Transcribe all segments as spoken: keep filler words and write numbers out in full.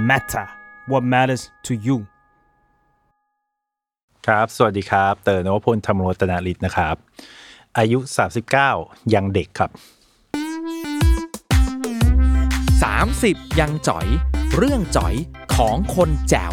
matter what matters to you ครับสวัสดีครับเต๋อนวพลธรรมรัตนฤทธิ์นะครับอายุสามสิบเก้ายังเด็กครับสามสิบยังจ๋อยเรื่องจ๋อยของคนแจ๋ว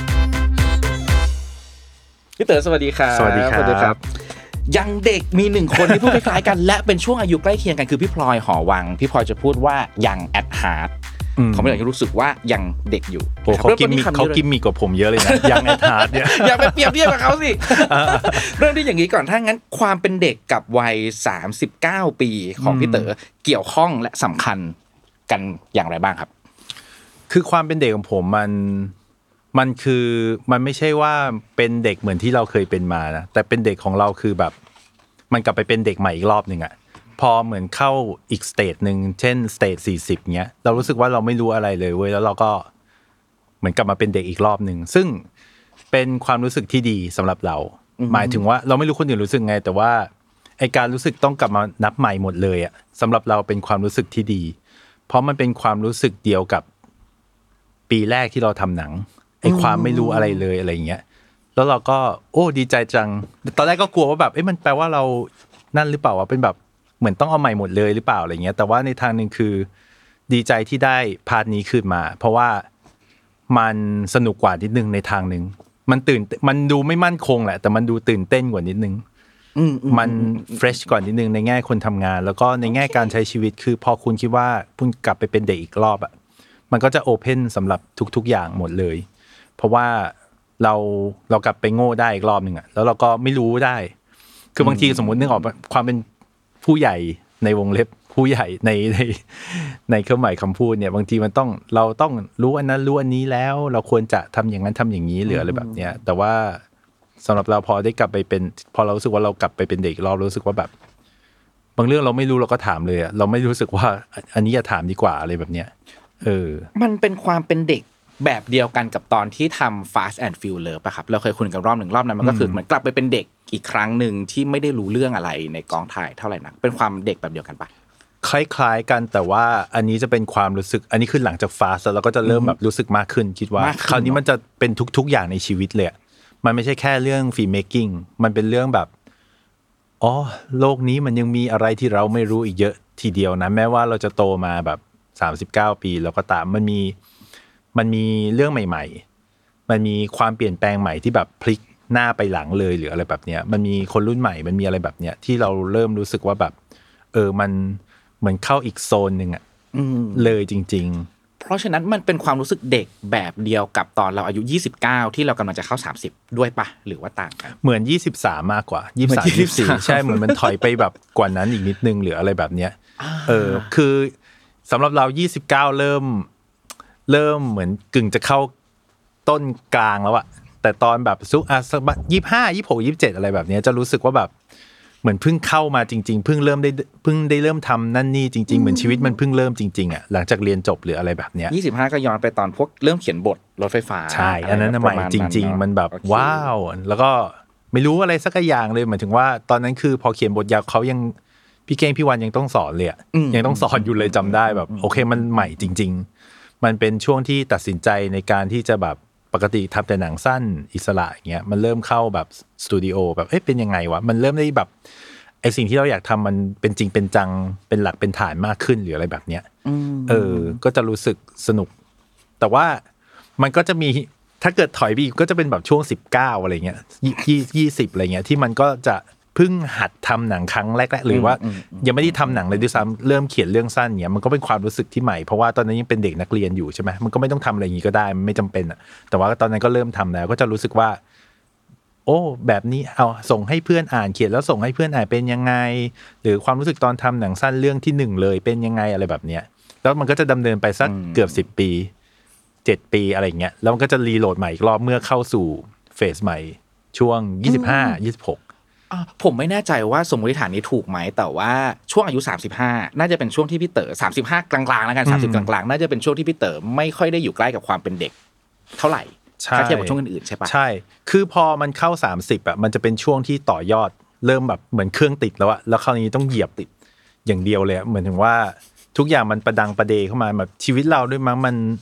พี่เต๋อสวัสดีครับสวัสดีครับยังเด็กมีหนึ่งคนที่พูดคล้ายๆกันและเป็นช่วงอายุใกล้เคียงกันคือพี่พลอยหอวังพี่พลอยจะพูดว่ายังแอดฮาร์ดเขาไม่อยากจะรู้สึกว่ายังเด็กอยู่เขากิมมิเขากิมมิกว่าผมเยอะเลยนะยังแอดฮาร์ดเนี่ยอย่าไปเปรียบเทียบกับเขาสิเริ่มที่อย่างนี้ก่อนถ้างั้นความเป็นเด็กกับวัยสามสิบเก้าปีของพี่เต๋อเกี่ยวข้องและสำคัญกันอย่างไรบ้างครับคือความเป็นเด็กของผมมันมันคือมันไม่ใช่ว่าเป็นเด็กเหมือนที่เราเคยเป็นมานะแต่เป็นเด็กของเราคือแบบมันกลับไปเป็นเด็กใหม่อีกรอบนึงอ่ะพอเหมือนเข้าอีกสเตจนึงเช่นสเตจสี่สิบเงี้ยเรารู้สึกว่าเราไม่รู้อะไรเลยเว้ยแล้วเราก็เหมือนกลับมาเป็นเด็กอีกรอบนึงซึ่งเป็นความรู้สึกที่ดีสำหรับเราหมายถึงว่าเราไม่รู้คนอื่นรู้สึกไงแต่ว่าไอ้การรู้สึกต้องกลับมานับใหม่หมดเลยอ่ะสำหรับเราเป็นความรู้สึกที่ดีเพราะมันเป็นความรู้สึกเดียวกับปีแรกที่เราทำหนังไอ้ความไม่รู้อะไรเลยอะไรเงี้ยแล้วเราก็โอ้ดีใจจังตอนแรกก็กลัวว่าแบบเอ๊ะมันแปลว่าเรานั่นหรือเปล่าวะเป็นแบบเหมือนต้องเอาใหม่หมดเลยหรือเปล่าอะไรเงี้ยแต่ว่าในทางนึงคือดีใจที่ได้พาร์ทนี้คืนมาเพราะว่ามันสนุกกว่านิดนึงในทางนึงมันตื่นมันดูไม่มั่นคงแหละแต่มันดูตื่นเต้นกว่านิดนึงมันเฟรชกว่านิดนึงในแง่คนทำงานแล้วก็ในแง่การใช้ชีวิตคือพอคุณคิดว่าคุณกลับไปเป็นเด็กอีกรอบอ่ะมันก็จะโอเพ่นสำหรับทุกๆอย่างหมดเลยเพราะว่าเราเรากลับไปโง่ได้อีกรอบนึงอ่ะแล้วเราก็ไม่รู้ได้คือบางทีสมมุตินึกออกความเป็นผู้ใหญ่ในวงเล็บผู้ใหญ่ในในในเครื่องหมายคำพูดเนี่ยบางทีมันต้องเราต้องรู้อันนั้นรู้อันนี้แล้วเราควรจะทำอย่างนั้นทำอย่างนี้หรืออะไรแบบเนี้ยแต่ว่าสำหรับเราพอได้กลับไปเป็นพอเรารู้สึกว่าเรากลับไปเป็นเด็กเรารู้สึกว่าแบบบางเรื่องเราไม่รู้เราก็ถามเลยอ่ะเราไม่รู้สึกว่าอันนี้อย่าถามดีกว่าอะไรแบบเนี้ยเออมันเป็นความเป็นเด็กแบบเดียวกันกับตอนที่ทำ Fast and Furious ป่ะครับเราเคยคุยกันรอบหนึ่งรอบนั้นมันก็คือเหมือนกลับไปเป็นเด็กอีกครั้งหนึ่งที่ไม่ได้รู้เรื่องอะไรในกองถ่ายเท่าไหร่นักเป็นความเด็กแบบเดียวกันป่ะคล้ายๆกันแต่ว่าอันนี้จะเป็นความรู้สึกอันนี้คือหลังจาก Fast แล้วก็จะเริ่มแบบรู้สึกมากขึ้นคิดว่าคราวนี้มันจะเป็นทุกๆอย่างในชีวิตเลยมันไม่ใช่แค่เรื่องฟิล์มเมคกิ้งมันเป็นเรื่องแบบอ๋อโลกนี้มันยังมีอะไรที่เราไม่รู้อีกเยอะทีเดียวนะแม้ว่าเราจะโตมาแบบสามสิบเก้าปีแล้วก็ตามมันมีมันมีเรื่องใหม่ๆมันมีความเปลี่ยนแปลงใหม่ที่แบบพลิกหน้าไปหลังเลยหรืออะไรแบบเนี้ยมันมีคนรุ่นใหม่มันมีอะไรแบบเนี้ยที่เราเริ่มรู้สึกว่าแบบเออมันเหมือนเข้าอีกโซนนึงอ่ะเลยจริงๆเพราะฉะนั้นมันเป็นความรู้สึกเด็กแบบเดียวกับตอนเราอายุยี่สิบเก้าที่เรากำลังจะเข้าสามสิบด้วยปะหรือว่าต่างกันเหมือนยี่สิบสามมากกว่ายี่สิบสาม ยี่สิบสี่ใช่เหมือนมันถอยไปแบบกว่านั้นอีกนิดนึงหรืออะไรแบบเนี้ยเออคือสำหรับเรายี่สิบเก้าเริ่มเริ่มเหมือนกึ่งจะเข้าต้นกลางแล้วอะแต่ตอนแบบซุกอ่ะสักยี่สิบห้า ยี่สิบหก ยี่สิบเจ็ดอะไรแบบนี้จะรู้สึกว่าแบบเหมือนเพิ่งเข้ามาจริงๆเพิ่งเริ่มได้เพิ่งได้เริ่มทำนั่นนี่จริงๆเหมือนชีวิตมันเพิ่งเริ่มจริงๆอะหลังจากเรียนจบหรืออะไรแบบเนี้ยยี่สิบห้าก็ย้อนไปตอนพวกเริ่มเขียนบทรถไฟฟ้าใช่อันนั้นใหม่จริงๆมันแบบว้าวแล้วก็ไม่รู้อะไรสักอย่างเลยหมายถึงว่าตอนนั้นคือพอเขียนบทยาวเขายังพี่เก้งพี่วันยังต้องสอนเลยยังต้องสอนอยู่เลยจำได้แบบโอเคมันใหม่จริงๆมันเป็นช่วงที่ตัดสินใจในการที่จะแบบปกติทำแต่หนังสั้นอิสระอย่างเงี้ยมันเริ่มเข้าแบบสตูดิโอแบบเอ๊ะเป็นยังไงวะมันเริ่มได้แบบไอสิ่งที่เราอยากทำมันเป็นจริงเป็นจังเป็นหลักเป็นฐานมากขึ้นหรืออะไรแบบเนี้ยเออก็จะรู้สึกสนุกแต่ว่ามันก็จะมีถ้าเกิดถอยไปอีกก็จะเป็นแบบช่วงสิบเก้าอะไรเงี้ยยี่สิบอะไรเงี้ยที่มันก็จะเพิ่งหัดทำหนังครั้งแรกๆหรือว่ายังไม่ได้ทำหนังเลยด้วยซ้ำเริ่มเขียนเรื่องสั้นเนี้ยมันก็เป็นความรู้สึกที่ใหม่เพราะว่าตอนนั้นยังเป็นเด็กนักเรียนอยู่ใช่ไหมมันก็ไม่ต้องทำอะไรอย่างนี้ก็ได้มันไม่จำเป็นอ่ะแต่ว่าตอนนั้นก็เริ่มทำแล้วก็จะรู้สึกว่าโอ้แบบนี้เอาส่งให้เพื่อนอ่านเขียนแล้วส่งให้เพื่อนอ่านเป็นยังไงหรือความรู้สึกตอนทำหนังสั้นเรื่องที่หนึ่งเลยเป็นยังไงอะไรแบบเนี้ยแล้วมันก็จะดำเนินไปสักเกือบสิบปีเจ็ดปีอะไรเงี้ยแล้วมันก็จะรีโหลดใหม่อีกรอบเมื่อเข้าสู่เฟสใหม่ช่วงยี่สิบห้า ยี่สิบหกผมไม่แน่ใจว่าสมมติฐานนี้ถูกไหมแต่ว่าช่วงอายุสามสิบห้าน่าจะเป็นช่วงที่พี่เต๋อสามสิบห้ากลางๆแล้วกันสามสิบกลางๆน่าจะเป็นช่วงที่พี่เต๋อไม่ค่อยได้อยู่ใกล้กับความเป็นเด็กเท่าไหร่ถ้าเทียบกับช่วงอื่นๆใช่ปะใช่คือพอมันเข้าสามสิบอ่ะมันจะเป็นช่วงที่ต่อยอดเริ่มแบบเหมือนเครื่องติดแล้วอะแล้วคราวนี้ต้องเหยียบติดอย่างเดียวเลยเหมือนถึงว่าทุกอย่างมันประดังประเดเข้ามาแบบชีวิตเราด้วยมั้งมัน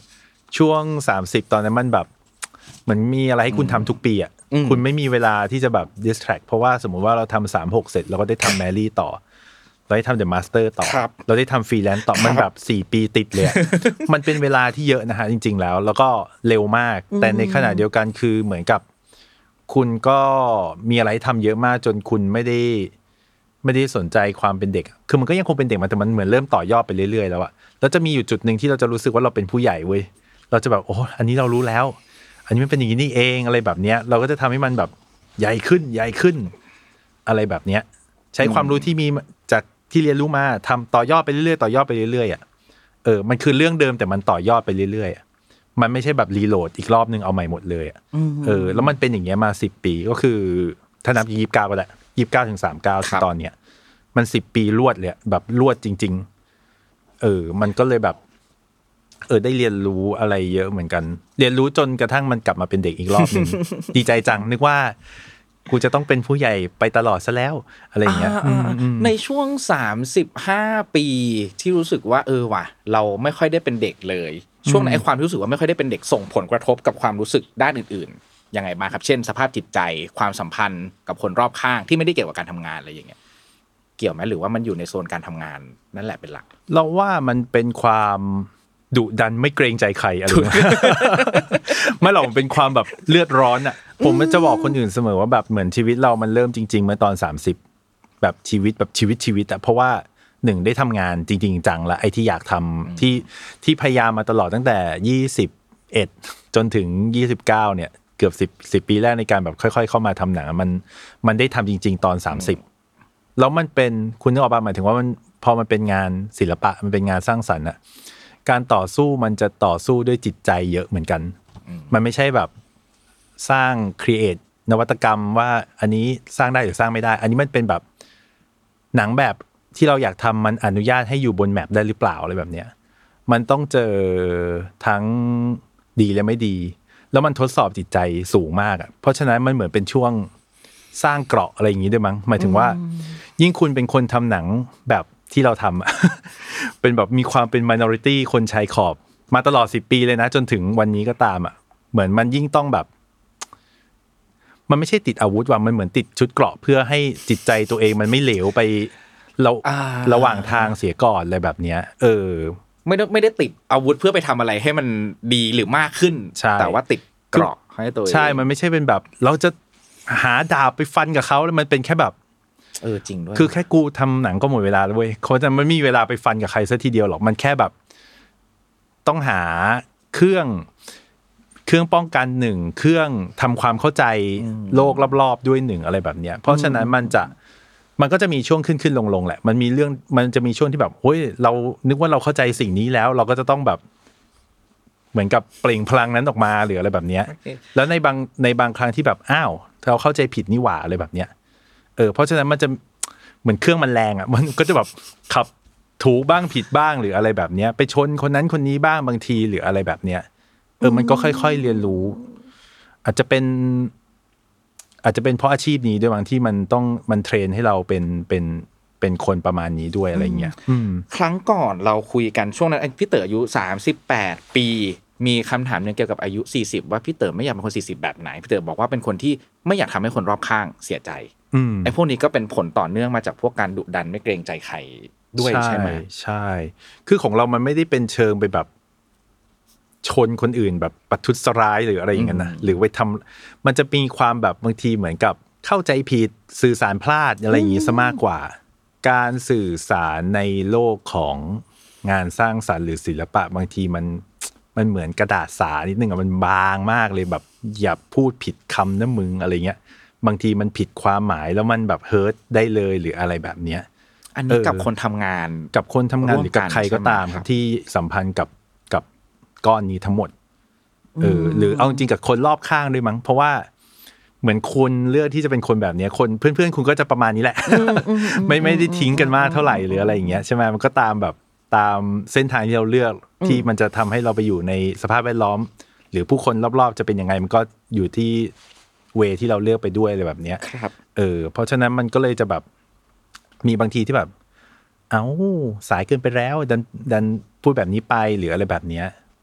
ช่วงสามสิบตอนนั้นมันแบบเหมือนมีอะไรให้คุณทำทุกปีอ่ะคุณไม่มีเวลาที่จะแบบ distract เพราะว่าสมมุติว่าเราทำสามหกเสร็จเราก็ได้ทำแมรี่ต่อเราได้ทำ The Master ต่อเราได้ทำฟรีแลนซ์ต่อมันแบบสี่ปีติดเลย มันเป็นเวลาที่เยอะนะฮะจริงๆแล้วแล้วก็เร็วมากแต่ในขณะเดียวกันคือเหมือนกับคุณก็มีอะไรทำเยอะมากจนคุณไม่ได้ไม่ได้สนใจความเป็นเด็กคือมันก็ยังคงเป็นเด็กมาแต่มันเหมือนเริ่มต่อยอดไปเรื่อยๆแล้วอะแล้วจะมีอยู่จุดนึงที่เราจะรู้สึกว่าเราเป็นผู้ใหญ่เว้ยเราจะแบบโอ้อันนี้เรารู้แล้วอันนี้มันเป็นอย่างนี้นี่เองอะไรแบบเนี้ยเราก็จะทำให้มันแบบใหญ่ขึ้นใหญ่ขึ้นอะไรแบบเนี้ยใช้ความรู้ที่มีจากที่เรียนรู้มาทำต่อยอดไปเรื่อยๆต่อยอดไปเรื่อยๆอ่ะเออมันคือเรื่องเดิมแต่มันต่อยอดไปเรื่อยๆมันไม่ใช่แบบรีโหลดอีกรอบนึงเอาใหม่หมดเลยอ่ะเออแล้วมันเป็นอย่างเงี้ยมาสิบปีก็คือถ้านับยี่สิบเก้าก็ได้ยี่สิบเก้าถึงสามสิบเก้าตอนเนี้ยมันสิบปีรวดเลยแบบรวดจริงๆเออมันก็เลยแบบเออได้เรียนรู้อะไรเยอะเหมือนกันเรียนรู้จนกระทั่งมันกลับมาเป็นเด็กอีกรอบนึง ดีใจจังนึกว่ากูจะต้องเป็นผู้ใหญ่ไปตลอดซะแล้วอะไรอย่างเงี้ยในช่วงสามสิบห้าปีที่รู้สึกว่าเออว่ะเราไม่ค่อยได้เป็นเด็กเลยช่วงไหนความรู้สึกว่าไม่ค่อยได้เป็นเด็กส่งผลกระทบกับความรู้สึกด้านอื่นๆยังไงบ้างครับเช่นสภาพจิตใจความสัมพันธ์กับคนรอบข้างที่ไม่ได้เกี่ยวกับการทำงานอะไรอย่างเงี้ยเกี่ยวไหมหรือว่ามันอยู่ในโซนการทำงานนั่นแหละเป็นหลักเราว่ามันเป็นความดุดันไม่เกรงใจใครอะไรเงี้ยไม่หรอกมันเป็นความแบบเลือดร้อนอ่ะผมจะบอกคนอื่นเสมอว่าแบบเหมือนชีวิตเรามันเริ่มจริงๆเมื่อตอนสามสิบแบบชีวิตแบบชีวิตชีวิตอ่ะเพราะว่าหนึ่งได้ทำงานจริงๆจังละไอ้ที่อยากทำที่ที่พยายามมาตลอดตั้งแต่ยี่สิบเอ็ดจนถึงยี่สิบเก้าเนี่ยเกือบสิบ สิบปีแรกในการแบบค่อยๆเข้ามาทำหนังมันมันได้ทำจริงๆตอนสามสิบแล้วมันเป็นคุณนึกออกป่ะหมายถึงว่ามันพอมันเป็นงานศิลปะมันเป็นงานสร้างสรรค์อะการต่อสู้มันจะต่อสู้ด้วยจิตใจเยอะเหมือนกันมันไม่ใช่แบบสร้างครีเอทนวัตกรรมว่าอันนี้สร้างได้หรือสร้างไม่ได้อันนี้มันเป็นแบบหนังแบบที่เราอยากทำมันอนุญาตให้อยู่บนแมปได้หรือเปล่าอะไรแบบเนี้ยมันต้องเจอทั้งดีและไม่ดีแล้วมันทดสอบจิตใจสูงมากอ่ะเพราะฉะนั้นมันเหมือนเป็นช่วงสร้างเกราะอะไรอย่างนี้ด้วยมั้งหมายถึงว่ายิ่งคุณเป็นคนทำหนังแบบที่เราทำ เป็นแบบมีความเป็น minority คนชายขอบมาตลอดสิบปีเลยนะจนถึงวันนี้ก็ตามอ่ะเหมือนมันยิ่งต้องแบบมันไม่ใช่ติดอาวุธว่ะมันเหมือนติดชุดเกราะเพื่อให้จิตใจตัวเองมันไม่เหลวไปเราระหว่างทางเสียก่อนอะไรแบบเนี้ยเออไม่ได้ไม่ได้ติดอาวุธเพื่อไปทำอะไรให้มันดีหรือมากขึ้นแต่ว่าติดเกราะให้ตัวเองใช่มันไม่ใช่เป็นแบบเราจะหาดาบไปฟันกับเขาแล้วมันเป็นแค่แบบเออจริงด้วยคือแค่กูทำหนังก็หมดเวลาแล้วเว้ยเขาจะไม่มีเวลาไปฟันกับใครซะทีเดียวหรอกมันแค่แบบต้องหาเครื่องเครื่องป้องกันหนึ่งเครื่องทำความเข้าใจโลกรอบๆด้วยหนึ่งอะไรแบบเนี้ยเพราะฉะนั้นมันจะมันก็จะมีช่วงขึ้นขึ้นลงลงแหละมันมีเรื่องมันจะมีช่วงที่แบบเฮ้ยเรานึกว่าเราเข้าใจสิ่งนี้แล้วเราก็จะต้องแบบเหมือนกับเปล่งพลังนั้นออกมาหรืออะไรแบบเนี้ย okay. แล้วในบางในบางครั้งที่แบบอ้าวเราเข้าใจผิดนี่หว่าอะไรแบบเนี้ยเออเพราะฉะนั้นมันจะเหมือนเครื่องมันแรงอ่ะมันก็จะแบบขับถูกบ้างผิดบ้างหรืออะไรแบบเนี้ยไปชนคนนั้นคนนี้บ้างบางทีหรืออะไรแบบเนี้ยเออมันก็ค่อยๆเรียนรู้อาจจะเป็นอาจจะเป็นเพราะอาชีพนี้ด้วยบางที่มันต้องมันเทรนให้เราเป็นเป็นเป็นคนประมาณนี้ด้วยอะไรเงี้ยครั้งก่อนเราคุยกันช่วงนั้นพี่เต๋ออายุสามสิบแปดปีมีคำถามนึงเกี่ยวกับอายุสี่สิบว่าพี่เต๋อไม่อยากเป็นคนสี่สิบแบบไหนพี่เต๋อบอกว่าเป็นคนที่ไม่อยากทำให้คนรอบข้างเสียใจไอ้พวกนี้ก็เป็นผลต่อเนื่องมาจากพวกการดุดันไม่เกรงใจใครด้วยใช่ไหมใช่คือของเรามันไม่ได้เป็นเชิงไปแบบชนคนอื่นแบบประทุษร้ายหรืออะไรอย่างนั้นนะหรือไปทำมันจะมีความแบบบางทีเหมือนกับเข้าใจผิดสื่อสารพลาดอะไรอย่างนี้ซะมากกว่าการสื่อสารในโลกของงานสร้างสรรค์หรือศิลปะบางทีมันมันเหมือนกระดาษสานิดนึงอ่ะมันบางมากเลยแบบอย่าพูดผิดคำนะมึงอะไรเงี้ยบางทีมันผิดความหมายแล้วมันแบบเฮิร์ตได้เลยหรืออะไรแบบเนี้ยอันนี้กับคนทำงานกับคนทำงานหรือกับใครก็ตามที่สัมพันธ์กับกับก้อนนี้ทั้งหมดเออหรือเอาจริงกับคนรอบข้างด้วยมั้งเพราะว่าเหมือนคุณเลือกที่จะเป็นคนแบบนี้คนเพื่อนๆคุณก็จะประมาณนี้แหละไม่ไม่ได้ทิ้งกันมากเท่าไหร่หรืออะไรอย่างเงี้ยใช่ไหมมันก็ตามแบบตามเส้นทางที่เราเลือกที่มันจะทำให้เราไปอยู่ในสภาพแวดล้อมหรือผู้คนรอบๆจะเป็นยังไงมันก็อยู่ที่เวที่เราเลือกไปด้วยอะไรแบบเนี้ยเออเพราะฉะนั้นมันก็เลยจะแบบมีบางทีที่แบบ เอ้าสายเกินไปแล้วดันดันพูดแบบนี้ไปหรืออะไรแบบเนี้ย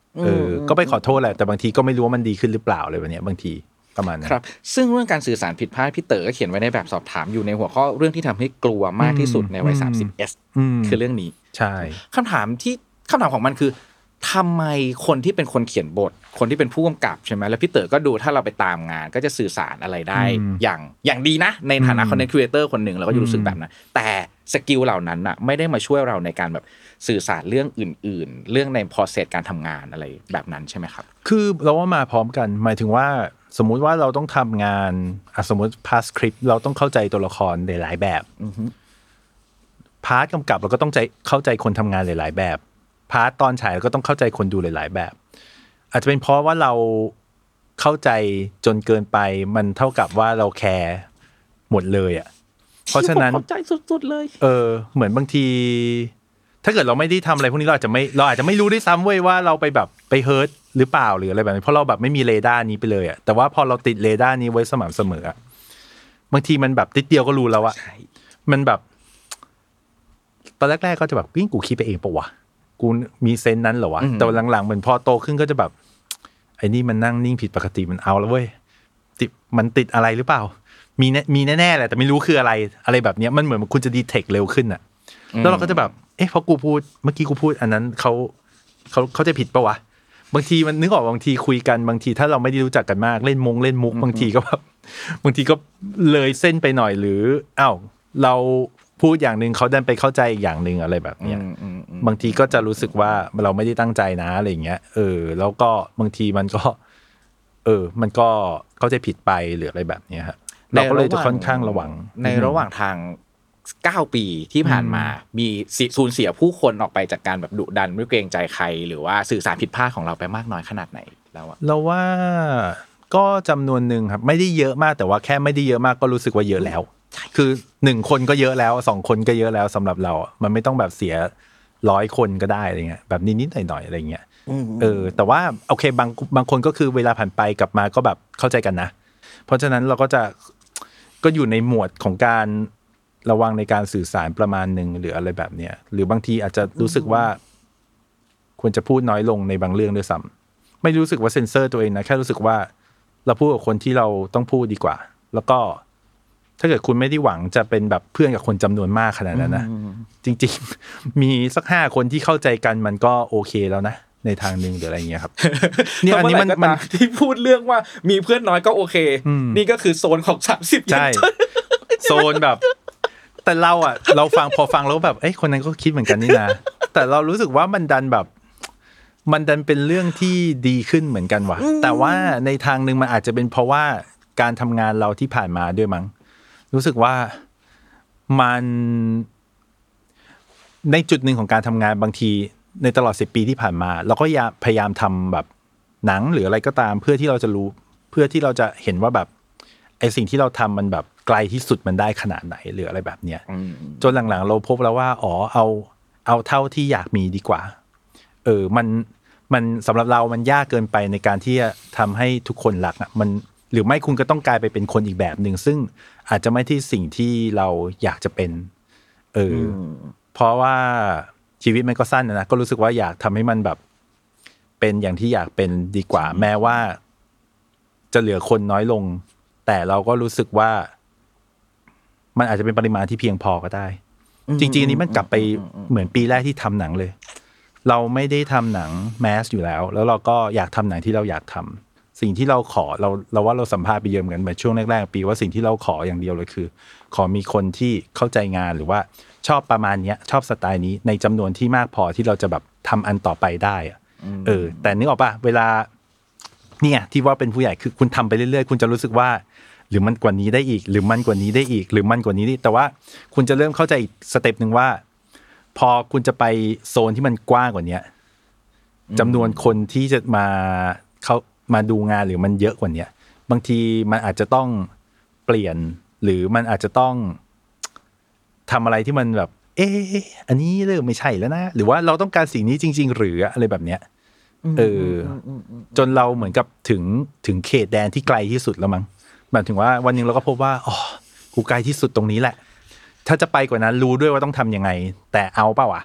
เออก็ไปขอโทษแหละแต่บางทีก็ไม่รู้ว่ามันดีขึ้นหรือเปล่าเลยวันนี้บางทีประมาณนั้นครับซึ่งเรื่องการสื่อสารผิดพลาดพี่เต๋อก็เขียนไว้ในแบบสอบถามอยู่ในหัวข้อเรื่องที่ทำให้กลัวมากที่สุดในวัย สามสิบ เอส คือเรื่องนี้ใช่คำถามที่คำถามของมันคือทำไมคนที่เป็นคนเขียนบทคนที่เป็นผู้กำกับใช่ไหมแล้วพี่เต๋อก็ดูถ้าเราไปตามงานก็จะสื่อสารอะไรได้อย่างอย่างดีนะในฐานะคอนเทนต์ครีเอเตอร์คนหนึ่งเราก็จะรู้สึกแบบนั้นแต่สกิลเหล่านั้นน่ะไม่ได้มาช่วยเราในการแบบสื่อสารเรื่องอื่นๆเรื่องใน process การทำงานอะไรแบบนั้นใช่ไหมครับคือเราว่ามาพร้อมกันหมายถึงว่าสมมุติว่าเราต้องทำงานอ่ะสมมติพาร์ทสคริปต์เราต้องเข้าใจตัวละครหลายแบบพาร์ทกำกับเราก็ต้องใจเข้าใจคนทำงานหลายแบบพาร์ทตอนฉายเราก็ต้องเข้าใจคนดูหลายๆแบบอาจจะเป็นเพราะว่าเราเข้าใจจนเกินไปมันเท่ากับว่าเราแคร์หมดเลยอ่ะเพราะฉะนั้นเข้าใจสุดๆเลยเออเหมือนบางทีถ้าเกิดเราไม่ได้ทำอะไรพวกนี้เราอาจจะไม่เราอาจจะไม่รู้ด้วยซ้ำเว้ยว่าเราไปแบบไปเฮิร์ตหรือเปล่าหรืออะไรแบบนี้เพราะเราแบบไม่มีเรดาร์นี้ไปเลยอ่ะแต่ว่าพอเราติดเรดาร์นี้ไว้สม่ำเสมอบางทีมันแบบติดเดียวก็รู้แล้วอะมันแบบตอนแรกๆก็จะแบบวิ่งกูคิดไปเองปะวะกูมีเซนส์นั้นเหรอวะแต่หลังๆเหมือนพอโตขึ้นก็จะแบบไอ้นี่มันนั่งนิ่งผิดปกติมันเอาแล้วเว้ยติดมันติดอะไรหรือเปล่ามีมีแน่ๆแหละแต่ไม่รู้คืออะไรอะไรแบบนี้มันเหมือนคุณจะดีเทคเร็วขึ้นอะแล้วเราก็จะแบบเอ๊ะพอกูพูดเมื่อกี้กูพูดอันนั้นเขาเขาเขาจะผิดปะวะบางทีมันนึกออกบางทีคุยกันบางทีถ้าเราไม่ได้รู้จักกันมากเล่นมงเล่นมุกบางทีก็แบบบางทีก็เลยเส้นไปหน่อยหรืออ้าวเราพูดอย่างนึงเขาดันไปเข้าใจอีกอย่างนึงอะไรแบบเนี้ยบางทีก็จะรู้สึกว่าเราไม่ได้ตั้งใจนะอะไรอย่างเงี้ยเออแล้วก็บางทีมันก็เออมันก็เข้าใจผิดไปหรืออะไรแบบเนี้ยฮะเราก็เลยจะค่อนข้างระวังในระหว่างทางเก้าปีที่ผ่านมามีสูญเสียผู้คนออกไปจากการแบบดุดันไม่เกรงใจใครหรือว่าสื่อสารผิดพลาดของเราไปมากน้อยขนาดไหนแล้วอะเราว่าก็จำนวนหนึ่งครับไม่ได้เยอะมากแต่ว่าแค่ไม่ได้เยอะมากก็รู้สึกว่าเยอะแล้วคือหนึ่งคนก็เยอะแล้วสองคนก็เยอะแล้วสำหรับเรามันไม่ต้องแบบเสียร้อยคนก็ได้อะไรเงี้ยแบบนิดๆหน่อยๆอะไรเงี้ยเออแต่ว่าโอเคบางบางคนก็คือเวลาผ่านไปกลับมาก็แบบเข้าใจกันนะเพราะฉะนั้นเราก็จะก็อยู่ในหมวดของการระวังในการสื่อสารประมาณนึงหรืออะไรแบบเนี้ยหรือบางทีอาจจะรู้สึกว่าควรจะพูดน้อยลงในบางเรื่องด้วยซ้ำไม่รู้สึกว่าเซ็นเซอร์ตัวเองนะแค่รู้สึกว่าเราพูดกับคนที่เราต้องพูดดีกว่าแล้วก็ถ้าเกิดคุณไม่ได้หวังจะเป็นแบบเพื่อนกับคนจำนวนมากขนาดนั้นนะจริงๆมีสักห้าคนที่เข้าใจกันมันก็โอเคแล้วนะในทางนึงหรืออะไรเงี้ยครับนี่อันนี้มันมันที่พูดเรื่องว่ามีเพื่อนน้อยก็โอเคนี่ก็คือโซนของสามสิบใช่โซนแบบแต่เราอ่ะเราฟังพอฟังแล้วแบบเอ้ยคนนั้นก็คิดเหมือนกันนี่นะแต่เรารู้สึกว่ามันดันแบบมันดันเป็นเรื่องที่ดีขึ้นเหมือนกันว่ะแต่ว่าในทางนึงมันอาจจะเป็นเพราะว่าการทำงานเราที่ผ่านมาด้วยมั้งรู้สึกว่ามันในจุดหนึ่งของการทำงานบางทีในตลอดสิบปีที่ผ่านมาเราก็พยายามทำแบบหนังหรืออะไรก็ตามเพื่อที่เราจะรู้เพื่อที่เราจะเห็นว่าแบบไอสิ่งที่เราทำมันแบบไกลที่สุดมันได้ขนาดไหนหรืออะไรแบบเนี้ยจนหลังๆเราพบแล้วว่าอ๋อเอาเอาเท่าที่อยากมีดีกว่าเออมันมันสำหรับเรามันยากเกินไปในการที่จะทำให้ทุกคนรักอ่ะมันหรือไม่คุณก็ต้องกลายไปเป็นคนอีกแบบหนึ่งซึ่งอาจจะไม่ที่สิ่งที่เราอยากจะเป็นเออเพราะว่าชีวิตมันก็สั้นนะก็รู้สึกว่าอยากทำให้มันแบบเป็นอย่างที่อยากเป็นดีกว่าแม้ว่าจะเหลือคนน้อยลงแต่เราก็รู้สึกว่ามันอาจจะเป็นปริมาณที่เพียงพอก็ได้จริงๆอันนี้มันกลับไปเหมือนปีแรกที่ทำหนังเลยเราไม่ได้ทำหนังแมสอยู่แล้วแล้วเราก็อยากทำหนังที่เราอยากทำสิ่งที่เราขอเราเราว่าเราสัมภาษณ์ไปเยอะเหมือนกันในช่วงแรกๆปีว่าสิ่งที่เราขออย่างเดียวเลยคือขอมีคนที่เข้าใจงานหรือว่าชอบประมาณนี้ชอบสไตล์นี้ในจำนวนที่มากพอที่เราจะแบบทำอันต่อไปได้อะเออแต่นึกออกป่ะเวลาเนี่ยที่ว่าเป็นผู้ใหญ่คือคุณทำไปเรื่อยๆคุณจะรู้สึกว่าหรือมันกว่านี้ได้อีกหรือมันกว่านี้ได้อีกหรือมันกว่านี้นี่แต่ว่าคุณจะเริ่มเข้าใจอีกสเต็ปนึงว่าพอคุณจะไปโซนที่มันกว้างกว่านี้จำนวนคนที่จะมาเขามาดูงานหรือมันเยอะกว่านี้บางทีมันอาจจะต้องเปลี่ยนหรือมันอาจจะต้องทำอะไรที่มันแบบเอออันนี้เริ่มไม่ใช่แล้วนะหรือว่าเราต้องการสิ่งนี้จริงๆหรืออะไรแบบเนี้ยเออจนเราเหมือนกับถึงถึงเขตแดนที่ไกลที่สุดแล้วมั้งหมายถึงว่าวันนึงเราก็พบว่าอ๋อกูไกลที่สุดตรงนี้แหละถ้าจะไปกว่านั้นรู้ด้วยว่าต้องทำยังไงแต่เอาเปล่าวะ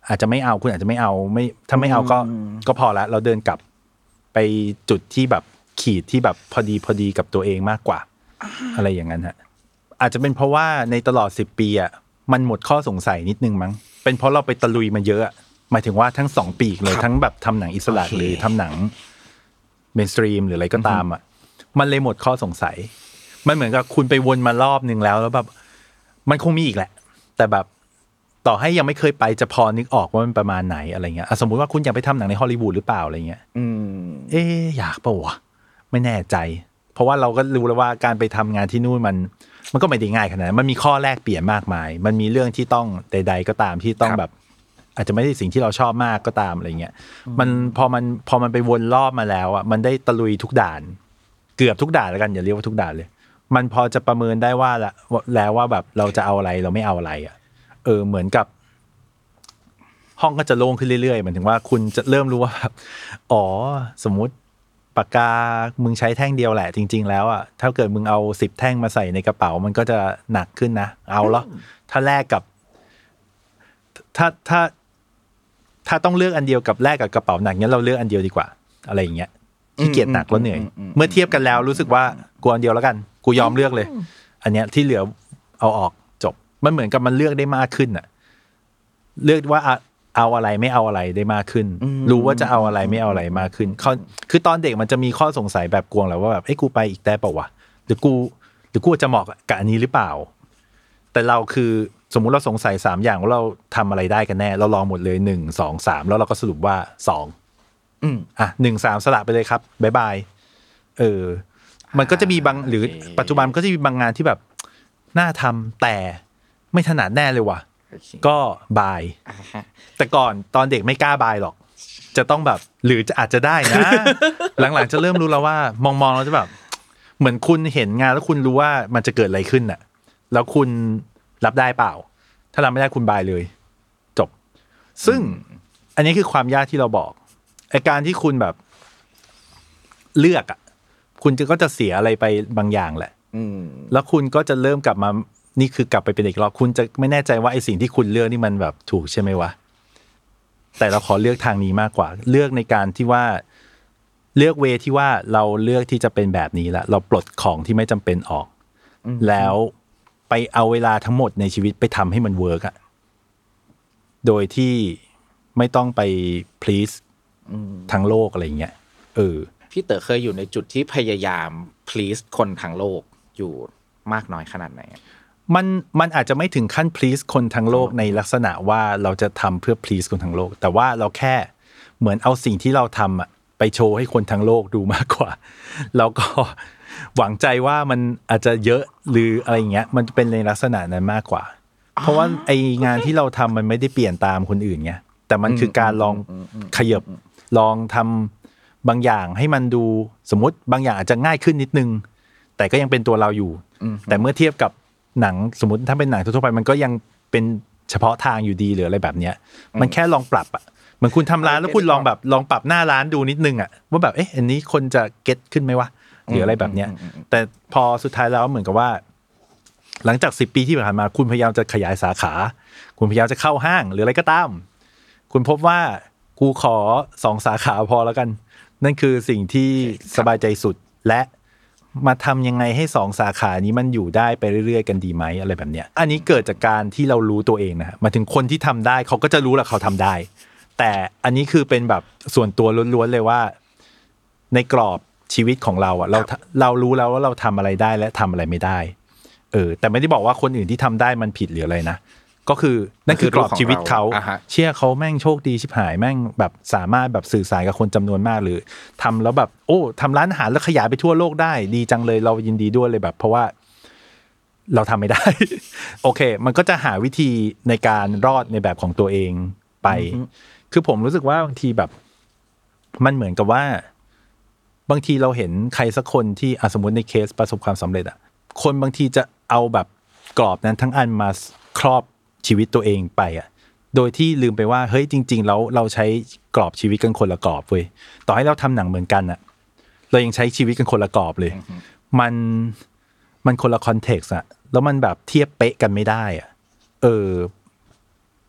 อาจจะไม่เอาคุณอาจจะไม่เอาไม่ถ้าไม่เอาก็ก็พอละเราเดินกลับไปจุดที่แบบขีดที่แบบพอดีพอดีกับตัวเองมากกว่าอะไรอย่างนั้นฮะอาจจะเป็นเพราะว่าในตลอดสิบปีอ่ะมันหมดข้อสงสัยนิดนึงมั้งเป็นเพราะเราไปตะลุยมาเยอะหมายถึงว่าทั้งสองปีกเลยทั้งแบบทำหนังอิสระหรือทำหนังเมนสตรีมหรืออะไรก็ตามอ่ะมันเลยหมดข้อสงสัยมันเหมือนกับคุณไปวนมารอบนึงแล้วแล้วแบบมันคงมีอีกแหละแต่แบบต่อให้ยังไม่เคยไปจะพอนึกออกว่ามันประมาณไหนอะไรเงี้ยสมมุติว่าคุณอยากไปทำหนังในฮอลลีวูดหรือเปล่าอะไรเงี้ยเอ๊ะอยากเปล่าวะไม่แน่ใจเพราะว่าเราก็รู้แล้วว่าการไปทำงานที่นู่นมันมันก็ไม่ได้ง่ายขนาดนั้นมันมีข้อแลกเปลี่ยนมากมายมันมีเรื่องที่ต้องใดๆก็ตามที่ต้องแบบอาจจะไม่ได้สิ่งที่เราชอบมากก็ตามอะไรเงี้ยมันพอมันพอมันไปวนรอบมาแล้วอ่ะมันได้ตะลุยทุกด่านเกือบทุกด่านแล้วกันอย่าเรียกว่าทุกด่านเลยมันพอจะประเมินได้ว่าละแล้วว่าแบบเราจะเอาอะไรเราไม่เอาอะไรอ่ะเออเหมือนกับห้องก็จะโล่งขึ้นเรื่อยๆหมายถึงว่าคุณจะเริ่มรู้ว่าแบบอ๋อสมมุติปากกามึงใช้แท่งเดียวแหละจริงๆแล้วอ่ะถ้าเกิดมึงเอาสิบแท่งมาใส่ในกระเป๋ามันก็จะหนักขึ้นนะเอาเหรอถ้าแลกกับถ้าถ้าถ้าต้องเลือกอันเดียวกับแลกกับกระเป๋าหนักงั้นเราเลือกอันเดียวดีกว่าอะไรอย่างเงี้ยขี้เกียจหนักแล้วเหนื่อยเมื่อเทียบกันแล้วรู้สึกว่ากูอันเดียวแล้วกันกูยอมเลือกเลยอันเนี้ยที่เหลือเอาออกจบมันเหมือนกับมันเลือกได้มากขึ้นอ่ะเลือกว่าเอาอะไรไม่เอาอะไรได้มากขึ้นรู้ว่าจะเอาอะไรไม่เอาอะไรมากขึ้นคือตอนเด็กมันจะมีข้อสงสัยแบบกวงแหละว่าแบบเอ้ยกูไปอีกได้เปล่าวะหรือกูหรือกูจะเหมาะกับอันนี้หรือเปล่าแต่เราคือสมมุติเราสงสัยสามอย่างว่าเราทำอะไรได้กันแน่เราลองหมดเลยหนึ่ง สอง สามแล้วเราก็สรุปว่าสองอืมอ่ะหนึ่ง สามสละไปเลยครับบ๊ายบายเออมันก็จะมีบางหรือปัจจุบันก็จะมีบางงานที่แบบน่าทำแต่ไม่ถนัดแน่เลยว่ะก็บายแต่ก่อนตอนเด็กไม่กล้าบายหรอกจะต้องแบบหรือจะอาจจะได้นะ หลังๆจะเริ่มรู้แล้วว่ามองๆแล้วจะแบบเหมือนคุณเห็นงานแล้วคุณรู้ว่ามันจะเกิดอะไรขึ้นน่ะแล้วคุณรับได้เปล่าถ้ารับไม่ได้คุณบายเลยจบซึ่งอันนี้คือความยากที่เราบอกไอ้การที่คุณแบบเลือกอ่ะคุณจะก็จะเสียอะไรไปบางอย่างแหละแล้วคุณก็จะเริ่มกลับมานี่คือกลับไปเป็นอีกรอบคุณจะไม่แน่ใจว่าไอ้สิ่งที่คุณเลือกนี่มันแบบถูกใช่ไหมวะแต่เราขอเลือกทางนี้มากกว่าเลือกในการที่ว่าเลือกเวที่ว่าเราเลือกที่จะเป็นแบบนี้ละเราปลดของที่ไม่จำเป็นออกแล้วไปเอาเวลาทั้งหมดในชีวิตไปทำให้มันเวิร์กอะโดยที่ไม่ต้องไป please ทั้งโลกอะไรเงี้ยเออพี่เต๋อเคยอยู่ในจุดที่พยายาม please คนทั้งโลกอยู่มากน้อยขนาดไหนมันมันอาจจะไม่ถึงขั้น please คนทั้งโลกในลักษณะว่าเราจะทำเพื่อ please คนทั้งโลกแต่ว่าเราแค่เหมือนเอาสิ่งที่เราทำอะไปโชว์ให้คนทั้งโลกดูมากกว่าแล้วก็หวังใจว่ามันอาจจะเยอะหรืออะไรเงี้ยมันเป็นในลักษณะนั้นมากกว่าเพราะว่าไองานที่เราทำมันไม่ได้เปลี่ยนตามคนอื่นไงแต่มันคือการลองขยับลองทำบางอย่างให้มันดูสมมติบางอย่างอาจจะง่ายขึ้นนิดนึงแต่ก็ยังเป็นตัวเราอยู่แต่เมื่อเทียบกับหนังสมมติถ้าเป็นหนังทั่วไปมันก็ยังเป็นเฉพาะทางอยู่ดีหรืออะไรแบบเนี้ยมันแค่ลองปรับอ่ะเหมือนคุณทำร้านแล้วคุณลองแบบลองปรับหน้าร้านดูนิดนึงอ่ะว่าแบบเอ๊ะอันนี้คนจะเก็ตขึ้นไหมวะหรืออะไรแบบเนี้ยแต่พอสุดท้ายแล้วเหมือนกับว่าหลังจากสิบปีที่ผ่านมาคุณพยายามจะขยายสาขาคุณพยายามจะเข้าห้างหรืออะไรก็ตามคุณพบว่ากูขอสองสาขาพอแล้วกันนั่นคือสิ่งที่สบายใจสุดและมาทำยังไงให้สองสาขานี้มันอยู่ได้ไปเรื่อยๆกันดีไหมอะไรแบบเนี้ยอันนี้เกิดจากการที่เรารู้ตัวเองนะฮะมาถึงคนที่ทำได้เขาก็จะรู้แหละเขาทำได้แต่อันนี้คือเป็นแบบส่วนตัวล้วนๆเลยว่าในกรอบชีวิตของเราอ่ะเราเรารู้แล้วว่าเราทำอะไรได้และทำอะไรไม่ได้เออแต่ไม่ได้บอกว่าคนอื่นที่ทำได้มันผิดหรืออะไรนะก็คือนั่นคือกรอบชีวิตเขาเชื่อเขาแม่งโชคดีชิบหายแม่งแบบสามารถแบบสื่อสารกับคนจำนวนมากหรือทำแล้วแบบโอ้ทำร้านอาหารแล้วขยายไปทั่วโลกได้ดีจังเลยเรายินดีด้วยเลยแบบเพราะว่าเราทำไม่ได้ โอเคมันก็จะหาวิธีในการรอดในแบบของตัวเองไปคือผมรู้สึกว่าบางทีแบบมันเหมือนกับว่าบางทีเราเห็นใครสักคนที่สมมติในเคสประสบความสำเร็จอ่ะคนบางทีจะเอาแบบกรอบนั้นทั้งอันมาครอบชีวิตตัวเองไปอ่ะโดยที่ลืมไปว่าเฮ้ยจริงๆแล้วเราใช้กรอบชีวิตกันคนละกรอบเว้ยต่อให้เราทำหนังเหมือนกันอ่ะเรายังใช้ชีวิตกันคนละกรอบเลยมันมันคนละคอนเท็กซ์อ่ะแล้วมันแบบเทียบเป๊ะกันไม่ได้อ่ะเออ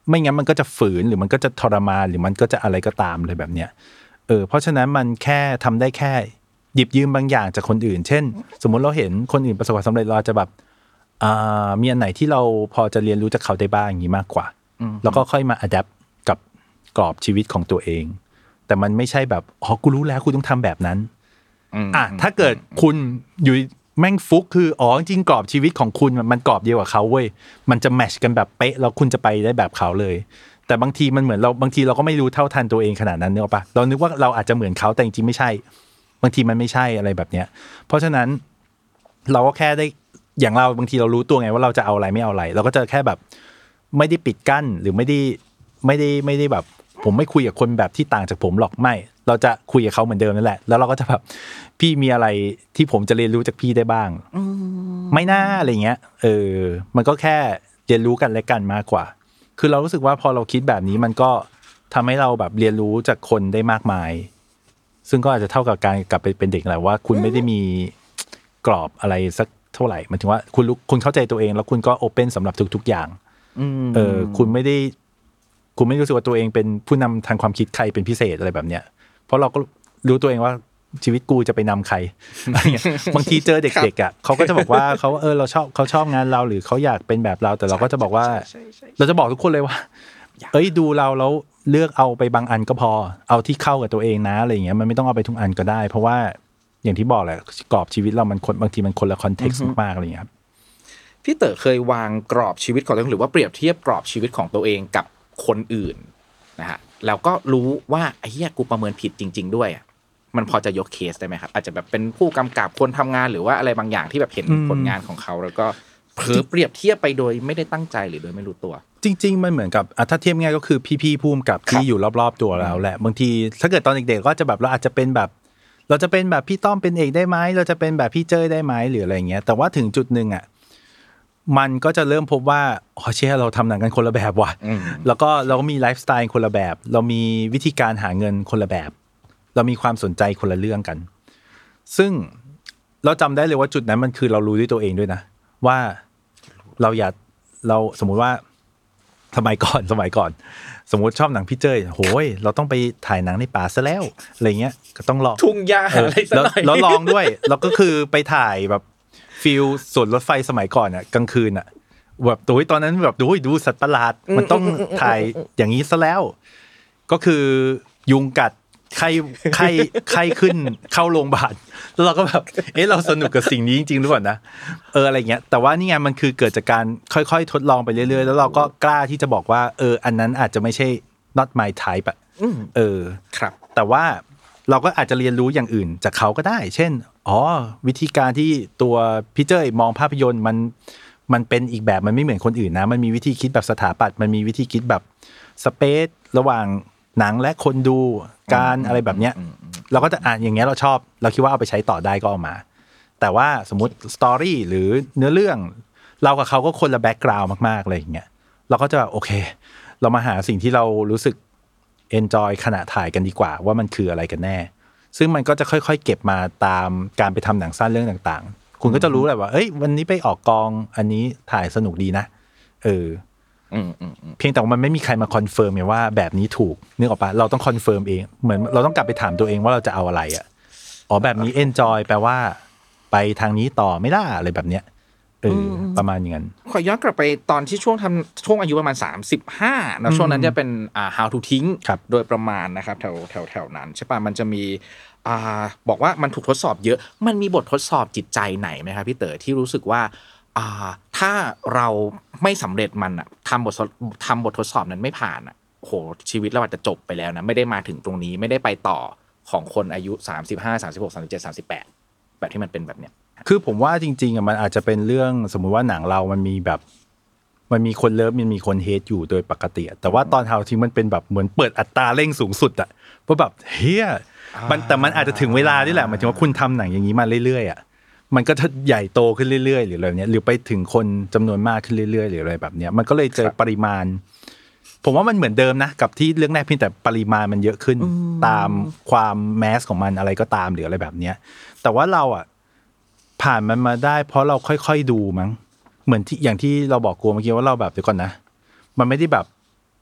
ไม่งั้นมันก็จะฝืนหรือมันก็จะทรมานหรือมันก็จะอะไรก็ตามเลยแบบเนี้ยเออเพราะฉะนั้นมันแค่ทำได้แค่หยิบยืมบางอย่างจากคนอื่นเช่นสมมุติเราเห็นคนอื่นประสบความสำเร็จเราจะแบบอ่ามีอันไหนที่เราพอจะเรียนรู้จากเขาได้บ้างอย่างนี้มากกว่าแล้วก็ค่อยมาอัดแอปกับกรอบชีวิตของตัวเองแต่มันไม่ใช่แบบอ๋อกูรู้แล้วกูต้องทำแบบนั้นอ่ะถ้าเกิดคุณอยู่แม่งฟุกคืออ๋อจริงกรอบชีวิตของคุณมันกรอบเดียวกับเขาเว้ยมันจะแมทช์กันแบบเป๊ะแล้วคุณจะไปได้แบบเขาเลยแต่บางทีมันเหมือนเราบางทีเราก็ไม่รู้เท่าทันตัวเองขนาดนั้นเนอะป่ะเรานึกว่าเราอาจจะเหมือนเขาแต่จริงๆไม่ใช่บางทีมันไม่ใช่อะไรแบบเนี้ยเพราะฉะนั้นเราก็แค่ได้อย่างเราบางทีเรารู้ตัวไงว่าเราจะเอาอะไรไม่เอาอะไรเราก็จะแค่แบบไม่ได้ปิดกั้นหรือไม่ได้ไม่ได้ไม่ได้แบบผมไม่คุยกับคนแบบที่ต่างจากผมหรอกไม่เราจะคุยกับเขาเหมือนเดิมนั่นแหละแล้วเราก็จะแบบพี่มีอะไรที่ผมจะเรียนรู้จากพี่ได้บ้างไม่น่าอะไรเงี้ยเออมันก็แค่เรียนรู้กันและกันมากกว่าคือเรารู้สึกว่าพอเราคิดแบบนี้มันก็ทำให้เราแบบเรียนรู้จากคนได้มากมายซึ่งก็อาจจะเท่ากับการกลับไปเป็นเด็กแหละว่าคุณไม่ได้มีกรอบอะไรสักเท่าไหร่หมายถึงว่าคุณคุณเข้าใจตัวเองแล้วคุณก็โอเพ่นสำหรับทุกๆอย่างเออคุณไม่ได้คุณไม่รู้สึกว่าตัวเองเป็นผู้นำทางความคิดใครเป็นพิเศษอะไรแบบเนี้ยเพราะเราก็รู้ตัวเองว่าชีวิตกูจะไปนำใคร บางทีเจอเด็กๆอ่ะเขาก็จะบอกว่าเขาเออเราชอบเขาชอบงานเราหรือเขาอยากเป็นแบบเราแต่เราก็จะบอกว่าเราจะบอกทุกคนเลยว่าเอ้ยดูเราแล้วเลือกเอาไปบางอันก็พอเอาที่เข้ากับตัวเองนะอะไรอย่างเงี้ยมันไม่ต้องเอาไปทุกอันก็ได้เพราะว่าอย่างที่บอกแหละกรอบชีวิตเรามันคนบางทีมันคนละคอนเท็กซ์มากๆอะไรอย่างเงี้ยครับพี่เต๋อเคยวางกรอบชีวิตของตัวเองหรือว่าเปรียบเทียบกรอบชีวิตของตัวเองกับคนอื่นนะฮะแล้วก็รู้ว่าไอ้เหี้ยกูประเมินผิดจริงๆด้วยมันพอจะยกเคสได้ไหมครับอาจจะแบบเป็นผู้กำกับคนทำงานหรือว่าอะไรบางอย่างที่แบบเห็นผลงานของเขาแล้วก็เผลอเปรียบเทียบไปโดยไม่ได้ตั้งใจหรือโดยไม่รู้ตัวจริงๆมันเหมือนกับถ้าเทียบง่ายก็คือพี่ๆผู้กำกับที่อยู่รอบๆตัวเราแหละบางทีถ้าเกิดตอนเด็กๆก็จะแบบเราอาจจะเป็นแบบเราจะเป็นแบบพี่ต้อมเป็นเอกได้ไหมเราจะเป็นแบบพี่เจ้ยได้ไหมหรืออะไรเงี้ยแต่ว่าถึงจุดนึงอ่ะมันก็จะเริ่มพบว่าอ๋อเชื่อเราทำหนังกันคนละแบบว่ะแล้วก็เราก็มีไลฟ์สไตล์คนละแบบเรามีวิธีการหาเงินคนละแบบเรามีความสนใจคนละเรื่องกันซึ่งเราจำได้เลยว่าจุดนั้นมันคือเรารู้ด้วยตัวเองด้วยนะว่าเราอยากเราสมมุติว่าสมัยก่อนสมัยก่อนสมมุติชอบหนังพี่เจ้ยโหยเราต้องไปถ่ายหนังในป่าซะแล้วอะไรเงี้ยก็ต้องลองทุ่งหญ้าอะไรซะหน่อยแล้วลองด้วยแล้วก็คือไปถ่ายแบบฟิลสวนรถไฟสมัยก่อนอ่ะกลางคืนอ่ะแบบโอ้ยตอนนั้นแบบดูดูสัตว์ประหลาดมันต้องถ่ายอย่างนี้ซะแล้วก็คือยุงกัดไข้ไข้ไข้ขึ้นเข้าโรงพยาบาลแล้วเราก็แบบเอ๊ะเราสนุกกับสิ่งนี้จริงๆหรือเปล่านะเอออะไรเงี้ยแต่ว่านี่ไงมันคือเกิดจากการค่อยๆทดลองไปเรื่อยๆแล้วเราก็กล้าที่จะบอกว่าเอออันนั้นอาจจะไม่ใช่ not my type อ่ะเออครับแต่ว่าเราก็อาจจะเรียนรู้อย่างอื่นจากเขาก็ได้เช่นอ๋อวิธีการที่ตัวพี่เจ้ยมองภาพยนตร์มันมันเป็นอีกแบบมันไม่เหมือนคนอื่นนะมันมีวิธีคิดแบบสถาปัตย์มันมีวิธีคิดแบบสเปซระหว่างหนังและคนดูการอะไรแบบเนี้ยเราก็จะอ่านอย่างเงี้ยเราชอบเราคิดว่าเอาไปใช้ต่อได้ก็เอามาแต่ว่าสมมุติสตอรี่หรือเนื้อเรื่องเรากับเขาก็คนละแบ็คกราวด์มากๆเลยอย่างเงี้ยเราก็จะแบบโอเคเรามาหาสิ่งที่เรารู้สึกเอนจอยขณะถ่ายกันดีกว่าว่ามันคืออะไรกันแน่ซึ่งมันก็จะค่อยๆเก็บมาตามการไปทำหนังสั้นเรื่องต่างๆคุณก็จะรู้แหละว่าเอ้ยวันนี้ไปออกกองอันนี้ถ่ายสนุกดีนะเออเพียงแต่ว่ามันไม่มีใครมาคอนเฟิร์มไงว่าแบบนี้ถูกนึกออกปะเราต้องคอนเฟิร์มเองเหมือนเราต้องกลับไปถามตัวเองว่าเราจะเอาอะไรอ่ะอ๋อแบบนี้เอนจอยแปลว่าไปทางนี้ต่อไม่ได้อะไรแบบเนี้ยเออประมาณอย่างนั้นขอย้อนกลับไปตอนที่ช่วงทำช่วงอายุประมาณสามสิบห้านะช่วงนั้นจะเป็นอ่า how to ทิ้งโดยประมาณนะครับแถวแถวแถวนั้นใช่ป่ะมันจะมีอ่าบอกว่ามันถูกทดสอบเยอะมันมีบททดสอบจิตใจไหนไหมครับพี่เต๋อที่รู้สึกว่าอ่าถ้าเราไม่สำเร็จมันอ่ะทำบททำบททดสอบนั้นไม่ผ่านอ่ะโหชีวิตเราอาจจะจบไปแล้วนะไม่ได้มาถึงตรงนี้ไม่ได้ไปต่อของคนอายุสามสิบห้า สามสิบหก สามสิบเจ็ด สามสิบแปดแบบที่มันเป็นแบบเนี้ยคือผมว่าจริงๆอ่ะมันอาจจะเป็นเรื่องสมมุติว่าหนังเรามันมีแบบมันมีคนเลิฟมันมีคนเฮทอยู่โดยปกติแต่ว่าตอนเฮาทิ้งมันเป็นแบบเหมือนเปิดอัตราเร่งสูงสุดอ่ะเพราะแบบเฮียมันแต่มันอาจจะถึงเวลานี่แหละหมายถึงว่าคุณทำหนังอย่างนี้มาเรื่อยๆอ่ะมันก็จะใหญ่โตขึ้นเรื่อยๆหรืออะไรเนี้ยหรือไปถึงคนจำนวนมากขึ้นเรื่อยๆหรืออะไรแบบเนี้ยมันก็เลยเจอปริมาณผมว่ามันเหมือนเดิมนะกับที่เรื่องแรกเพียงแต่ปริมาณมันเยอะขึ้นตามความแมสของมันอะไรก็ตามหรืออะไรแบบเนี้ยแต่ว่าเราอ่ะผ่านมันมาได้เพราะเราค่อยๆดูมั้งเหมือนที่อย่างที่เราบอกกูเมื่อกี้ว่าเราแบบเดี๋ยวก่อนนะมันไม่ได้แบบ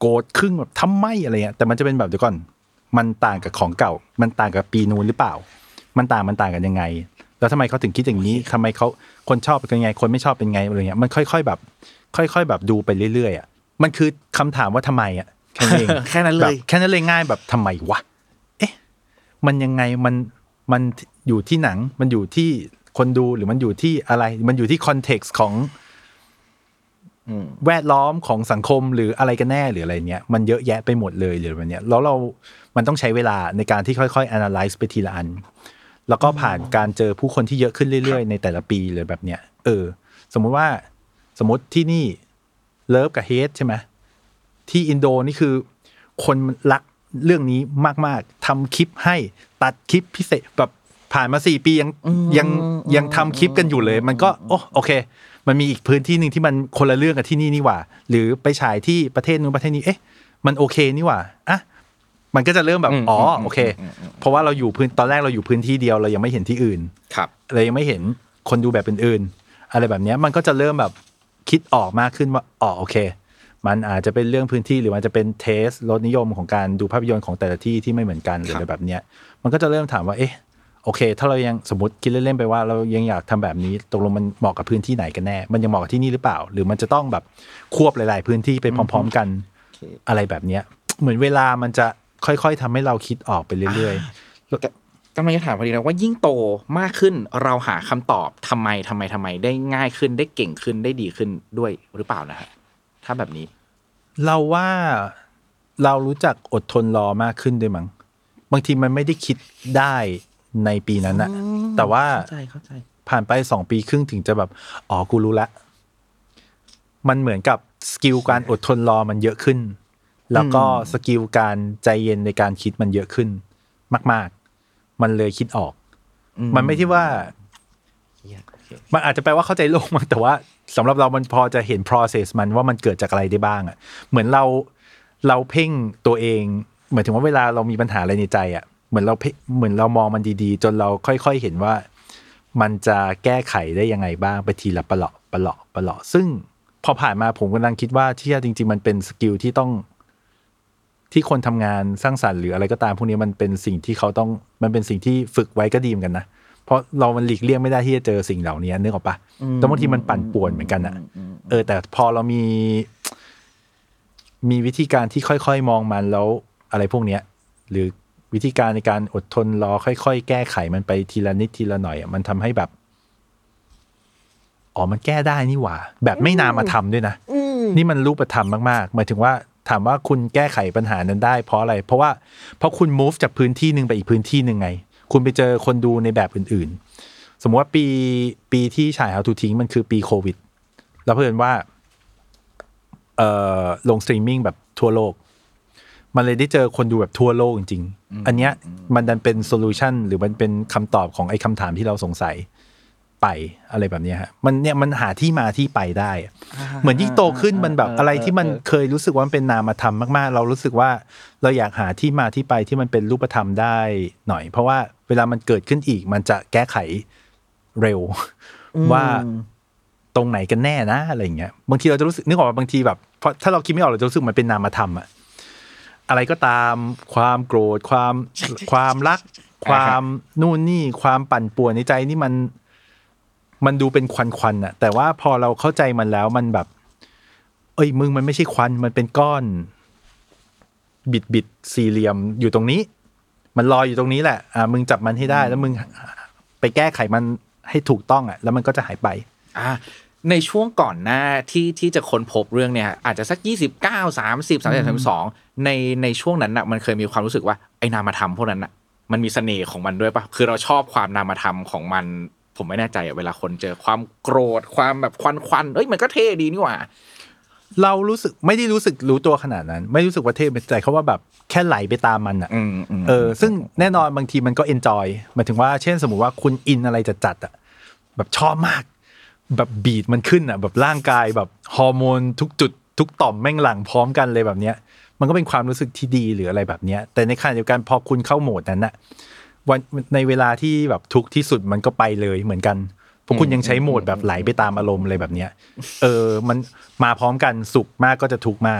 โกรธครึ่งแบบทำไมอะไรเงี้ยแต่มันจะเป็นแบบเดี๋ยวก่อนมันต่างกับของเก่ามันต่างกับปีนู้นหรือเปล่ามันต่างมันต่างกันยังไงแล้วทำไมเขาถึงคิดอย่างนี้ทำไมเขาคนชอบเป็นไงคนไม่ชอบเป็นไงอะไรเงี้ยมันค่อยๆแบบค่อยๆแบบดูไปเรื่อยๆอ่ะมันคือคำถามว่าทำไมอ่ะแค่นั้นเองแค่นั้นเลยแค่นั้นเลยง่ายแบบทำไมวะเอ๊ะมันยังไงมันมันอยู่ที่หนังมันอยู่ที่คนดูหรือมันอยู่ที่อะไรมันอยู่ที่คอนเท็กซ์ของแวดล้อมของสังคมหรืออะไรกันแน่หรืออะไรเนี้ยมันเยอะแยะไปหมดเลยหรือแบบเนี้ยแล้วเรามันต้องใช้เวลาในการที่ค่อยๆ analyze ไปทีละอันแล้วก็ผ่านการเจอผู้คนที่เยอะขึ้นเรื่อยๆในแต่ละปีเลยแบบเนี้ยเออสมมุติว่าสมมติที่นี่เลิฟกับเฮทใช่ไหมที่อินโดนี่คือคนรักเรื่องนี้มากๆทำคลิปให้ตัดคลิปพิเศษแบบผ่านมาสี่ปียังยังยังทำคลิปกันอยู่เลยมันก็โอ้โอเคมันมีอีกพื้นที่นึงที่มันคนละเรื่องกับที่นี่นี่หว่าหรือไปฉายที่ประเทศนู้นประเทศนี้เอ๊ะมันโอเคนี่หว่าอ่ะมันก็จะเริ่มแบบอ๋อโอเคเพราะว่าเราอยู่พื้นตอนแรกเราอยู่พื้นที่เดียวเรายังไม่เห็นที่อื่นครับเรายังไม่เห็นคนดูแบบอื่นๆอะไรแบบนี้มันก็จะเริ่มแบบคิดออกมากขึ้นว่าอ๋อโอเคมันอาจจะเป็นเรื่องพื้นที่หรือมันจะเป็นเทสรสนิยมของการดูภาพยนตร์ของแต่ละที่ที่ไม่เหมือนกันหรืออะไรแบบเนี้ยมันก็จะเริ่มถามว่าเอ๊ะโอเคถ้าเรายังสมมติคิดเล่นๆไปว่าเรายังอยากทำแบบนี้ตกลงมันเหมาะกับพื้นที่ไหนกันแน่มันยังเหมาะกับที่นี่หรือเปล่าหรือมันจะต้องแบบควบหลายๆพื้นที่ไปพร้อมๆกันอะไรแบบเนี้ยเหมือนเวลามันจะค่อยๆทำให้เราคิดออกไปเรื่อยๆกำลังจะถามพอดีนะว่ายิ่งโตมากขึ้นเราหาคำตอบทำไมทำไมทำไมได้ง่ายขึ้นได้เก่งขึ้นได้ดีขึ้นด้วยหรือเปล่านะฮะถ้าแบบนี้เราว่าเรารู้จักอดทนรอมากขึ้นด้วยมั้งบางทีมันไม่ได้คิดได้ในปีนั้นนะแต่ว่าเข้าใจเข้าใจผ่านไปสองปีครึ่งถึงจะแบบอ๋อกูรู้ละมันเหมือนกับสกิลการอดทนรอมันเยอะขึ้นแล้วก็สกิลการใจเย็นในการคิดมันเยอะขึ้นมากๆมันเลยคิดออกมันไม่ที่ว่ามันอาจจะแปลว่าเข้าใจโลกมั้งแต่ว่าสำหรับเรามันพอจะเห็น process มันว่ามันเกิดจากอะไรได้บ้างอ่ะเหมือนเราเราเพ่งตัวเองหมายถึงว่าเวลาเรามีปัญหาอะไรในใจอ่ะเหมือนเราเหมือนเรามองมันดีๆจนเราค่อยๆเห็นว่ามันจะแก้ไขได้ยังไงบ้างไปทีละปะเลาะปะเลาะปะเลาะซึ่งพอผ่านมาผมกำลังคิดว่าที่จริงๆมันเป็นสกิลที่ต้องที่คนทำงานสร้างสรรค์หรืออะไรก็ตามพวกนี้มันเป็นสิ่งที่เขาต้องมันเป็นสิ่งที่ฝึกไว้ก็ดีเหมือนกันนะเพราะเรามันหลีกเลี่ยงไม่ได้ที่จะเจอสิ่งเหล่านี้นึกออกปะแต่บางทีมันปั่นป่วนเหมือนกันอ่ะเออแต่พอเรามีมีวิธีการที่ค่อยๆมองมันแล้วอะไรพวกเนี้ยหรือวิธีการในการอดทนรอค่อยๆแก้ไขมันไปทีละนิดทีละหน่อยอ่ะมันทำให้แบบอ๋อมันแก้ได้นี่หว่าแบบไม่นามธรรมด้วยนะนี่มันรูปธรรมมากๆหมายถึงว่าถามว่าคุณแก้ไขปัญหานั้นได้เพราะอะไรเพราะว่าเพราะคุณ move จากพื้นที่นึงไปอีกพื้นที่นึงไงคุณไปเจอคนดูในแบบอื่นๆสมมติว่าปีปีที่ฉาย How to ทิ้งมันคือปีโควิดแล้วเพิ่นว่าเอ่อลงสตรีมมิ่งแบบทั่วโลกมันเลยได้เจอคนดูแบบทั่วโลกจริงๆอันเนี้ยมันดันเป็นโซลูชันหรือมันเป็นคำตอบของไอ้คำถามที่เราสงสัยไปอะไรแบบนี้ฮะมันเนี่ยมันหาที่มาที่ไปได้เหมือนยิ่งโตขึ้นมันแบบอะไรที่มันเคยรู้สึกว่ามันเป็นนามธรรมมากๆเรารู้สึกว่าเราอยากหาที่มาที่ไปที่มันเป็นรูปธรรมได้หน่อยเพราะว่าเวลามันเกิดขึ้นอีกมันจะแก้ไขเร็วว่าตรงไหนกันแน่นะอะไรอย่างเงี้ยบางทีเราจะรู้สึกนึกออกว่าบางทีแบบเพราะถ้าเราคิดไม่ออกเราจะรู้สึกมันเป็นนามธรรมอะอะไรก็ตามความโกรธความความรักความนู่นนี่ความปั่นป่วนในใจนี่มันมันดูเป็นควันๆน่ะแต่ว่าพอเราเข้าใจมันแล้วมันแบบเอ้ยมึงมันไม่ใช่ควันมันเป็นก้อนบิดๆสี่เหลี่ยมอยู่ตรงนี้มันลอยอยู่ตรงนี้แหละอ่ามึงจับมันให้ได้แล้วมึงไปแก้ไขมันให้ถูกต้องอ่ะแล้วมันก็จะหายไปอ่าในช่วงก่อนหน้าที่ที่จะค้นพบเรื่องเนี่ยอาจจะสักยี่สิบเก้า สามสิบ สามสิบ สามสิบสองในในช่วงนั้นน่ะมันเคยมีความรู้สึกว่าไอ้นามธรรมพวกนั้นน่ะมันมีเสน่ห์ของมันด้วยป่ะคือเราชอบความนามธรรมของมันผมไม่แน่ใจอ่ะเวลาคนเจอความโกรธความแบบควันๆเอ้ยมันก็เท่ดีนี่หว่าเรารู้สึกไม่ได้รู้สึกรู้ตัวขนาดนั้นไม่รู้สึกว่าเท่เป็นใจเขาว่าแบบแค่ไหลไปตามมันอ่ะเออซึ่งแน่นอนบางทีมันก็เอนจอยหมายถึงว่าเช่นสมมุติว่าคุณอินอะไรจัดๆอ่ะแบบชอบมากแบบบีทมันขึ้นอ่ะแบบร่างกายแบบฮอร์โมนทุกจุดทุกต่อมแม่งหลั่งพร้อมกันเลยแบบเนี้ยมันก็เป็นความรู้สึกที่ดีหรืออะไรแบบเนี้ยแต่ในขณะเดียวกันพอคุณเข้าโหมดนั้นน่ะวันในเวลาที่แบบทุกข์ที่สุดมันก็ไปเลยเหมือนกันเพราะคุณยังใช้โหมดแบบไหลไปตามอารมณ์อะไรแบบเนี้ยเออมันมาพร้อมกันสุขมากก็จะทุกข์มาก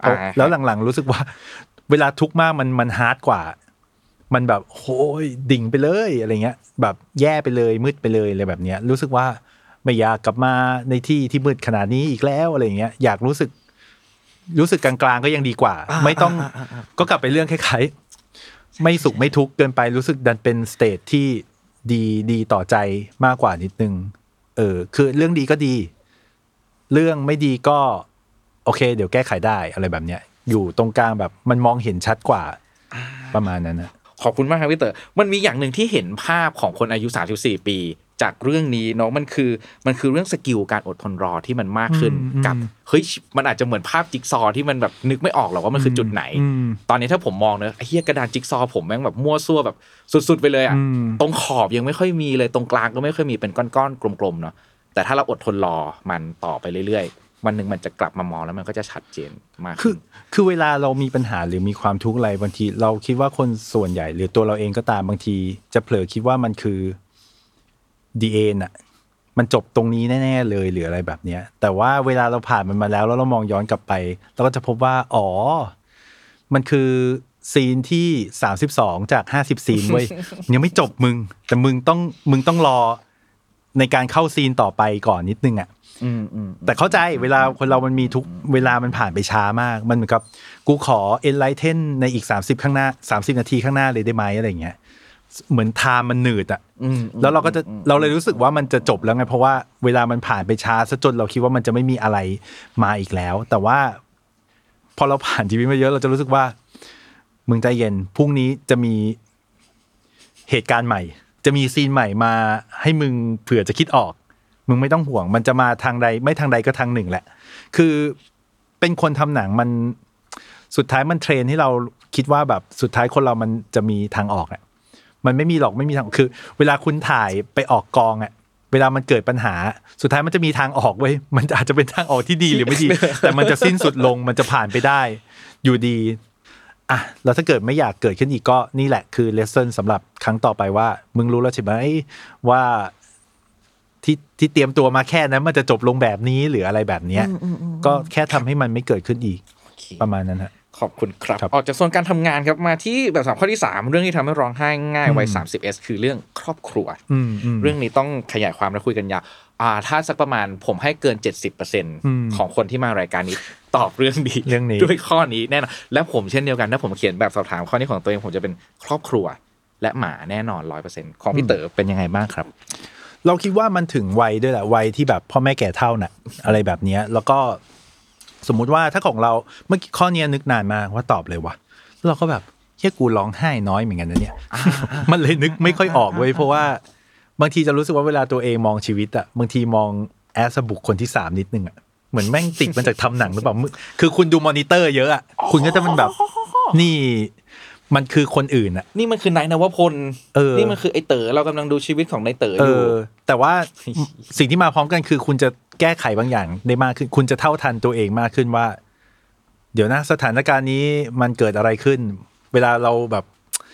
แล้วหลังๆรู้สึกว่าเวลาทุกข์มากมันมันฮาร์ดกว่ามันแบบโอ้ยดิ่งไปเลยอะไรเงี้ยแบบแย่ไปเลยมืดไปเลยอะไรแบบเนี้ยรู้สึกว่าไม่อยากกลับมาในที่ที่มืดขนาดนี้อีกแล้วอะไรเงี้ยอยากรู้สึกรู้สึกกลางๆก็ยังดีกว่าไม่ต้องก็กลับไปเรื่องคล้ายๆไม่สุขไม่ทุกข์เกินไปรู้สึกดันเป็นสเตทที่ดีดีต่อใจมากกว่านิดนึงเออคือเรื่องดีก็ดีเรื่องไม่ดีก็โอเคเดี๋ยวแก้ไขได้อะไรแบบเนี้ยอยู่ตรงกลางแบบมันมองเห็นชัดกว่าประมาณนั้นนะขอบคุณมากครับพี่เต๋อมันมีอย่างหนึ่งที่เห็นภาพของคนอายุสามสิบสี่ปีจากเรื่องนี้เนาะมันคือมันคือเรื่องสกิลการอดทนรอที่มันมากขึ้นกับเฮ้ยมันอาจจะเหมือนภาพจิ๊กซอที่มันแบบนึกไม่ออกหรอกว่ามันคือจุดไหนตอนนี้ถ้าผมมองเนอะไอ้เหี้ยกระดานจิ๊กซอผมแม่งแบบมั่วซั่วแบบสุดๆไปเลยอ่ะตรงขอบยังไม่ค่อยมีเลยตรงกลางก็ไม่ค่อยมีเป็นก้อนๆกลมๆเนาะแต่ถ้าเราอดทนรอมันต่อไปเรื่อยๆวันนึงมันจะกลับมามองแล้วมันก็จะชัดเจนมากคือคือเวลาเรามีปัญหาหรือมีความทุกข์อะไรบางทีเราคิดว่าคนส่วนใหญ่หรือตัวเราเองก็ตามบางทีจะเผลอคิดว่ามันคือดีเอ็นอ่ะมันจบตรงนี้แน่ๆเลยหรืออะไรแบบเนี้ยแต่ว่าเวลาเราผ่านมันมาแล้วแล้วเรามองย้อนกลับไปเราก็จะพบว่าอ๋อมันคือซีนที่สามสิบสองจากห้าสิบซีนเว้ย ยังไม่จบมึงแต่มึงต้องมึงต้องรอในการเข้าซีนต่อไปก่อนนิดนึงอ่ะแต่เข้าใจเวลาคนเรามันมีทุกเวลามันผ่านไปช้ามากมันเหมือนกับกูขอ enlighten ในอีกสามสิบข้างหน้าสามสิบนาทีข้างหน้าเลยได้ไหมอะไรอย่างเงี้ยเหมือนไทม์มันหนืดอ่ะแล้วเราก็จะเราเลยรู้สึกว่ามันจะจบแล้วไงเพราะว่าเวลามันผ่านไปช้าซะจนเราคิดว่ามันจะไม่มีอะไรมาอีกแล้วแต่ว่าพอเราผ่านชีวิตมาเยอะเราจะรู้สึกว่ามึงใจเย็นพรุ่งนี้จะมีเหตุการณ์ใหม่จะมีซีนใหม่มาให้มึงเผื่อจะคิดออกมึงไม่ต้องห่วงมันจะมาทางใดไม่ทางใดก็ทางหนึ่งแหละคือเป็นคนทำหนังมันสุดท้ายมันเทรนให้เราคิดว่าแบบสุดท้ายคนเรามันจะมีทางออกอ่ะมันไม่มีหรอกไม่มีทางคือเวลาคุณถ่ายไปออกกองอ่ะเวลามันเกิดปัญหาสุดท้ายมันจะมีทางออกเว้ยมันอาจจะเป็นทางออกที่ดีหรือไม่ดี แต่มันจะสิ้นสุดลงมันจะผ่านไปได้อยู่ดีอ่ะแล้วถ้าเกิดไม่อยากเกิดขึ้นอีกก็นี่แหละคือเลสเซ่นสำหรับครั้งต่อไปว่ามึงรู้แล้วใช่ไหมว่าที่ที่เตรียมตัวมาแค่นั้นมันจะจบลงแบบนี้หรืออะไรแบบเนี้ยก็แค่ทำให้มันไม่เกิดขึ้นอีกประมาณนั้นฮะขอบคุณครับออกจากโซนการทำงานครับมาที่แบบสามข้อที่สามเรื่องที่ทำให้ร้องไห้ง่ายวัย สามสิบเอส คือเรื่องครอบครัวเรื่องนี้ต้องขยายความและคุยกันยาวอ่าถ้าสักประมาณผมให้เกิน เจ็ดสิบเปอร์เซ็นต์ ของคนที่มารายการนี้ตอบเรื่องนี้ด้วยข้อนี้แน่นอนและผมเช่นเดียวกันถ้าผมเขียนแบบสอบถามข้อนี้ของตัวเองผมจะเป็นครอบครัวและหมาแน่นอน ร้อยเปอร์เซ็นต์ ของพี่เต๋อเป็นยังไงบ้างครับเราคิดว่ามันถึงวัยด้วยแหละวัยที่แบบพ่อแม่แก่เฒ่าน่ะอะไรแบบนี้แล้วก็สมมุติว่าถ้าของเราเมื่อกี้ข้อนี้นึกนานมากว่าตอบเลยวะแล้วเราก็แบบเฮ้ยกูร้องไห้น้อยเหมือนกันนะเนี่ย มันเลยนึกไม่ค่อยออกเว้ยเพราะว่าบางทีจะรู้สึกว่าเวลาตัวเองมองชีวิตอะบางทีมองแอสบุคคลที่สามนิดนึงอะเหมือนแม่งติดมาจากทำหนังหรือเปล่าคือคุณดูมอนิเตอร์เยอะอะคุณก็จะเป็นแบบนี่มันคือคนอื่นอะนี่มันคือนายนวพลนี่มันคือไอ้เต๋อเรากำลังดูชีวิตของนายเต๋ออยู่แต่ว่าสิ่งที่มาพร้อมกันคือคุณจะแก้ไขบางอย่างได้มากขึ้นคุณจะเท่าทันตัวเองมากขึ้นว่าเดี๋ยวนะสถานการณ์นี้มันเกิดอะไรขึ้นเวลาเราแบบ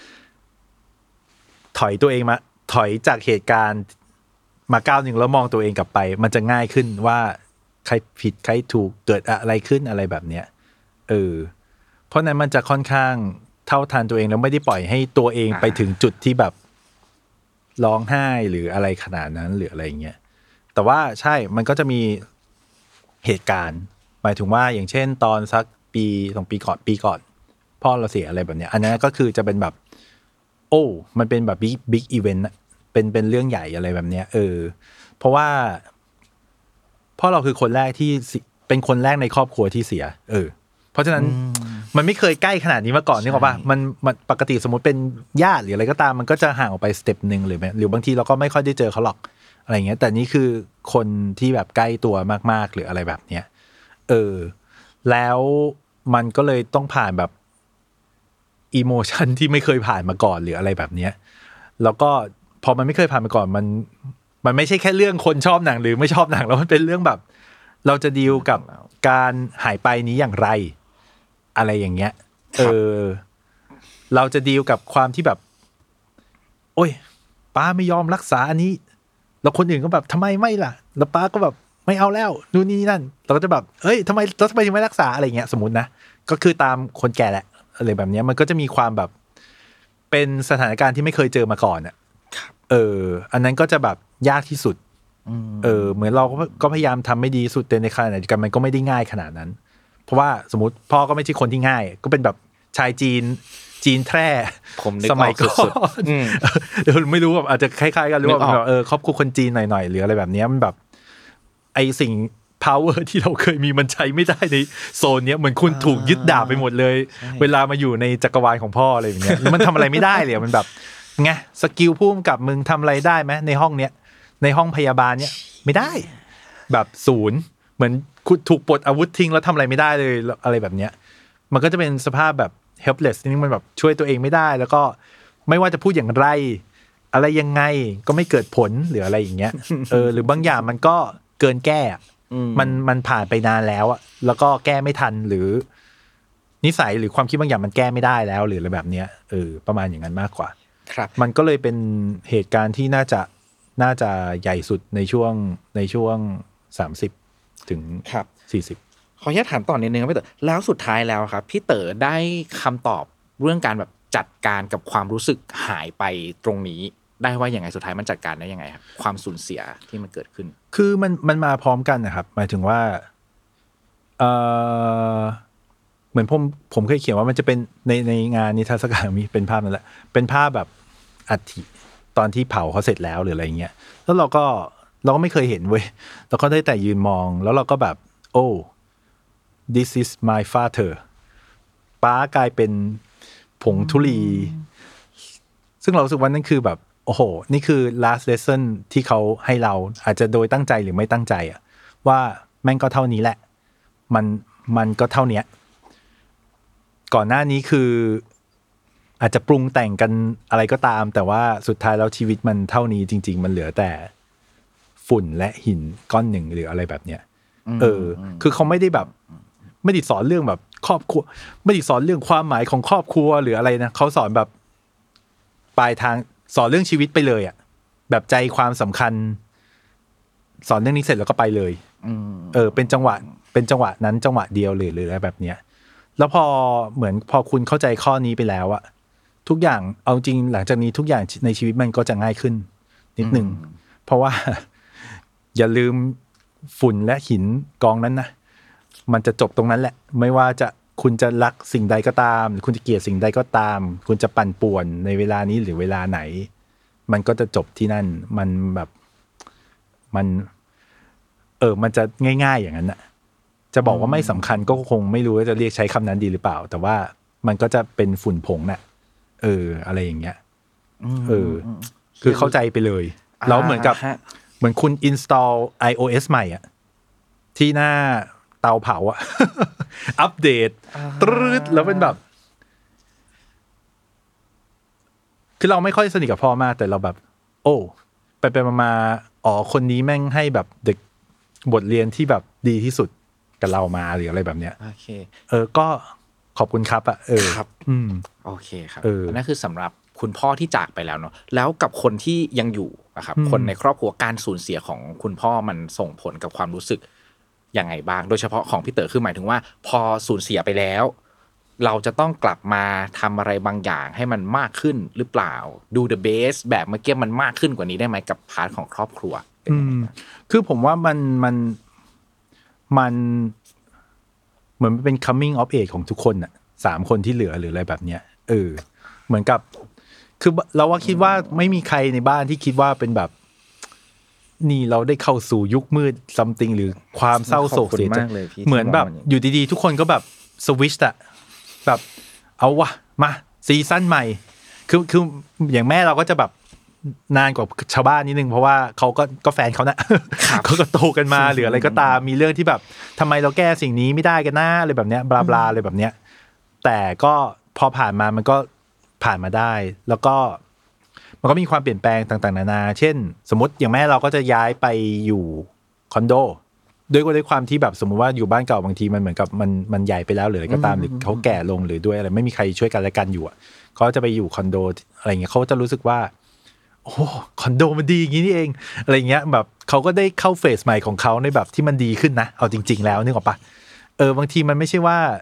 ถอยตัวเองมาถอยจากเหตุการณ์มาก้าวหนึ่งแล้วมองตัวเองกลับไปมันจะง่ายขึ้นว่าใครผิดใครถูกเกิดอะไรขึ้นอะไรแบบเนี้ยเออเพราะนั้นมันจะค่อนข้างเท่าทันตัวเองแล้วไม่ได้ปล่อยให้ตัวเองไปถึงจุดที่แบบร้องไห้หรืออะไรขนาดนั้นหรืออะไรเงี้ยแต่ว่าใช่มันก็จะมีเหตุการณ์หมายถึงว่าอย่างเช่นตอนสักปีสองปีก่อนปีก่อนพ่อเราเสียอะไรแบบเนี้ยอันนั้นก็คือจะเป็นแบบโอ้มันเป็นแบบบิ๊กบิ๊กอีเวนต์อะเป็นเป็นเรื่องใหญ่อะไรแบบเนี้ยเออเพราะว่าพ่อเราคือคนแรกที่เป็นคนแรกในครอบครัวที่เสียเออเพราะฉะนั้นมันไม่เคยใกล้ขนาดนี้มาก่อนนี่หรอป่ะมันมันปกติสมมติเป็นญาติหรืออะไรก็ตามมันก็จะห่างออกไปสเต็ปนึงหรือหรือบางทีเราก็ไม่ค่อยได้เจอเขาหรอกอะไรเงี้ยแต่นี่คือคนที่แบบใกล้ตัวมากๆหรืออะไรแบบเนี้ยเออแล้วมันก็เลยต้องผ่านแบบอีโมชันที่ไม่เคยผ่านมาก่อนหรืออะไรแบบเนี้ยแล้วก็พอมันไม่เคยผ่านมาก่อนมันมันไม่ใช่แค่เรื่องคนชอบหนังหรือไม่ชอบหนังแล้วมันเป็นเรื่องแบบเราจะดีลกับการหายไปนี้อย่างไรอะไรอย่างเงี้ยเออเราจะดีลกับความที่แบบโอ้ยป้าไม่ยอมรักษาอันนี้แล้วคนอื่นก็แบบทำไมไม่ล่ะแล้วป้าก็แบบไม่เอาแล้วนู่นนี่นั่นเราก็จะแบบเอ้ยทำไมแล้วทำไมถึงไม่รักษาอะไรเงี้ยสมมตินะก็คือตามคนแก่แหละอะไรแบบนี้มันก็จะมีความแบบเป็นสถานการณ์ที่ไม่เคยเจอมาก่อนอ่ะเอออันนั้นก็จะแบบยากที่สุดเออเหมือนเราก็พยายามทำไม่ดีสุดแต่ในขณะเดียวกันมันก็ไม่ได้ง่ายขนาดนั้นเพราะว่าสมมติพ่อก็ไม่ใช่คนที่ง่ายก็เป็นแบบชายจีนจีนแท้สมัยก่อนเดี๋ยวไม่รู้แบบอาจจะคล้ายๆกันหรือว่าแบบเออครอบครัวคนจีนหน่อยๆหรืออะไรแบบนี้มันแบบไอสิ่ง power ที่เราเคยมีมันใช้ไม่ได้ในโซนเนี้ยเหมือนคุณถูกยึดดาบไปหมดเลยเวลามาอยู่ในจักรวาลของพ่ออะไรอย่างเงี้ยมันทำอะไรไม่ได้เลยมันแบบไงสกิลพุ่มกับมึงทำอะไรได้ไหมในห้องเนี้ยในห้องพยาบาลเนี้ยไม่ได้แบบศูนย์เหมือนคุณถูกปลดอาวุธทิ้งแล้วทำอะไรไม่ได้เลยอะไรแบบเนี้ยมันก็จะเป็นสภาพแบบ helpless นี่มันแบบช่วยตัวเองไม่ได้แล้วก็ไม่ว่าจะพูดอย่างไรอะไรยังไงก็ไม่เกิดผลหรืออะไรอย่างเงี้ยเออหรือบางอย่างมันก็เกินแก้มันมันผ่านไปนานแล้วอะแล้วก็แก้ไม่ทันหรือนิสัยหรือความคิดบางอย่างมันแก้ไม่ได้แล้วหรืออะไรแบบเนี้ยเออประมาณอย่างนั้นมากกว่าครับมันก็เลยเป็นเหตุการณ์ที่น่าจะน่าจะใหญ่สุดในช่วงในช่วงสามสิบถึงสี่สิบขออนุญาตถามต่อนิดนึงครับพี่เต๋อแล้วสุดท้ายแล้วครับพี่เต๋อได้คำตอบเรื่องการแบบจัดการกับความรู้สึกหายไปตรงนี้ได้ว่าอย่างไงสุดท้ายมันจัดการได้ยังไงครับความสูญเสียที่มันเกิดขึ้นคือมันมันมาพร้อมกันนะครับหมายถึงว่าเออเหมือนผมผมเคยเขียนว่ามันจะเป็นในในงานนิทรรศการมีเป็นภาพนั่นแหละเป็นภาพแบบอัฐิตอนที่เผาเขาเสร็จแล้วหรืออะไรเงี้ยแล้วเราก็เราก็ไม่เคยเห็นเว้ยเราก็ได้แต่ยืนมองแล้วเราก็แบบโอ้ this is my father ป้ากลายเป็นผงธุลีซึ่งเรารู้สึกว่านั่นคือแบบโอ้โหนี่คือ last lesson ที่เขาให้เราอาจจะโดยตั้งใจหรือไม่ตั้งใจอะว่าแม่งก็เท่านี้แหละมันมันก็เท่านี้ก่อนหน้านี้คืออาจจะปรุงแต่งกันอะไรก็ตามแต่ว่าสุดท้ายแล้วชีวิตมันเท่านี้จริงๆมันเหลือแต่ฝุ่นและหินก้อนหนึ่งหรืออะไรแบบเนี้ยเออคือเขาไม่ได้แบบไม่ได้สอนเรื่องแบบครอบครัวไม่ได้สอนเรื่องความหมายของครอบครัวหรืออะไรนะเขาสอนแบบปลายทางสอนเรื่องชีวิตไปเลยอ่ะแบบใจความสำคัญสอนเรื่องนี้เสร็จแล้วก็ไปเลยเออเป็นจังหวะเป็นจังหวะนั้นจังหวะเดียวหรือหรืออะไรแบบเนี้ยแล้วพอเหมือนพอคุณเข้าใจข้อนี้ไปแล้วอะทุกอย่างเอาจริงหลังจากนี้ทุกอย่างในชีวิตมันก็จะง่ายขึ้นนิดนึงเพราะว่าอย่าลืมฝุ่นและหินกองนั้นนะมันจะจบตรงนั้นแหละไม่ว่าจะคุณจะรักสิ่งใดก็ตามหรือคุณจะเกลียดสิ่งใดก็ตามคุณจะปั่นป่วนในเวลานี้หรือเวลาไหนมันก็จะจบที่นั่นมันแบบมันเออมันจะง่ายๆอย่างนั้นนะจะบอกว่าไม่สำคัญก็คงไม่รู้ว่าจะเรียกใช้คำนั้นดีหรือเปล่าแต่ว่ามันก็จะเป็นฝุ่นผงน่ะเอออะไรอย่างเงี้ยเออคือเข้าใจไปเลยแล้วเหมือนกับเหมือนคุณ install iOS ใหม่อ่ะที่หน้าเตาเผาอ่ะ อัปเดตตรึดแล้วเป็นแบบคือเราไม่ค่อยสนิทกับพ่อมากแต่เราแบบโอ้ไปไปมาอ๋อคนนี้แม่งให้แบบเด็กบทเรียนที่แบบดีที่สุดกับเรามาหรืออะไรแบบเนี้ยโอเคเออก็ขอบคุณครับอ่ะเออครับอืมโอเคครับนั่นคือสำหรับคุณพ่อที่จากไปแล้วเนาะแล้วกับคนที่ยังอยู่อะครับคนในครอบครัวการสูญเสียของคุณพ่อมันส่งผลกับความรู้สึกยังไงบ้างโดยเฉพาะของพี่เต๋อคือหมายถึงว่าพอสูญเสียไปแล้วเราจะต้องกลับมาทำอะไรบางอย่างให้มันมากขึ้นหรือเปล่าดู the best แบบเมื่อกี้มันมากขึ้นกว่านี้ได้ไหมกับพาร์ทของครอบครัวอืมคือผมว่ามันมันมันเหมือนเป็น coming of age ของทุกคนน่ะสามคนที่เหลือหรืออะไรแบบเนี้ยเออเหมือนกับคือเราว่าคิดว่าไม่มีใครในบ้านที่คิดว่าเป็นแบบนี่เราได้เข้าสู่ยุคมืด something หรือความเศร้าโศกเสียใจเหมือนแบบอยู่ดีๆทุกคนก็แบบสวิชอะแบบเอาวะมาซีซั่นใหม่คือคืออย่างแม่เราก็จะแบบนานกว่าชาวบ้านนิดนึงเพราะว่าเขาก็ก็แฟนเขานะเขาก็โตกันมาหรืออะไรก็ตามมีเรื่องที่แบบทำไมเราแก้สิ่งนี้ไม่ได้กันนะอะไรแบบเนี้ยบลาบลาอะไรแบบเนี้ยแต่ก็พอผ่านมามันก็ผ่านมาได้แล้วก็มันก็มีความเปลี่ยนแปลงต่างๆนานาเช่นสมมติอย่างแม่เราก็จะย้ายไปอยู่คอนโดด้วยด้วยความที่แบบสมมุติว่าอยู่บ้านเก่าบางทีมันเหมือนกับมันมันใหญ่ไปแล้วหรืออะไรก็ตามหรือเขาแก่ลงหรือด้วยอะไรไม่มีใครช่วยกันและกันอยู่อ่ะเขาจะไปอยู่คอนโดอะไรเงี้ยเขาจะรู้สึกว่าโอ้คอนโดมันดีอย่างนี้นี่เองอะไรเงี้ยแบบเขาก็ได้เข้าเฟสใหม่ของเขาในแบบที่มันดีขึ้นนะเอาจริงๆแล้วนึกออกปะเออบางทีมันไม่ใช่ว่า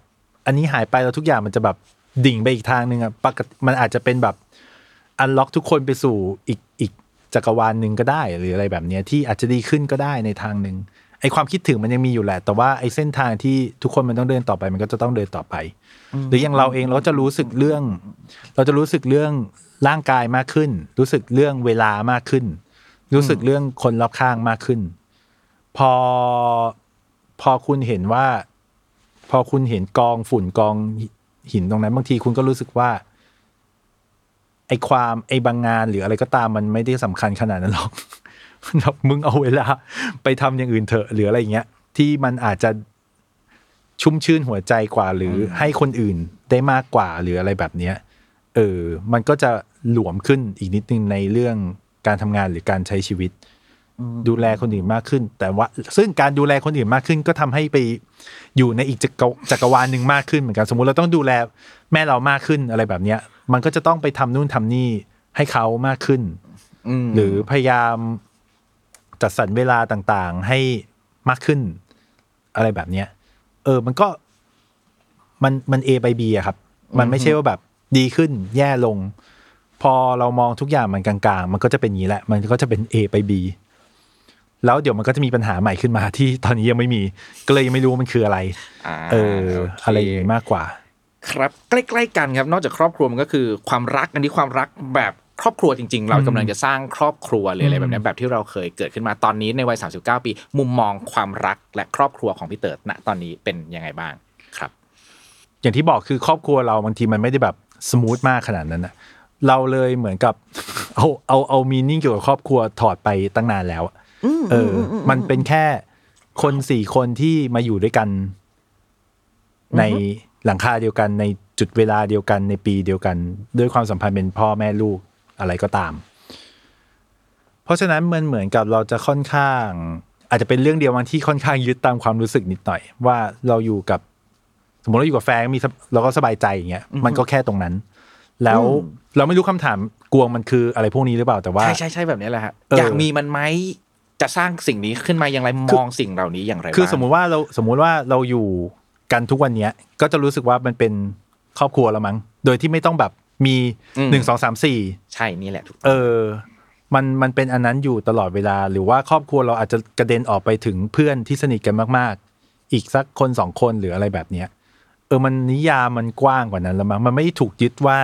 อันนี้หายไปแล้วทุกอย่างมันจะแบบดิ่งไปอีกทางนึงอ่ะปกติมันอาจจะเป็นแบบอันล็อกทุกคนไปสู่อีกอีกจักรวาลนึงก็ได้หรืออะไรแบบเนี้ยที่อาจจะดีขึ้นก็ได้ในทางนึงไอความคิดถึงมันยังมีอยู่แหละแต่ว่าไอเส้นทางที่ทุกคนมันต้องเดินต่อไปมันก็จะต้องเดินต่อไปหรืออย่างเราเองเราจะรู้สึกเรื่องเราจะรู้สึกเรื่องร่างกายมากขึ้นรู้สึกเรื่องเวลามากขึ้นรู้สึกเรื่องคนรอบข้างมากขึ้นพอพอคุณเห็นว่าพอคุณเห็นกองฝุ่นกองหินตรงนั้นบางทีคุณก็รู้สึกว่าไอความไอบางงานหรืออะไรก็ตามมันไม่ได้สำคัญขนาดนั้นหรอกแบบมึงเอาเวลาไปทำอย่างอื่นเถอะหรืออะไรเงี้ยที่มันอาจจะชุ่มชื่นหัวใจกว่าหรือให้คนอื่นได้มากกว่าหรืออะไรแบบเนี้ยเออมันก็จะหลวมขึ้นอีกนิดนึงในเรื่องการทำงานหรือการใช้ชีวิตดูแลคนอื่นมากขึ้นแต่ว่าซึ่งการดูแลคนอื่นมากขึ้นก็ทำให้ไปอยู่ในอีกจักรวาลนึงมากขึ้นเหมือนกันสมมุติเราต้องดูแลแม่เรามากขึ้นอะไรแบบเนี้ยมันก็จะต้องไปทำนู่นทำนี่ให้เขามากขึ้นหรือพยายามจัดสรรเวลาต่างๆให้มากขึ้นอะไรแบบเนี้ยเออมันก็มันมัน A ไป B อะครับมันไม่ใช่ว่าแบบดีขึ้นแย่ลงพอเรามองทุกอย่างมันกลางๆมันก็จะเป็นอย่างนี้แหละมันก็จะเป็น A ไป B แล้วเดี๋ยวมันก็จะมีปัญหาใหม่ขึ้นมาที่ตอนนี้ยังไม่มีก็เลยยังไม่รู้มันคืออะไรเอออะไรอย่างนี้มากกว่าครับใกล้ๆกันครับนอกจากครอบครัวมันก็คือความรักอันนี้ความรักแบบครอบครัวจริงๆเรากำลังจะสร้างครอบครัวหรืออะไรแบบนี้แบบที่เราเคยเกิดขึ้นมาตอนนี้ในวัยสามสิบเก้าปีมุมมองความรักและครอบครัวของพี่เติร์ดณตอนนี้เป็นยังไงบ้างครับอย่างที่บอกคือครอบครัวเราบางทีมันไม่ได้แบบสมูทมากขนาดนั้นนะเราเลยเหมือนกับเอาเอาเอามีนิ่งเกี่ยวกับครอบครัวถอดไปตั้งนานแล้วเออมันเป็นแค่คนสี่คนที่มาอยู่ด้วยกันในหลังคาเดียวกันในจุดเวลาเดียวกันในปีเดียวกันด้วยความสัมพันธ์เป็นพ่อแม่ลูกอะไรก็ตามเพราะฉะนั้นมันเหมือนกับเราจะค่อนข้างอาจจะเป็นเรื่องเดียวบางที่ค่อนข้างยึดตามความรู้สึกนิดหน่อยว่าเราอยู่กับสมมติเราอยู่กับแฟนมีเราก็สบายใจอย่างเงี้ยมันก็แค่ตรงนั้นแล้วเราไม่รู้คำถามกวงมันคืออะไรพวกนี้หรือเปล่าแต่ว่าใช่ใช่ใช่แบบนี้แหละฮะอยากมีมันไหมจะสร้างสิ่งนี้ขึ้นมาอย่างไรมองสิ่งเหล่านี้อย่างไรคือสมมุติว่าเราสมมุติว่าเราอยู่กันทุกวันนี้ก็จะรู้สึกว่ามันเป็นครอบครัวแล้วมั้งโดยที่ไม่ต้องแบบมีหนึ่ง สอง สาม สี่ใช่นี่แหละถูกเออมันมันเป็นอันนั้นอยู่ตลอดเวลาหรือว่าครอบครัวเราอาจจะกระเด็นออกไปถึงเพื่อนที่สนิทกันมากๆอีกสักคนสองคนหรืออะไรแบบเนี้ยเออมันนิยามมันกว้างกว่านั้นแล้วมั้งมันไม่ถูกยึดว่า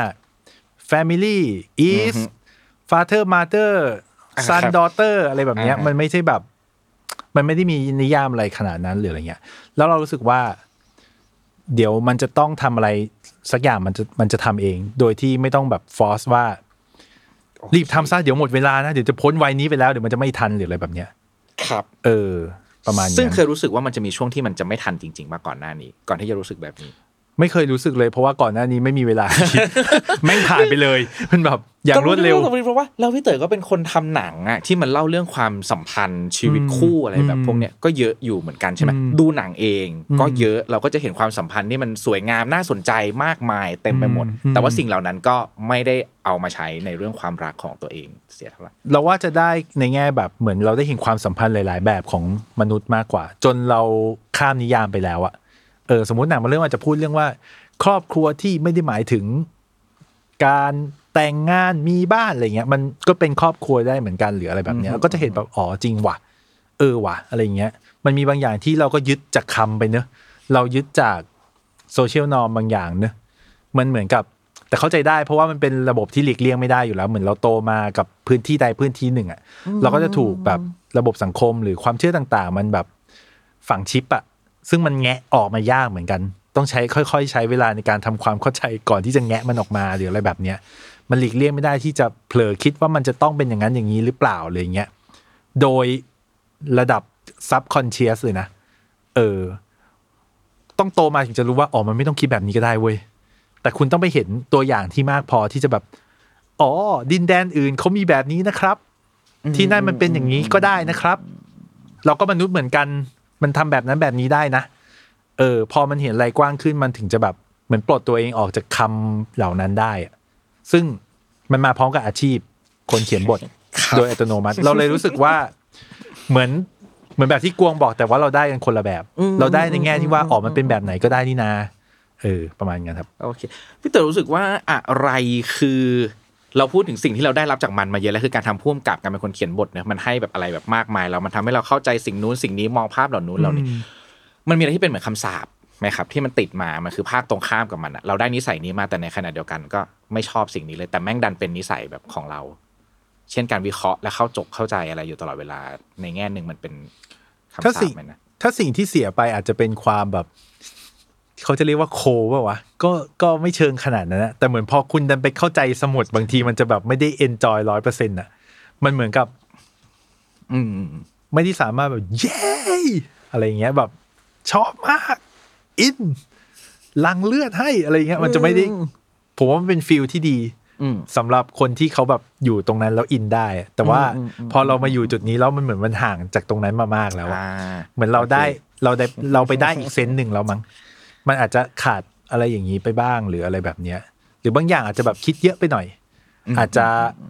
family is father mother son daughter อะไรแบบเนี้ยมันไม่ใช่แบบมันไม่ได้มีนิยามอะไรขนาดนั้นหรืออะไรเงี้ยแล้วเรารู้สึกว่าเดี๋ยวมันจะต้องทำอะไรสักอย่างมันจะมันจะทำเองโดยที่ไม่ต้องแบบฟอร์สว่ารีบทำซะเดี๋ยวหมดเวลานะเดี๋ยวจะพ้นวัยนี้ไปแล้วเดี๋ยวมันจะไม่ทันหรืออะไรแบบเนี้ยครับเออประมาณนี้ซึ่งเคยรู้สึกว่ามันจะมีช่วงที่มันจะไม่ทันจริงๆมาก่อนหน้านี้ก่อนที่จะรู้สึกแบบนี้ไม่เคยรู้สึกเลยเพราะว่าก่อนหน้านี้ไม่มีเวลาแม่งผ่านไปเลยมันแบบอย่างรวดเร็วเพราะว่าเราพี่เต๋อก็เป็นคนทำหนังอะที่มันเล่าเรื่องความสัมพันธ์ชีวิตคู่อะไรแบบพวกเนี้ยก็เยอะอยู่เหมือนกันใช่ไหมดูหนังเองก็เยอะเราก็จะเห็นความสัมพันธ์ที่มันสวยงามน่าสนใจมากมายเต็มไปหมดแต่ว่าสิ่งเหล่านั้นก็ไม่ได้เอามาใช้ในเรื่องความรักของตัวเองเสียเท่าไหร่เราว่าจะได้ในแง่แบบเหมือนเราได้เห็นความสัมพันธ์หลายๆแบบของมนุษย์มากกว่าจนเราข้ามนิยามไปแล้วอะเออสมมติหนังมาเรื่องอาจจะพูดเรื่องว่าครอบครัวที่ไม่ได้หมายถึงการแต่งงานมีบ้านอะไรเงี้ยมันก็เป็นครอบครัวได้เหมือนกันหรืออะไรแบบเนี้ยเราก็จะเห็นแบบอ๋อจริงว่ะเออว่ะอะไรเงี้ยมันมีบางอย่างที่เราก็ยึดจากคำไปเนอะเรายึดจากโซเชียลนอร์มบางอย่างเนอะมันเหมือนกับแต่เข้าใจได้เพราะว่ามันเป็นระบบที่หลีกเลี่ยงไม่ได้อยู่แล้วเหมือนเราโตมากับพื้นที่ใดพื้นที่หนึ่งอ่ะเราก็จะถูกแบบระบบสังคมหรือความเชื่อต่างๆมันแบบฝังชิปอ่ะซึ่งมันแงะออกมายากเหมือนกันต้องใช้ค่อยๆใช้เวลาในการทำความเข้าใจก่อนที่จะแงะมันออกมาหรืออะไรแบบเนี้ยมันหลีกเลี่ยงไม่ได้ที่จะเผลอคิดว่ามันจะต้องเป็นอย่างนั้นอย่างนี้หรือเปล่าอะไรเงี้ยโดยระดับ subconscious เลยนะเออต้องโตมาถึงจะรู้ว่าอ๋อมันไม่ต้องคิดแบบนี้ก็ได้เว้ยแต่คุณต้องไปเห็นตัวอย่างที่มากพอที่จะแบบอ๋อดินแดนอื่นเขามีแบบนี้นะครับที่นั่นมันเป็นอย่างนี้ก็ได้นะครับเราก็มนุษย์เหมือนกันมันทำแบบนั้นแบบนี้ได้นะเออพอมันเห็นอะไรกว้างขึ้นมันถึงจะแบบเหมือนปลดตัวเองออกจากคำเหล่านั้นได้อะซึ่งมันมาพร้อมกับอาชีพคนเขียนบทโดยอัตโนมัติเราเลยรู้สึกว่าเหมือนเหมือนแบบที่กวงบอกแต่ว่าเราได้กันคนละแบบเราได้ในแง่ที่ว่าอ๋อมันเป็นแบบไหนก็ได้นี่นาเออประมาณนั้นครับโอเคพี่เต๋อรู้สึกว่าอะไรคือเราพูดถึงสิ่งที่เราได้รับจากมันมาเยอะแล้วคือการทำพ่วงกับการเป็นคนเขียนบทเนี่ยมันให้แบบอะไรแบบมากมายแล้วมันทำให้เราเข้าใจสิ่งนู้นสิ่งนี้มองภาพเหล่านู้นเหล่านี้มันมีอะไรที่เป็นเหมือนคำสาปไหมครับที่มันติดมามันคือภาคตรงข้ามกับมันอะเราได้นิสัยนี้มาแต่ในขณะเดียวกันก็ไม่ชอบสิ่งนี้เลยแต่แม่งดันเป็นนิสัยแบบของเราเช่นการวิเคราะห์และเข้าจกเข้าใจอะไรอยู่ตลอดเวลาในแง่นึงมันเป็นคำสาปมั้ยนะถ้าสิ่งที่เสียไปอาจจะเป็นความแบบเขาจะเรียกว่าโคป่ะวะก็ก็ไม่เชิงขนาดนั้นนะแต่เหมือนพอคุณดันไปเข้าใจสมุดบางทีมันจะแบบไม่ได้เอนจอยร้อยเปอร์เซ็นต์อ่ะมันเหมือนกับอืมไม่ได้สามารถแบบเย้อะไรเงี้ยแบบชอบมากอินลังเลือดให้อะไรเงี้ยมันจะไม่ได้ผมว่ามันเป็นฟีลที่ดีสำหรับคนที่เขาแบบอยู่ตรงนั้นแล้วอินได้แต่ว่าพอเรามาอยู่จุดนี้แล้วมันเหมือนมันห่างจากตรงนั้นมามากแล้วอะเหมือนเราได้เราได้เราไปได้อีกเซนส์หนึ่งแล้วมั้งมันอาจจะขาดอะไรอย่างนี้ไปบ้างหรืออะไรแบบเนี้ยหรือบางอย่างอาจจะแบบคิดเยอะไปหน่อยอาจจะ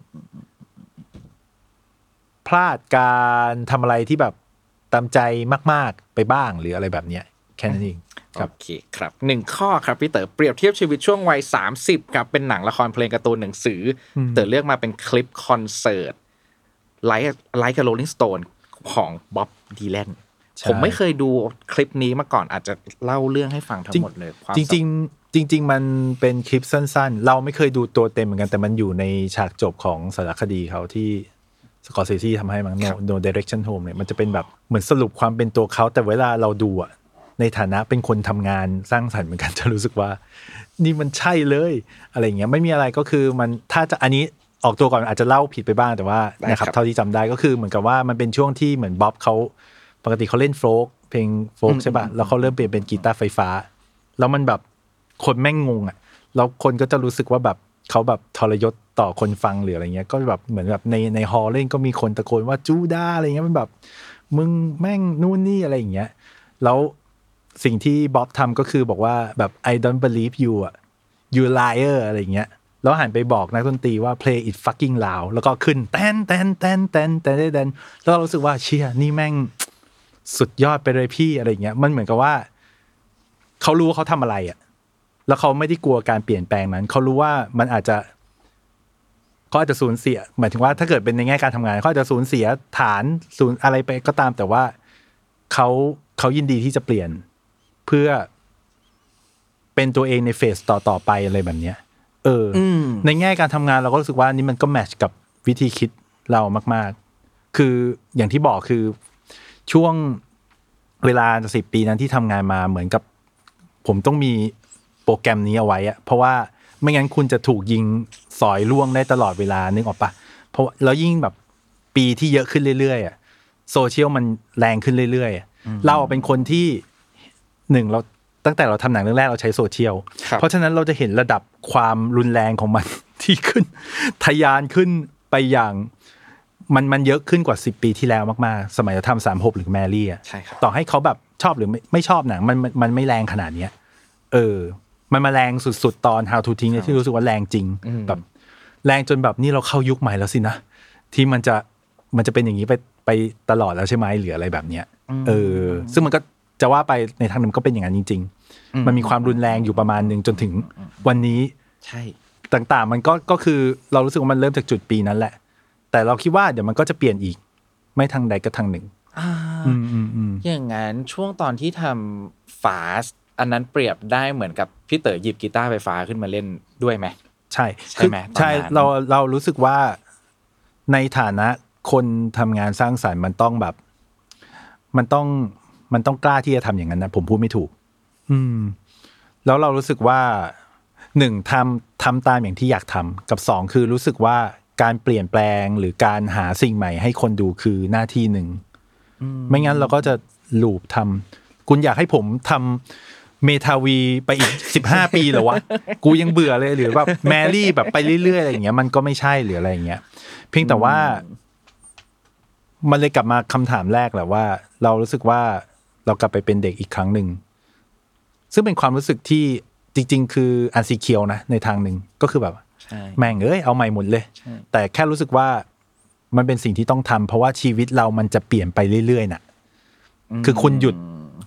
พลาดการทำอะไรที่แบบตามใจมากๆไปบ้างหรืออะไรแบบเนี้ยแค่นั้นเองโอเคครับหนึ่งข้อครับพี่เต๋อเปรียบเทียบชีวิตช่วงวัยสามสิบครับเป็นหนังละครเพลงการ์ตูนหนังสือเต๋อเลือกมาเป็นคลิปคอนเสิร์ต Like Like a Rolling Stone ของบ๊อบดีแลนผมไม่เคยดูคลิปนี้มาก่อนอาจจะเล่าเรื่องให้ฟังทั้งหมดเลยจริงๆจริงๆมันเป็นคลิปสั้นๆเราไม่เคยดูตัวเต็มเหมือนกันแต่มันอยู่ในฉากจบของสารคดีเขาที่สกอร์เซซีทำให้มั้ง No No Direction Home เนี่ยมันจะเป็นแบบเหมือนสรุปความเป็นตัวเขาแต่เวลาเราดูอะในฐานะเป็นคนทำงานสร้างสรรค์เหมือนกันจะรู้สึกว่านี่มันใช่เลยอะไรเงี้ยไม่มีอะไรก็คือมันถ้าจะอันนี้ออกตัวก่อนอาจจะเล่าผิดไปบ้างแต่ว่านะครับเท่าที่จำได้ก็คือเหมือนกับว่ามันเป็นช่วงที่เหมือนบ๊อบเขาปกติเขาเล่นโฟล์กเพลงโฟล์กใช่ป่ะแล้วเขาเริ่มเปลี่ยนเป็นกีตาร์ไฟฟ้าแล้วมันแบบคนแม่งงงอ่ะแล้วคนก็จะรู้สึกว่าแบบเขาแบบทรยศต่อคนฟังหรืออะไรเงี้ยก็แบบเหมือนแบบในในฮอลเล่นก็มีคนตะโกนว่าจูด้าอะไรเงี้ยมันแบบมึงแม่งนู่นนี่อะไรอย่างเงี้ยแล้วสิ่งที่บ๊อบทำก็คือบอกว่าแบบ I don't believe you อ่ะ you liar อะไรอย่างเงี้ยแล้วหันไปบอกนักดนตรีว่า play it fucking loud แล้วก็ขึ้นแตนแตนแตนแตนแตนแตนแล้วเรารู้สึกว่าเชี่ยนี่แม่งสุดยอดไปเลยพี่อะไรอย่างเงี้ยมันเหมือนกับว่าเขารู้ว่าเขาทำอะไรอ่ะแล้วเขาไม่ได้กลัวการเปลี่ยนแปลงนั้นเขารู้ว่ามันอาจจะเขาอาจจะสูญเสียหมายถึงว่าถ้าเกิดเป็นในแง่การทำงานเขาอาจจะสูญเสียฐานสูญอะไรไปก็ตามแต่ว่าเขาเขายินดีที่จะเปลี่ยนเพื่อเป็นตัวเองในเฟสต่อๆไปอะไรแบบเนี้ยเออในแง่การทำงานเราก็รู้สึกว่านี่มันก็แมทช์กับวิธีคิดเรามากๆคืออย่างที่บอกคือช่วงเวลาสิบปีนั้นที่ทำงานมาเหมือนกับผมต้องมีโปรแกรมนี้เอาไว้อะเพราะว่าไม่งั้นคุณจะถูกยิงสอยล่วงได้ตลอดเวลานึกออกปะเพราะแล้วยิ่งแบบปีที่เยอะขึ้นเรื่อยๆอะโซเชียลมันแรงขึ้นเรื่อยๆเราเป็นคนที่หนึ่งเราตั้งแต่เราทำหนังเรื่องแรกเราใช้โซเชียลเพราะฉะนั้นเราจะเห็นระดับความรุนแรงของมันที่ขึ้นทะยานขึ้นไปอย่างมันมันเยอะขึ้นกว่าสิบปีที่แล้วมากๆสมัยเราทำสามหกหรือแมรี่อ่ะต่อให้เขาแบบชอบหรือไม่ไม่ชอบหนังมันมันไม่แรงขนาดเนี้ยเออมันมาแรงสุดๆตอน How to ทิ้งเนี่ยที่รู้สึกว่าแรงจริงแบบแรงจนแบบนี่เราเข้ายุคใหม่แล้วสินะที่มันจะมันจะเป็นอย่างนี้ไปไปตลอดแล้วใช่ไหมหรืออะไรแบบเนี้ยเออซึ่งมันก็จะว่าไปในทางนึงก็เป็นอย่างนั้นจริงๆมันมีความรุนแรงอยู่ประมาณนึงจนถึงวันนี้ใช่ต่างๆมันก็ก็คือเรารู้สึกว่ามันเริ่มจากจุดปีนั้นแหละแต่เราคิดว่าเดี๋ยวมันก็จะเปลี่ยนอีกไม่ทางใดก็ทางหนึ่งอ่าอย่างงั้นช่วงตอนที่ทำฟาสอันนั้นเปรียบได้เหมือนกับพี่เต๋อหยิบกีตาร์ไฟฟ้าขึ้นมาเล่นด้วยไหมใช่ใช่ไหมใช่เราเรารู้สึกว่าในฐานะคนทำงานสร้างสรรค์มันต้องแบบมันต้องมันต้องกล้าที่จะทำอย่างนั้นนะผมพูดไม่ถูกอืมแล้วเรารู้สึกว่าหนึ่งทำทำตามอย่างที่อยากทำกับสองคือรู้สึกว่าการเปลี่ยนแปลงหรือการหาสิ่งใหม่ให้คนดูคือหน้าที่หนึ่งไม่งั้นเราก็จะลูปทำคุณอยากให้ผมทำเมทาวีไปอีกสิบห้าปีเหรอวะกูยังเบื่อเลยหรือแบบแมรี่แบบไปเรื่อยๆอะไรอย่างเงี้ยมันก็ไม่ใช่หรืออะไรอย่างเงี้ยเพียงแต่ว่ามันเลยกลับมาคำถามแรกแหละว่าเรารู้สึกว่าเรากลับไปเป็นเด็กอีกครั้งหนึ่งซึ่งเป็นความรู้สึกที่จริงๆคืออันซีเคียวนะในทางหนึ่งก็คือแบบแม่งเอ้ยเอาใหม่หมดเลยแต่แค่รู้สึกว่ามันเป็นสิ่งที่ต้องทำเพราะว่าชีวิตเรามันจะเปลี่ยนไปเรื่อยๆน่ะคือคุณหยุด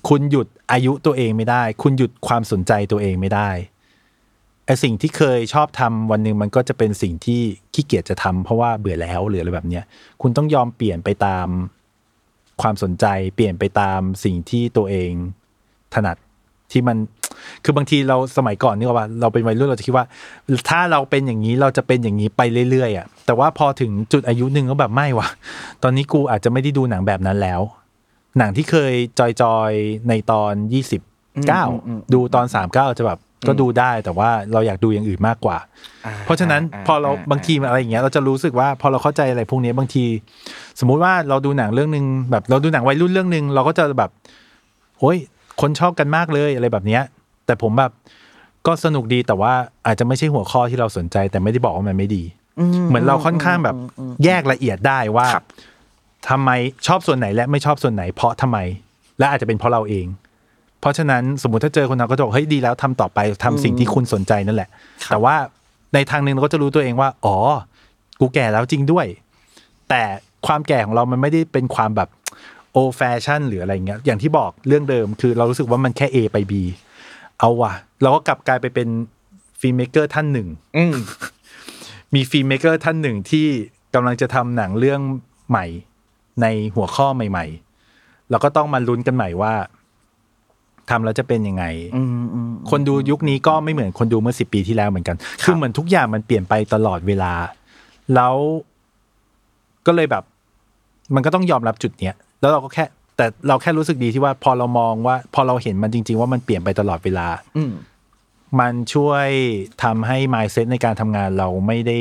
คุณหยุดอายุตัวเองไม่ได้คุณหยุดความสนใจตัวเองไม่ได้ไอสิ่งที่เคยชอบทำวันนึงมันก็จะเป็นสิ่งที่ขี้เกียจจะทำเพราะว่าเบื่อแล้วหรืออะไรแบบเนี้ยคุณต้องยอมเปลี่ยนไปตามความสนใจเปลี่ยนไปตามสิ่งที่ตัวเองถนัดที่มันคือบางทีเราสมัยก่อนนี่ว่าเราเป็นวัยรุ่นเราจะคิดว่าถ้าเราเป็นอย่างนี้เราจะเป็นอย่างนี้ไปเรื่อยๆอ่ะแต่ว่าพอถึงจุดอายุนึงก็แบบไม่ว่ะตอนนี้กูอาจจะไม่ได้ดูหนังแบบนั้นแล้วหนังที่เคยจอยๆในตอนยี่สิบเก้าดูตอนสามสิบเก้าจะแบบก็ดูได้แต่ว่าเราอยากดูอย่างอื่นมากกว่าเพราะฉะนั้นพอเราบางทีอะไรอย่างเงี้ยเราจะรู้สึกว่าพอเราเข้าใจอะไรพวกนี้บางทีสมมุติว่าเราดูหนังเรื่องนึงแบบเราดูหนังวัยรุ่นเรื่องนึงเราก็จะแบบโอ๊ยคนชอบกันมากเลยอะไรแบบเนี้ยแต่ผมแบบก็สนุกดีแต่ว่าอาจจะไม่ใช่หัวข้อที่เราสนใจแต่ไม่ได้บอกว่ามันไม่ดีเหมือนเราค่อนข้างแบบแยกละเอียดได้ว่าทำไมชอบส่วนไหนและไม่ชอบส่วนไหนเพราะทำไมและอาจจะเป็นเพราะเราเองเพราะฉะนั้นสมมุติถ้าเจอคนนั้นก็จะบอกเฮ้ยดีแล้วทำต่อไปทำสิ่งที่คุณสนใจนั่นแหละแต่ว่าในทางนึงเราก็จะรู้ตัวเองว่าอ๋อกูแก่แล้วจริงด้วยแต่ความแก่ของเรามันไม่ได้เป็นความแบบโอแฟชั่นหรืออะไรเงี้ยอย่างที่บอกเรื่องเดิมคือเรารู้สึกว่ามันแค่ A ไป B เอาว่ะเราก็กลับกลายไปเป็นฟิล์มเมกเกอร์ท่านหนึ่งมีฟิล์มเมกเกอร์ท่านหนึ่งที่กำลังจะทำหนังเรื่องใหม่ในหัวข้อใหม่ๆเราก็ต้องมาลุ้นกันใหม่ว่าทำแล้วจะเป็นยังไงคนดูยุคนี้ก็ไม่เหมือนคนดูเมื่อสิบปีที่แล้วเหมือนกันคือเหมือนทุกอย่างมันเปลี่ยนไปตลอดเวลาแล้วก็เลยแบบมันก็ต้องยอมรับจุดเนี้ยแล้วเราก็แค่แต่เราแค่รู้สึกดีที่ว่าพอเรามองว่าพอเราเห็นมันจริงๆว่ามันเปลี่ยนไปตลอดเวลามันช่วยทำให้ mindset ในการทำงานเราไม่ได้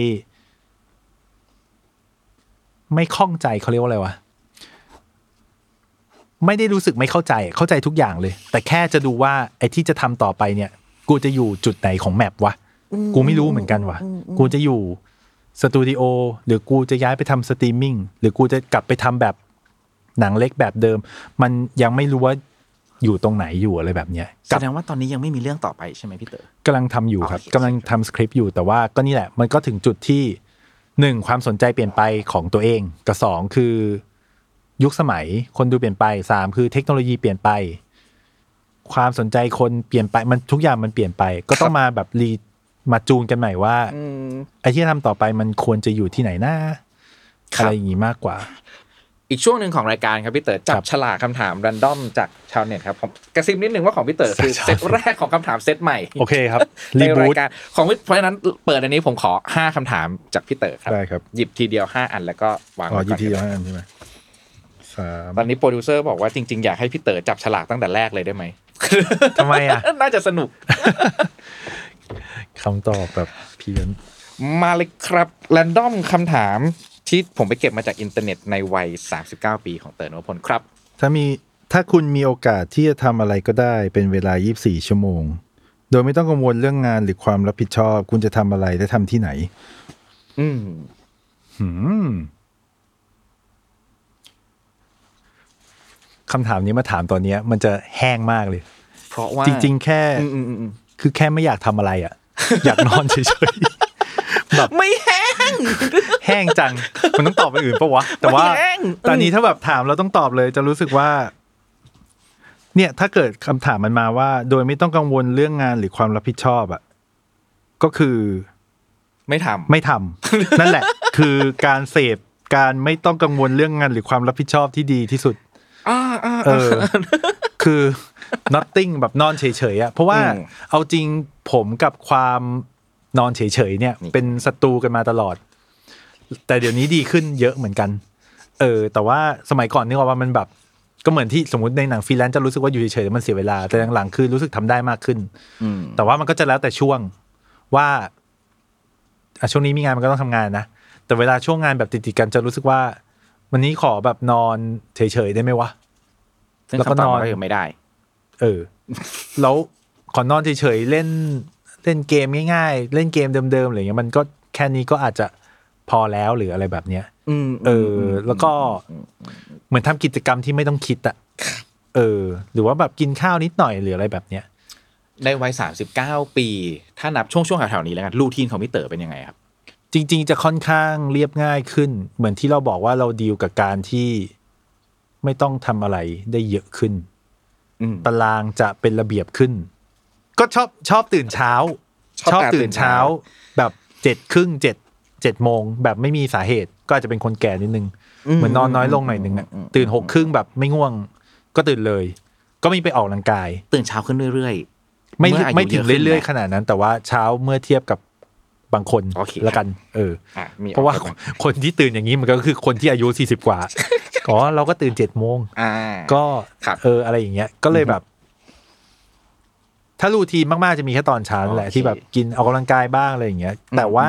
ไม่คล่องใจเขาเรียกว่าอะไรวะไม่ได้รู้สึกไม่เข้าใจเข้าใจทุกอย่างเลยแต่แค่จะดูว่าไอ้ที่จะทำต่อไปเนี่ยกูจะอยู่จุดไหนของแมปวะกูไม่รู้เหมือนกันวะกูจะอยู่สตูดิโอหรือกูจะย้ายไปทำสตรีมมิ่งหรือกูจะกลับไปทำแบบหนังเล็กแบบเดิมมันยังไม่รู้ว่าอยู่ตรงไหนอยู่อะไรแบบเนี้ยแสดงว่าตอนนี้ยังไม่มีเรื่องต่อไปใช่ไหมพี่เต๋อกำลังทำอยู่ครับกำลังทำสคริปต์อยู่แต่ว่าก็นี่แหละมันก็ถึงจุดที่หนึ่งความสนใจเปลี่ยนไปของตัวเองกับสองคือยุคสมัยคนดูเปลี่ยนไปสามคือเทคโนโลยีเปลี่ยนไปความสนใจคนเปลี่ยนไปมันทุกอย่างมันเปลี่ยนไปก็ต้องมาแบบรีมาจูนกันใหม่ว่าไอ้ที่ทำต่อไปมันควรจะอยู่ที่ไหนนะอะไรอย่างงี้มากกว่าอีกช่วงหนึ่งของรายการครับพี่เต๋อจับฉลากคำถามแรนดอมจากชาวเน็ตครับผมกระซิบนิดนึงว่าของพี่เต๋อคือเซตแรกของคำถามเซตใหม่โอเคครับในรายการของเพราะฉะนั้นเปิดอันนี้ผมขอห้าคำถามจากพี่เต๋อครับได้ครับหยิบทีเดียวห้าอันแล้วก็วางไว้ก่อนอ๋อหยิบทีเดียวห้าอันใช่ไหมตอนนี้โปรดิวเซอร์บอกว่าจริงๆอยากให้พี่เต๋อจับฉลากตั้งแต่แรกเลยได้ไหมทำไมอ่ะน่าจะสนุกคำตอบแบบเพี้ยนมาเลยครับแรนดอมคำถามที่ผมไปเก็บมาจากอินเทอร์เน็ตในวัยสามสิบเก้าปีของเต๋อนวพลครับถ้ามีถ้าคุณมีโอกาสที่จะทำอะไรก็ได้เป็นเวลายี่สิบสี่ชั่วโมงโดยไม่ต้องกังวลเรื่องงานหรือความรับผิดชอบคุณจะทำอะไรและทำที่ไหนอืมหืมคำถามนี้มาถามตอนนี้มันจะแห้งมากเลยเพราะว่าจริงๆแค่คือแค่ไม่อยากทำอะไรอ่ะ อยากนอนเฉยๆแบบไม่แห้งแห้งจังมันต้องตอบไปอื่นปะวะแต่ว่าตอนนี้ถ้าแบบถามเราต้องตอบเลยจะรู้สึกว่าเนี่ยถ้าเกิดคำถามมันมาว่าโดยไม่ต้องกังวลเรื่องงานหรือความรับผิดชอบอ่ะก็คือไม่ทำไม่ทำนั่นแหละคือการเสพการไม่ต้องกังวลเรื่องงานหรือความรับผิดชอบที่ดีที่สุดเออคือ nothing แบบนอนเฉยๆอ่ะเพราะว่าเอาจริงผมกับความนอนเฉยๆเนี่ยเป็นศัตรูกันมาตลอดแต่เดี๋ยวนี้ดีขึ้นเยอะเหมือนกันเออแต่ว่าสมัยก่อนนี่ว่ามันแบบก็เหมือนที่สมมติในหนังฟรีแลนซ์จะรู้สึกว่าอยู่เฉยๆมันเสียเวลาแต่หลังๆคือรู้สึกทำได้มากขึ้นแต่ว่ามันก็จะแล้วแต่ช่วงว่าอ่ะช่วงนี้มีงานมันก็ต้องทำงานนะแต่เวลาช่วงงานแบบติดๆกันจะรู้สึกว่าวันนี้ขอแบบนอนเฉยๆได้ไหมวะแล้วก็นอนไม่ได้เออแล้วขอนอนเฉยๆเล่นเล่นเกมง่ายๆเล่นเกมเดิมๆอะไรอย่างเงี้ยมันก็แค่นี้ก็อาจจะพอแล้วหรืออะไรแบบเนี้ยเออแล้วก็เหมือนทำกิจกรรมที่ไม่ต้องคิดอะเออหรือว่าแบบกินข้าวนิดหน่อยหรืออะไรแบบเนี้ยในวัยสามสิบเก้าปีถ้านับช่วงๆแถวๆนี้แล้วกันรูทีนของพี่เต๋อเป็นยังไงครับจริงๆจะค่อนข้างเรียบง่ายขึ้นเหมือนที่เราบอกว่าเราดีลกับการที่ไม่ต้องทำอะไรได้เยอะขึ้นตารางจะเป็นระเบียบขึ้นก็ชอบชอบตื่นเช้าชอบตื่นเช้าแบบเจ็ดครึ่งเจ็ดเจ็ดโมงแบบไม่มีสาเหตุก็อาจจะเป็นคนแก่นิดนึงเหมือนนอนน้อยลงหน่อยนึงอ่ะตื่นหกครึ่งแบบไม่ง่วงก็ตื่นเลยก็มีไปออกกำลังกายตื่นเช้าขึ้นเรื่อยๆไม่ไม่ถึงเรื่อยๆขนาดนั้นแต่ว่าเช้าเมื่อเทียบกับบางคนละกันเออเพราะว่าคนที่ตื่นอย่างนี้มันก็คือคนที่อายุสี่สิบกว่าอ๋อเราก็ตื่นเจ็ดโมงก็เอออะไรอย่างเงี้ยก็เลยแบบถ้ารูทีนมากๆจะมีแค่ตอนเช้าแหละที่แบบกินออกกำลังกายบ้างอะไรอย่างเงี้ยแต่ว่า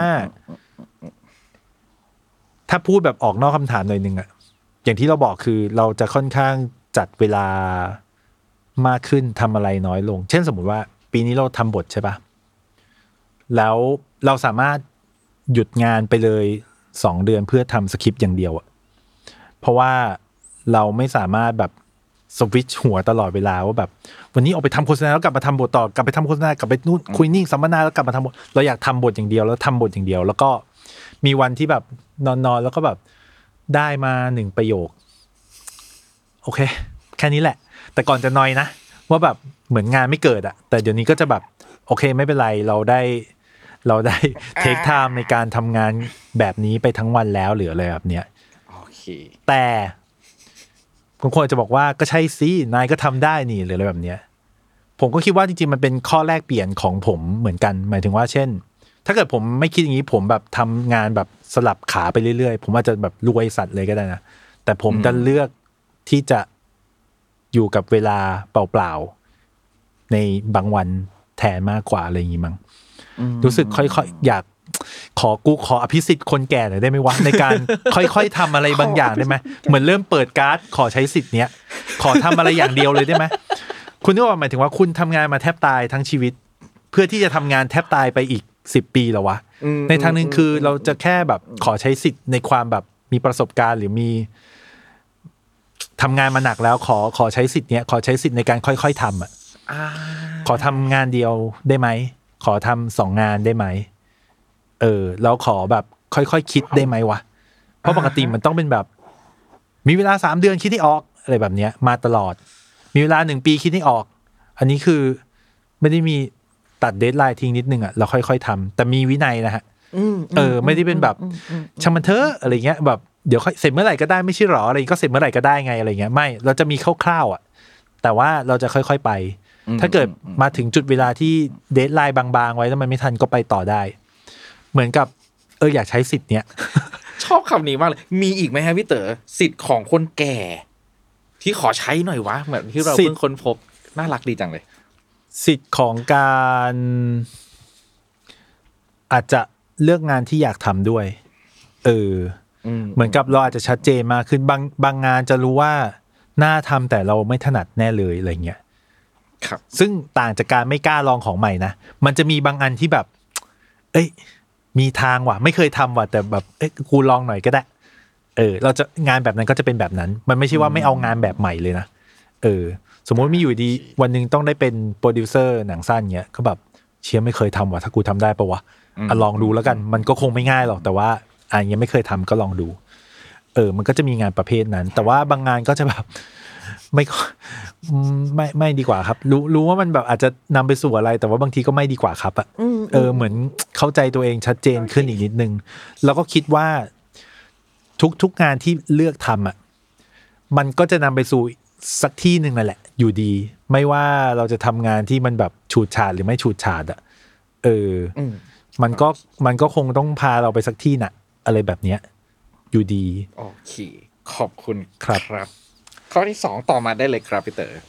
ถ้าพูดแบบออกนอกคำถามหน่อยนึงอะอย่างที่เราบอกคือเราจะค่อนข้างจัดเวลามากขึ้นทำอะไรน้อยลงเช่นสมมุติว่าปีนี้เราทำบทใช่ปะแล้วเราสามารถหยุดงานไปเลยสองเดือนเพื่อทำสคริปต์อย่างเดียวอะเพราะว่าเราไม่สามารถแบบสวิตช์หัวตลอดเวลาว่าแบบวันนี้ออกไปทำโฆษณาแล้วกลับมาทำบทต่อกลับไปทำโฆษณากลับไปนู่นคุยนิ่งสัมมนาแล้วกลับมาทำบทเราอยากทำบทอย่างเดียวแล้วทำบทอย่างเดียวแล้วก็มีวันที่แบบนอนๆแล้วก็แบบได้มาหนึ่งประโยคโอเคแค่นี้แหละแต่ก่อนจะนอยนะว่าแบบเหมือนงานไม่เกิดอะแต่เดี๋ยวนี้ก็จะแบบโอเคไม่เป็นไรเราได้เราได้เทคไทม์ในการทำงานแบบนี้ไปทั้งวันแล้วหรืออะไรแบบเนี้ยโอเคแต่บางคนอาจจะบอกว่าก็ใช่สินายก็ทำได้นี่หรืออะไรแบบเนี้ยผมก็คิดว่าจริงๆมันเป็นข้อแลกเปลี่ยนของผมเหมือนกันหมายถึงว่าเช่นถ้าเกิดผมไม่คิดอย่างนี้ผมแบบทำงานแบบสลับขาไปเรื่อยๆผมอาจจะแบบรวยสัตว์เลยก็ได้นะแต่ผมจะเลือกที่จะอยู่กับเวลาเปล่าๆในบางวันแทนมากกว่าอะไรอย่างงี้มั้งรู้สึกค่อยๆอยากขอกูขออภิสิทธิ์คนแก่หน่อยได้ไหมวะในการค่อยๆทำอะไรบางอย่างได้ไหมเหมือนเริ่มเปิดการ์ดขอใช้สิทธิ์เนี้ยขอทำอะไรอย่างเดียวเลยได้ไหมคุณนึกว่าหมายถึงว่าคุณทำงานมาแทบตายทั้งชีวิตเพื่อที่จะทำงานแทบตายไปอีกสิบปีแล้ววะในทางนึงคือเราจะแค่แบบขอใช้สิทธิ์ในความแบบมีประสบการณ์หรือมีทำงานมาหนักแล้วขอขอใช้สิทธิ์เนี้ยขอใช้สิทธิ์ในการค่อยๆทำอ่ะขอทำงานเดียวได้ไหมขอทำสองงานได้ไหมเออแล้วขอแบบค่อยๆคิดได้ไหมวะเพราะปกติมันต้องเป็นแบบมีเวลาสามเดือนคิดให้ออกอะไรแบบเนี้ยมาตลอดมีเวลาหนึ่งปีคิดให้ออกอันนี้คือไม่ได้มีตัดเดดไลน์ทิ้งนิดนึงอ่ะเราค่อยๆทำแต่มีวินัยนะฮะเออไม่ได้เป็นแบบช่างมันเถอะอะไรเงี้ยแบบเดี๋ยวเสร็จเมื่อไหร่ก็ได้ไม่ใช่หรออะไรก็เสร็จเมื่อไหร่ก็ได้ไงอะไรเงี้ยไม่เราจะมีคร่าวๆอ่ะแต่ว่าเราจะค่อยๆไปถ้าเกิดมาถึงจุดเวลาที่เดดไลน์บางๆไว้แล้วมันไม่ทันก็ไปต่อได้เหมือนกับเอออยากใช้สิทธิ์เนี้ยชอบคำนี้มากเลยมีอีกไหมฮะพี่เต๋อสิทธิ์ของคนแก่ที่ขอใช้หน่อยวะเหมือนที่เราเพิ่งค้นพบน่ารักดีจังเลยสิทธิ์ของการอาจจะเลือกงานที่อยากทำด้วยเออเหมือนกับเราอาจจะชัดเจนมากขึ้นบางบางงานจะรู้ว่าน่าทำแต่เราไม่ถนัดแน่เลยอะไรเงี้ยครับซึ่งต่างจากการไม่กล้าลองของใหม่นะมันจะมีบางอันที่แบบเอ้ยมีทางว่ะไม่เคยทำว่ะแต่แบบเอ้ยกูลองหน่อยก็ได้เออเราจะงานแบบนั้นก็จะเป็นแบบนั้นมันไม่ใช่ว่าไม่เอางานแบบใหม่เลยนะเออสมมติมีอยู่ดีวันนึงต้องได้เป็นโปรดิวเซอร์หนังสั้นเงี้ยก็แบบเชียร์ไม่เคยทำว่ะถ้ากูทำได้ปะวะอ่ะลองดูแล้วกันมันก็คงไม่ง่ายหรอกแต่ว่าอ่ะยังไม่เคยทำก็ลองดูเออมันก็จะมีงานประเภทนั้นแต่ว่าบางงานก็จะแบบไม่ไม่ไม่ดีกว่าครับรู้รู้ว่ามันแบบอาจจะนำไปสู่อะไรแต่ว่าบางทีก็ไม่ดีกว่าครับอ่ะเออเหมือนเข้าใจตัวเองชัดเจนขึ้นอีกนิดนึงแล้วก็คิดว่าทุกทุกงานที่เลือกทำอ่ะมันก็จะนำไปสู่สักที่หนึ่งนั่นแหละอยู่ดีไม่ว่าเราจะทำงานที่มันแบบฉูดฉาดหรือไม่ฉูดฉาดอ่ะเออมันก็มันก็คงต้องพาเราไปสักที่น่ะอะไรแบบเนี้ยอยู่ดีโอเคขอบคุณครับครับข้อที่สองต่อมาได้เลยครับพี่เต๋อ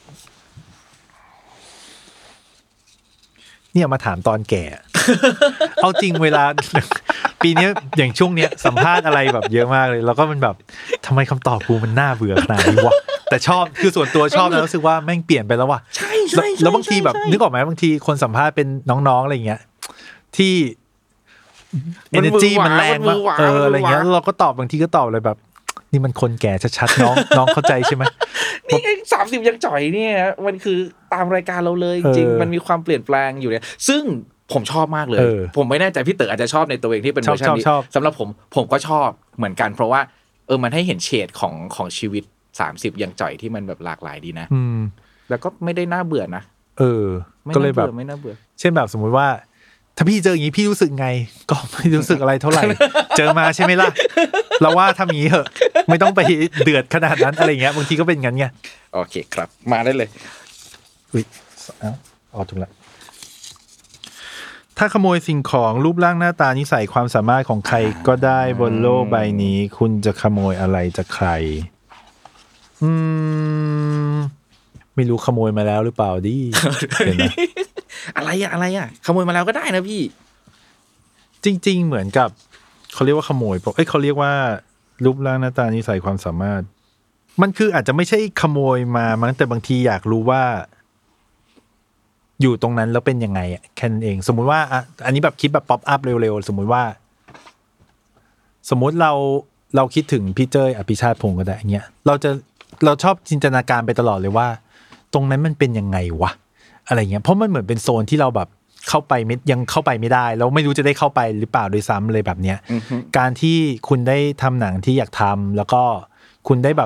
เนี่ยมาถามตอนแก่ เอาจริงเวลา ปีนี้อย่างช่วงเนี้ยสัมภาษณ์อะไรแบบเยอะมากเลยแล้วก็มันแบบทำไมคำตอบกูมันน่าเบื่อขนาดนี้วะแต่ชอบคือส่วนตัวชอบนะรู้สึกว่าแม่งเปลี่ยนไปแล้วว่ะใช่ใช่แล้วบางทีแบบนึกออกไหมบางทีคนสัมภาษณ์เป็นน้องๆอะไรเงี้ยที่ energy มันแรงมากเอออะไรเงี้ยเราก็ตอบบางทีก็ตอบเลยแบบนี่มันคนแก่ชัดๆน้องน้องเข้าใจใช่ไหมนี่สามสิบยังจ่อยเนี่ยมันคือตามรายการเราเลยจริงมันมีความเปลี่ยนแปลงอยู่เนี่ยซึ่งผมชอบมากเลยผมไม่แน่ใจพี่เต๋ออาจจะชอบในตัวเองที่เป็นเวอร์ชันนี้สำหรับผมผมก็ชอบเหมือนกันเพราะว่าเออมันให้เห็นเฉดของของชีวิตสามสิบยังจ่อยที่มันแบบหลากหลายดีนะแล้วก็ไม่ได้น่าเบื่อนะเออก็เลยแบบไม่น่าเบื่อเช่นแบบสมมุติว่าถ้าพี่เจออย่างนี้พี่รู้สึกไงก็ไม่รู้สึกอะไรเท่าไหร่ เจอมาใช่ไหมล่ะเราว่าทำอย่างนี้เหอะไม่ต้องไปเดือดขนาดนั้นอะไรเงี้ยบางทีก็เป็นงั้นไงโอเคครับมาได้เลยอุ้ยเอ้าอ๋อถูกแล้วถ้าขโมยสิ่งของรูปร่างหน้าตานิสัยความสามารถของใครก็ได้บนโลกใบนี้คุณจะขโมยอะไรจากใครอืมไม่รู้ขโมยมาแล้วหรือเปล่าดิเห็นไหมอะไรอะอะไรอะขโมยมาแล้วก็ได้นะพี่จริงๆเหมือนกับเขาเรียกว่าขโมยเอ้ยเขาเรียกว่ารูปร่างหน้าตานิสัยความสามารถมันคืออาจจะไม่ใช่ขโมยมามั้งแต่บางทีอยากรู้ว่าอยู่ตรงนั้นแล้วเป็นยังไงอ่ะแค่นั้นเองสมมุติว่าอ่ะอันนี้แบบคิดแบบป๊อปอัพเร็วๆสมมุติว่าสมมุติเราเราคิดถึงพี่เจ้ยอภิชาติพงศ์ก็ได้อย่างเงี้ยเราจะเราชอบจินตนาการไปตลอดเลยว่าตรงนั้นมันเป็นยังไงวะอะไรเงี้ยเพราะมันเหมือนเป็นโซนที่เราแบบเข้าไปไม่ยังเข้าไปไม่ได้แล้วไม่รู้จะได้เข้าไปหรือเปล่าโดยซ้ำเลยแบบเนี้ย uh-huh. การที่คุณได้ทำหนังที่อยากทำแล้วก็คุณได้แบบ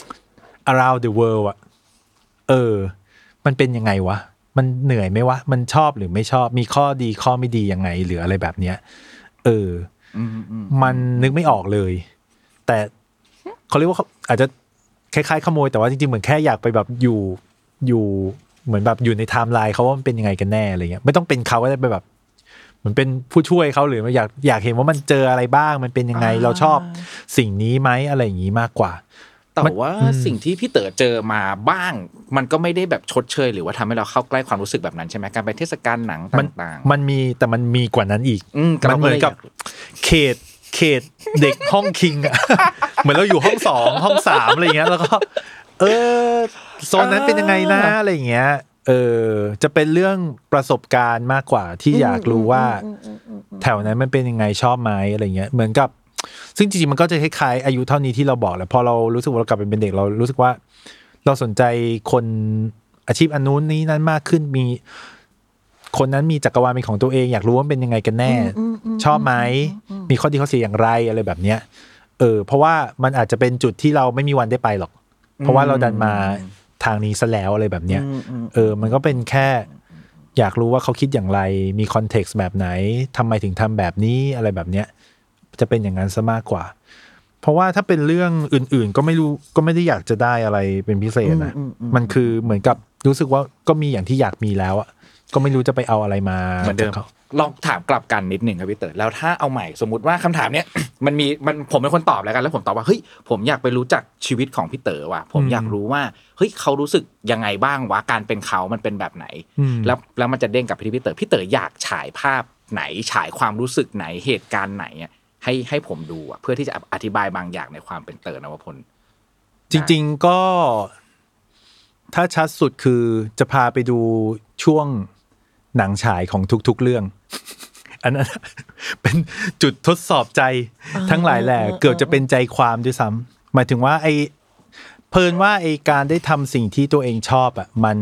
around the world อ่ะเออมันเป็นยังไงวะมันเหนื่อยไหมวะมันชอบหรือไม่ชอบมีข้อดีข้อไม่ดียังไงหรืออะไรแบบเนี้ยเออ uh-huh. มันนึกไม่ออกเลยแต่เขาเรียกว่าอาจจะคล้ายๆขโมยแต่ว่าจริงๆเหมือนแค่อยากไปแบบอยู่อยู่เหมือนแบบอยู่ในไทม์ไลน์เขาว่ามันเป็นยังไงกันแน่อะไรเงี้ยไม่ต้องเป็นเขาก็ได้ไปแบบเหมือนเป็นผู้ช่วยเขาหรืออยากอยากเห็นว่ามันเจออะไรบ้างมันเป็นยังไงเราชอบสิ่งนี้ไหมอะไรอย่างนี้มากกว่าแต่ว่าสิ่งที่พี่เต๋อเจอมาบ้างมันก็ไม่ได้แบบชดเชยหรือว่าทำให้เราเข้าใกล้ความรู้สึกแบบนั้นใช่ไหมการไปเทศกาลหนังต่างๆมันมีแต่มันมีกว่านั้นอีกมันเหมือนกับเขตเขตเด็กห้องคิงอ่ะเหมือนเราอยู่ห้องสองห้องสามอะไรเงี้ยแล้วก็เออโซนนั้นเป็นยังไงนะอะไรเงี้ยเออจะเป็นเรื่องประสบการณ์มากกว่าที่อยากรู้ว่าแถวนั้นมันเป็นยังไงชอบไหมอะไรเงี้ยเหมือนกับซึ่งจริงๆมันก็จะคล้ายๆอายุเท่านี้ที่เราบอกแหละพอเรารู้สึกว่าเรากลับเป็นเด็กเรารู้สึกว่าเราสนใจคนอาชีพอันนู้นนี้นั้นมากขึ้นมีคนนั้นมีจักรวาลเป็นของตัวเองอยากรู้ว่าเป็นยังไงกันแน่ชอบไหมมีข้อดีข้อเสียอย่างไรอะไรแบบเนี้ยเออเพราะว่ามันอาจจะเป็นจุดที่เราไม่มีวันได้ไปหรอกเพราะว่าเราดันมาทางนี้ซะแล้วอะไรแบบเนี้ยเออมันก็เป็นแค่อยากรู้ว่าเขาคิดอย่างไรมีคอนเท็กซ์แบบไหนทำไมถึงทำแบบนี้อะไรแบบเนี้ยจะเป็นอย่างนั้นซะมากกว่าเพราะว่าถ้าเป็นเรื่องอื่นๆก็ไม่รู้ก็ไม่ได้อยากจะได้อะไรเป็นพิเศษนะมันคือเหมือนกับรู้สึกว่าก็มีอย่างที่อยากมีแล้วอ่ะก็ไม่รู้จะไปเอาอะไรมาเหมือนเดิมลองถามกลับกันนิดหนึ่งครับพี่เต๋อแล้วถ้าเอาใหม่สมมุติว่าคำถามเนี้ย มันมีมันผมเป็นคนตอบแล้วกันแล้วผมตอบว่าเฮ้ยผมอยากไปรู้จักชีวิตของพี่เต๋อว่ะผมอยากรู้ว่าเฮ้ยเขารู้สึกยังไงบ้างวะการเป็นเขามันเป็นแบบไหนแล้วแล้วมันจะเด้งกับพี่พี่เต๋อพี่เต๋ออยากฉายภาพไหนฉายความรู้สึกไหนเหตุการณ์ไหนอ่ะให้ให้ผมดูอ่ะเพื่อที่จะอธิบายบางอย่างในความเป็นเต๋อนวพลจริงๆก็ถ้าชัดสุดคือจะพาไปดูช่วงหนังฉายของทุกๆเรื่องอันนั้นเป็นจุดทดสอบใจทั้งหลายแหล่เกือบจะเป็นใจความด้วยซ้ำหมายถึงว่าไอ้เพลินว่าไอ้การได้ทำสิ่งที่ตัวเองชอบอ่ะมัน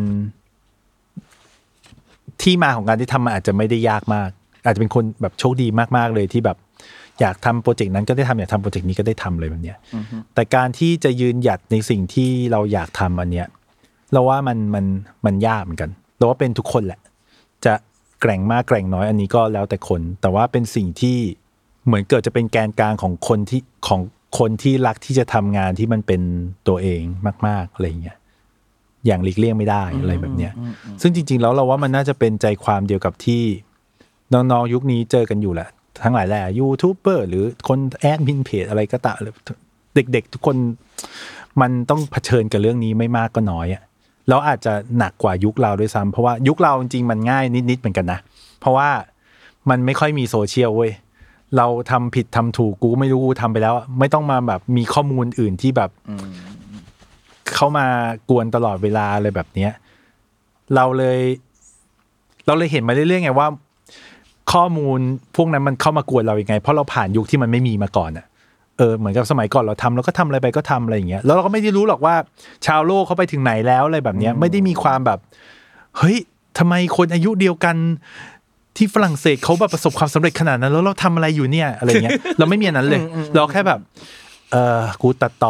ที่มาของการที่ทำมันอาจจะไม่ได้ยากมากอาจจะเป็นคนแบบโชคดีมากๆเลยที่แบบอยากทำโปรเจกต์นั้นก็ได้ทำอยากทำโปรเจกต์นี้ก็ได้ทำเลยแบบเนี้ยแต่การที่จะยืนหยัดในสิ่งที่เราอยากทำอันเนี้ยเราว่ามันมันมันยากเหมือนกันเราว่าเป็นทุกคนแหละจะแกร่งมากแกร่งน้อยอันนี้ก็แล้วแต่คนแต่ว่าเป็นสิ่งที่เหมือนเกิดจะเป็นแกนกลางของคนที่ของคนที่รักที่จะทำงานที่มันเป็นตัวเองมากๆอะไรเงี้ยอย่างหลีกเลี่ยงไม่ได้อะไรแบบเนี้ยซึ่งจริงๆแล้วเราว่ามันน่าจะเป็นใจความเดียวกับที่น้องๆยุคนี้เจอกันอยู่แหละทั้งหลายแหละยูทูบเบอร์หรือคนแอดมินเพจอะไรก็ตามเด็กๆทุกคนมันต้องเผชิญกับเรื่องนี้ไม่มากก็น้อยอ่ะแล้วอาจจะหนักกว่ายุคเราด้วยซ้ำเพราะว่ายุคเราจริงๆมันง่ายนิดๆเหมือนกันนะเพราะว่ามันไม่ค่อยมีโซเชียลเว้ยเราทำผิดทำถูกกูไม่รู้กูทำไปแล้วไม่ต้องมาแบบมีข้อมูลอื่นที่แบบเข้ามากวนตลอดเวลาเลยแบบเนี้ยเราเลยเราเลยเห็นมาเรื่อยๆไงว่าข้อมูลพวกนั้นมันเข้ามากวนเรายังไงเพราะเราผ่านยุคที่มันไม่มีมาก่อนอ่ะเออเหมือนกับสมัยก่อนเราทำเราก็ทำอะไรไปก็ทำอะไรอย่างเงี้ยแล้วเราก็ไม่ได้รู้หรอกว่าชาวโลกเขาไปถึงไหนแล้วอะไรแบบเนี้ยไม่ได้มีความแบบเฮ้ยทำไมคนอายุเดียวกันที่ฝรั่งเศสเขาแบบประสบความสำเร็จขนาดนั้นแล้วเราทำอะไรอยู่เนี่ยอะไรเงี้ยเราไม่มีอันนั้นเลยเราแค่แบบเออกูตัดต่อ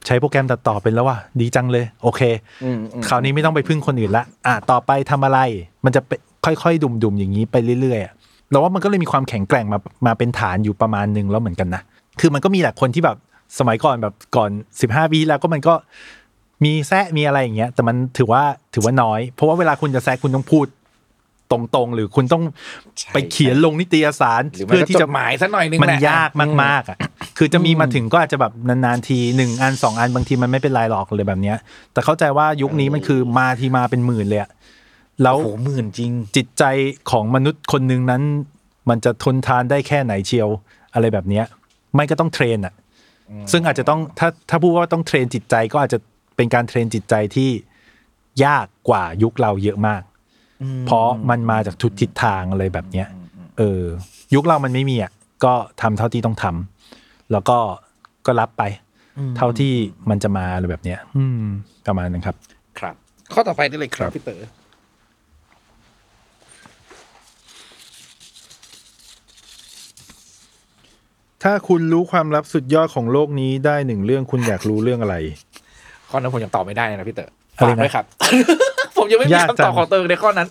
ใช้โปรแกรมตัดต่อเป็นแล้วว่ะดีจังเลยโอเคคราวนี้ไม่ต้องไปพึ่งคนอื่นละอ่ะต่อไปทำอะไรมันจะค่อยๆดุมๆอย่างนี้ไปเรื่อยๆเราว่ามันก็เลยมีความแข็งแกร่งมามาเป็นฐานอยู่ประมาณนึงแล้วเหมือนกันนะคือมันก็มีแหละคนที่แบบสมัยก่อนแบบก่อนสิบห้าปีแล้วก็มันก็มีแซะมีอะไรอย่างเงี้ยแต่มันถือว่าถือว่าน้อยเพราะว่าเวลาคุณจะแซะคุณต้องพูดตรงๆหรือคุณต้องไปเขียนลงนิตยสารเพื่อที่จะหมายซะหน่อยนึงมันยากมากๆอ่ะคือจะมีมาถึงก็อาจจะแบบนานๆทีหนึ่งอันสองอันบางทีมันไม่เป็นไรหรอกเลยแบบเนี้ยแต่เข้าใจว่ายุคนี้มันคือมาทีมาเป็นหมื่นเลยอ่ะแล้วโหหมื่นจริงจิตใจของมนุษย์คนนึงนั้นมันจะทนทานได้แค่ไหนเชียวอะไรแบบเนี้ยไม่ก็ต้องเทรนอ่ะซึ่งอาจจะต้องถ้าถ้าพูดว่าต้องเทรนจิตใจก็อาจจะเป็นการเทรนจิตใจที่ยากกว่ายุคเราเยอะมากเพราะมันมาจากทุกทิศทางอะไรแบบเนี้ยเออยุคเรามันไม่มีอ่ะก็ทำเท่าที่ต้องทำแล้วก็ก็รับไปเท่าที่มันจะมาอะไรแบบเนี้ยอืมประมาณนั้นครับครับข้อต่อไปได้เลยครับพี่เต๋อถ้าคุณรู้ความลับสุดยอดของโลกนี้ได้หนึ่งเรื่องคุณอยากรู้เรื่องอะไรข้อนั้นผมยังตอบไม่ได้นะพี่เต๋อฝากด้วยครับ ผมยังไม่มีคำตอบของเต๋อในข้อนั้น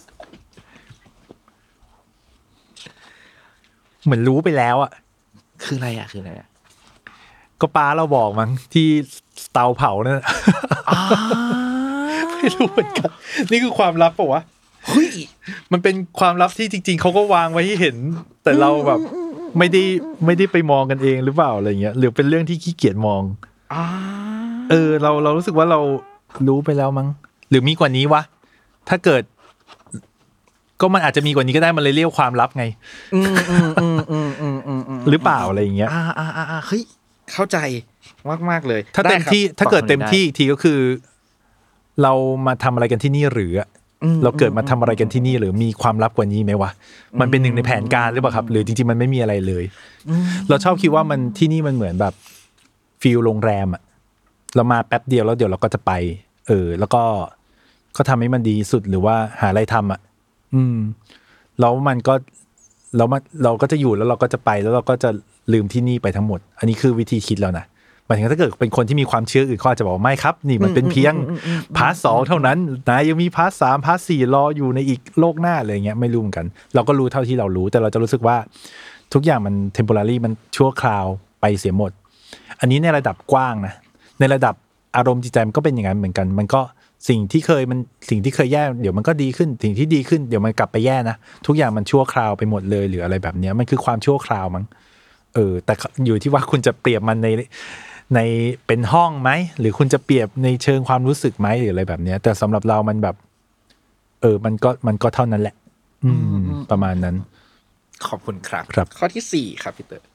เหมือนรู้ไปแล้วอ่ะคืออะไรอ่ะคืออะไรอ่ะก็ป้าเราบอกมั้งที่เตาเผานั่นไม่รู้เหมือนกันนี่คือความลับป่ะวะเฮ้ยมันเป็นความลับที่จริงๆเขาก็วางไว้ให้เห็นแต่เราแบบไม่ได้ไม่ได้ไปมองกันเองหรือเปล่าอะไรเงี้ยหรือเป็นเรื่องที่ขี้เกียจมองเออเราเรารู้สึกว่าเรารู้ไปแล้วมั้งหรือมีกว่านี้วะถ้าเกิดก็มันอาจจะมีกว่านี้ก็ได้มันเลยเรียกความลับไงอืมอืมอืมอืมอืมอืมหรือเปล่าอะไรอย่างเงี้ยอ่าอ่าอ่าเฮ้ยเข้าใจมากมากเลยถ้าเต็มที่ถ้าเกิดเต็มที่อีกทีก็คือเรามาทำอะไรกันที่นี่หรือเราเกิดมาทำอะไรกันที่นี่หรือมีความลับกว่านี้ไหมวะมันเป็นหนึ่งในแผนการหรือเปล่าครับหรือจริงๆมันไม่มีอะไรเลยเราชอบคิดว่ามันที่นี่มันเหมือนแบบฟีลโรงแรมอะเรามาแป๊บเดียวแล้วเดี๋ยวเราก็จะไปเออแล้วก็ก็ทำให้มันดีสุดหรือว่าหาอะไรทำอ่ะอืมแล้วมันก็แล้วมันเราก็จะอยู่แล้วเราก็จะไปแล้วเราก็จะลืมที่นี่ไปทั้งหมดอันนี้คือวิธีคิดแล้วนะหมายถึงถ้าเกิดเป็นคนที่มีความเชื่ออื่นเขาอาจจะบอกไม่ครับนี่มันเป็นเพียงพาร์ทสองเท่านั้นนะยังมีพาร์ทสามพาร์ทสี่รออยู่ในอีกโลกหน้าอะไรเงี้ยไม่รู้เหมือนกันเราก็รู้เท่าที่เรารู้แต่เราจะรู้สึกว่าทุกอย่างมัน temporary มันชั่วคราวไปเสียหมดอันนี้ในระดับกว้างนะในระดับอารมณ์จิตใจมันก็เป็นอย่างนั้นเหมือนกันมันก็สิ่งที่เคยมันสิ่งที่เคยแย่เดี๋ยวมันก็ดีขึ้นสิ่งที่ดีขึ้นเดี๋ยวมันกลับไปแย่นะทุกอย่างมันชั่วคราวไปหมดเลยหรืออะไรแบบนี้มันคือความชั่วคราวมั้งเออแต่อยู่ที่ว่าคุณจะเปรียบมันในในเป็นห้องไหมหรือคุณจะเปรียบในเชิงความรู้สึกไหมหรืออะไรแบบนี้แต่สำหรับเรามันแบบเออมันก็มันก็เท่านั้นแหละอืมประมาณนั้นขอบคุณครับครับข้อที่สี่ครับพี่เต๋อ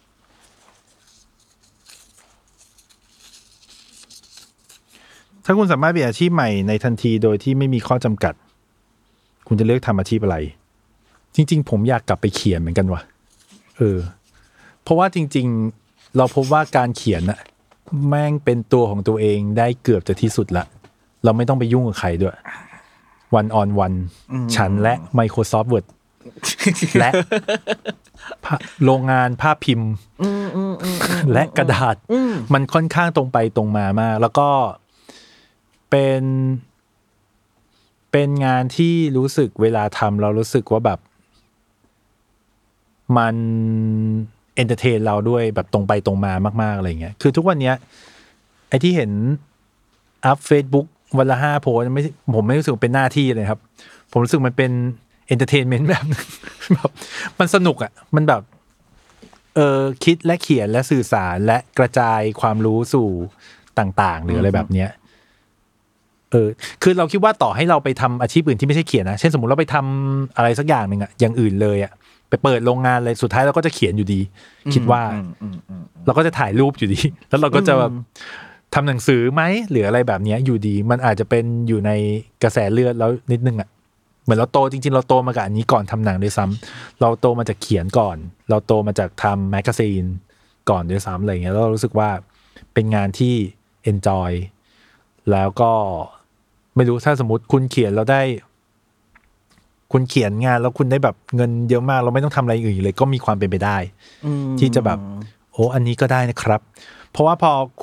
ถ้าคุณสามารถเปลี่ยนอาชีพใหม่ในทันทีโดยที่ไม่มีข้อจำกัดคุณจะเลือกทำอาชีพอะไรจริงๆผมอยากกลับไปเขียนเหมือนกันว่ะเออเพราะว่าจริงๆเราพบว่าการเขียนน่ะแม่งเป็นตัวของตัวเองได้เกือบจะที่สุดละเราไม่ต้องไปยุ่งกับใครด้วยวันออนวันฉันและ Microsoft Word และโรงงานภาพพิมพ์และกระดาษมันค่อนข้างตรงไปตรงมามากแล้วก็เป็นเป็นงานที่รู้สึกเวลาทำเรารู้สึกว่าแบบมันเอนเตอร์เทนเราด้วยแบบตรงไปตรงมามากๆอะไรเงี้ยคือทุกวันเนี้ยไอ้ที่เห็นอัพ Facebook วันละห้าโพสไม่ผมไม่รู้สึกเป็นหน้าที่เลยครับผมรู้สึกมันเป็นเอนเตอร์เทนเมนต์แบบแบบมันสนุกอ่ะมันแบบเออคิดและเขียนและสื่อสารและกระจายความรู้สู่ต่างๆหรืออะไรแบบเนี้ยเออคือเราคิดว่าต่อให้เราไปทำอาชีพอื่นที่ไม่ใช่เขียนนะเช่นสมมุติเราไปทำอะไรสักอย่างหนึ่งอะอย่างอื่นเลยอะไปเปิดโรงงานอะไรสุดท้ายเราก็จะเขียนอยู่ดีคิดว่าเราก็จะถ่ายรูปอยู่ดีแล้วเราก็จะแบบทำหนังสือไหมหรืออะไรแบบนี้อยู่ดีมันอาจจะเป็นอยู่ในกระแสเลือดแล้วนิดนึงอะเหมือนเราโตจริงๆเราโตมากับอันนี้ก่อนทำหนังด้วยซ้ำเราโตมาจากเขียนก่อนเราโตมาจากทำแมกกาซีนก่อนด้วยซ้ำอะไรเงี้ยแล้วเรารู้สึกว่าเป็นงานที่ enjoyแล้วก็ไม่รู้ถ้าสมมติคุณเขียนแล้วได้คุณเขียนงานแล้วคุณได้แบบเงินเยอะมากเราไม่ต้องทำอะไรอื่นเลยก็มีความเป็นไปได้ที่จะแบบโอ้อันนี้ก็ได้นะครับเพราะว่าพอคุณ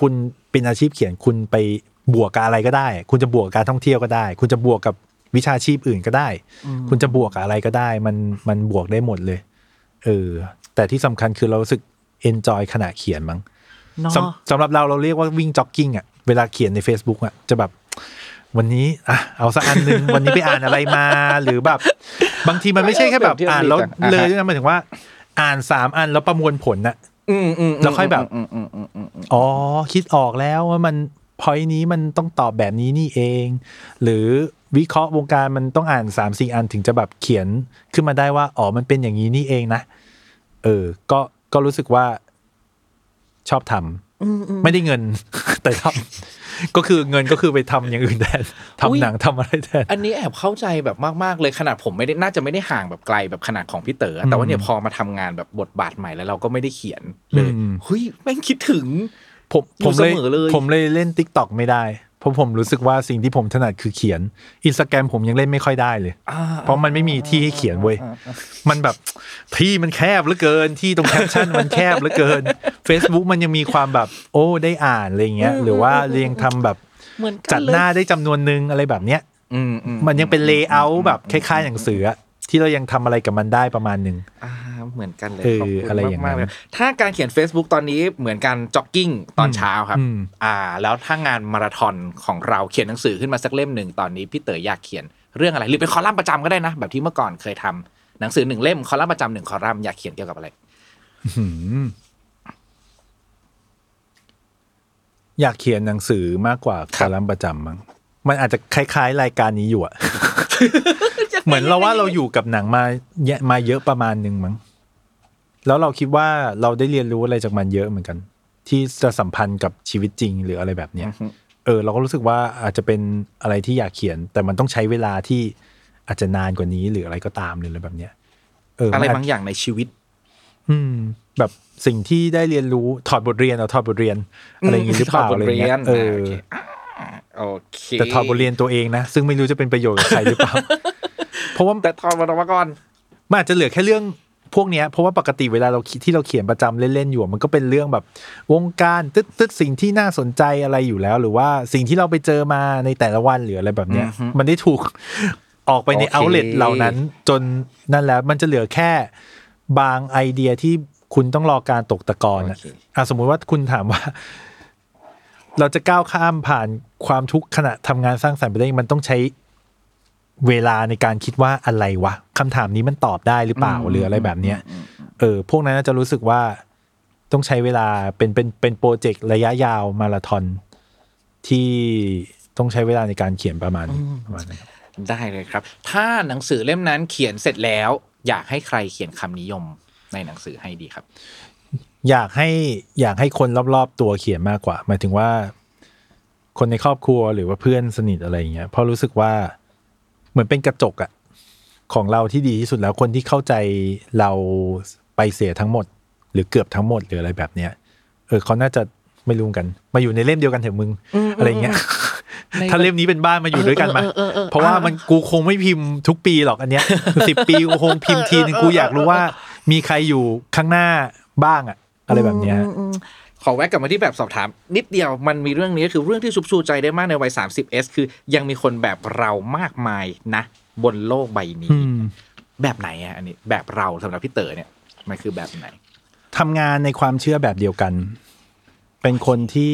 เป็นอาชีพเขียนคุณไปบวกกับอะไรก็ได้คุณจะบวกกับการท่องเที่ยวก็ได้คุณจะบวกกับวิชาชีพอื่นก็ได้คุณจะบวกกับอะไรก็ได้มันมันบวกได้หมดเลยเออแต่ที่สำคัญคือเรารู้สึก enjoy ขณะเขียนมั้งสำสำหรับเราเราเรียกว่าวิ่งจ็อกกิ้งอ่ะเวลาเขียนใน Facebook อ่ะจะแบบวันนี้อ่ะเอาสักอันนึง วันนี้ไปอ่านอะไรมาหรือแบบบางทีมันไม่ใช่แค่แบบอ่านแล้วเลยนะหมายถึงว่าอ่านสามอันแล้วประมวลผลน่ะแล้วค่อยแบบอ๋อคิดออกแล้วว่ามันพอยต์นี้มันต้องตอบแบบนี้นี่เองหรือวิเคราะห์วงการมันต้องอ่าน สามสี่ อันถึงจะแบบเขียนขึ้นมาได้ว่าอ๋อมันเป็นอย่างนี้นี่เองนะเออก็ก็รู้สึกว่าชอบทำไม่ได้เงิน แต่ทำก็คือเงินก็คือไปทำอย่างอื่นแทนทำหนังทำอะไรแทนอันนี้แอบเข้าใจแบบมากๆเลยขนาดผมไม่ได้น่าจะไม่ได้ห่างแบบไกลแบบขนาดของพี่เต๋อแต่ว่าเนี่ยพอมาทำงานแบบบทบาทใหม่แล้วเราก็ไม่ได้เขียนเลยเฮ้ยแม่งคิดถึงผมผมเลยผมเลยเล่น TikTok ไม่ได้เพราะผมรู้สึกว่าสิ่งที่ผมถนัดคือเขียน Instagram ผมยังเล่นไม่ค่อยได้เลยเพราะมันไม่มีที่ให้เขียนเว้ยมันแบบที่มันแคบเหลือเกินที่ตรงแคปชั่นมันแคบเหลือเกิน Facebook มันยังมีความแบบโอ้ได้อ่านอะไรเงี้ยหรือว่าเรียงทำแบบจัดหน้าได้จำนวนนึงอะไรแบบเนี้ยมันยังเป็นเลเยอร์แบบคล้ายๆหนังสือที่เรายังทำอะไรกับมันได้ประมาณนึงอ่าเหมือนกันเลยขอบคุณมากๆเลยถ้าการเขียน Facebook ตอนนี้เหมือนการจ็อกกิ้งตอนเช้าครับอ่าแล้วถ้างานมาราธอนของเราเขียนหนังสือขึ้นมาสักเล่มหนึ่งตอนนี้พี่เต๋ออยากเขียนเรื่องอะไรหรือเป็นคอลัมน์ประจำก็ได้นะแบบที่เมื่อก่อนเคยทำหนังสือหนึ่งเล่มคอลัมน์ประจำหนึ่งคอลัมน์อยากเขียนเกี่ยวกับอะไรอยากเขียนหนังสือมากกว่าคอลัมน์ประจำมั้งมันอาจจะคล้ายๆรายการนี้อยู่อะ เหมือนเราว่าเราอยู่กับหนังมามาเยอะประมาณนึงมั้งแล้วเราคิดว่าเราได้เรียนรู้อะไรจากมันเยอะเหมือนกันที่จะสัมพันธ์กับชีวิตจริงหรืออะไรแบบเนี้ยเออเราก็รู้สึกว่าอาจจะเป็นอะไรที่อยากเขียนแต่มันต้องใช้เวลาที่อาจจะนานกว่านี้หรืออะไรก็ตามหรืออะไรแบบเนี้ยเอออะไรบางอย่างในชีวิตอืมแบบสิ่งที่ได้เรียนรู้ถอดบทเรียนเอาถอดบทเรียนอะไรอย่างงี้หรือเปล่าอะไรเงี้ยเออโอเคแต่ถอดบทเรียนตัวเองนะซึ่งไม่รู้จะเป็นประโยชน์กับใครหรือเปล่าเพราะว่าแต่ถอดบทมาก่อนมันอาจจะเหลือแค่เรื่องพวกเนี้ยเพราะว่าปกติเวลาเราที่เราเขียนประจำเล่นๆอยู่มันก็เป็นเรื่องแบบวงการตึ๊ดๆสิ่งที่น่าสนใจอะไรอยู่แล้วหรือว่าสิ่งที่เราไปเจอมาในแต่ละวันหรืออะไรแบบเนี้ยมันได้ถูกออกไปในเอาท์เล็ตเหล่านั้นจนนั่นแล้วมันจะเหลือแค่บางไอเดียที่คุณต้องรอการตกตะกอนอ่ะอ่ะสมมุติว่าคุณถามว่าเราจะก้าวข้ามผ่านความทุกข์ขณะทำงานสร้างสรรค์ไปได้มันต้องใช้เวลาในการคิดว่าอะไรวะคำถามนี้มันตอบได้หรือเปล่าหรืออะไรแบบเนี้ยเออพวกนั้นจะรู้สึกว่าต้องใช้เวลาเป็นเป็นเป็นโปรเจกต์ระยะยาวมาราธอนที่ต้องใช้เวลาในการเขียนประมาณประมาณนั้นได้เลยครับถ้าหนังสือเล่มนั้นเขียนเสร็จแล้วอยากให้ใครเขียนคำนิยมในหนังสือให้ดีครับอยากให้อยากให้คนรอบๆตัวเขียนมากกว่าหมายถึงว่าคนในครอบครัวหรือว่าเพื่อนสนิทอะไรอย่างเงี้ยเพราะรู้สึกว่าเหมือนเป็นกระจกอะของเราที่ดีที่สุดแล้วคนที่เข้าใจเราไปเสียทั้งหมดหรือเกือบทั้งหมดหรืออะไรแบบเนี้ยเออเขาน่าจะไม่รู้กันมาอยู่ในเล่มเดียวกันเถอะมึงอะไรเงี้ยถ้าเล่มนี้เป็นบ้านมาอยู่ด้วยกันมาเพราะว่ามันกูคงไม่พิมพ์ทุกปีหรอกอันเนี้ยสิบปีกูคงพิมพ์ทีนึงกูอยากรู้ว่ามีใครอยู่ข้างหน้าบ้างอะอะไรแบบเนี้ยขอแวะกลับมาที่แบบสอบถามนิดเดียวมันมีเรื่องนี้คือเรื่องที่ชุบชูใจได้มากในวัย สามสิบเอส คือยังมีคนแบบเรามากมายนะบนโลกใบนี้แบบไหนอ่ะอันนี้แบบเราสำหรับพี่เต๋อเนี่ยมันคือแบบไหนทำงานในความเชื่อแบบเดียวกันเป็นคนที่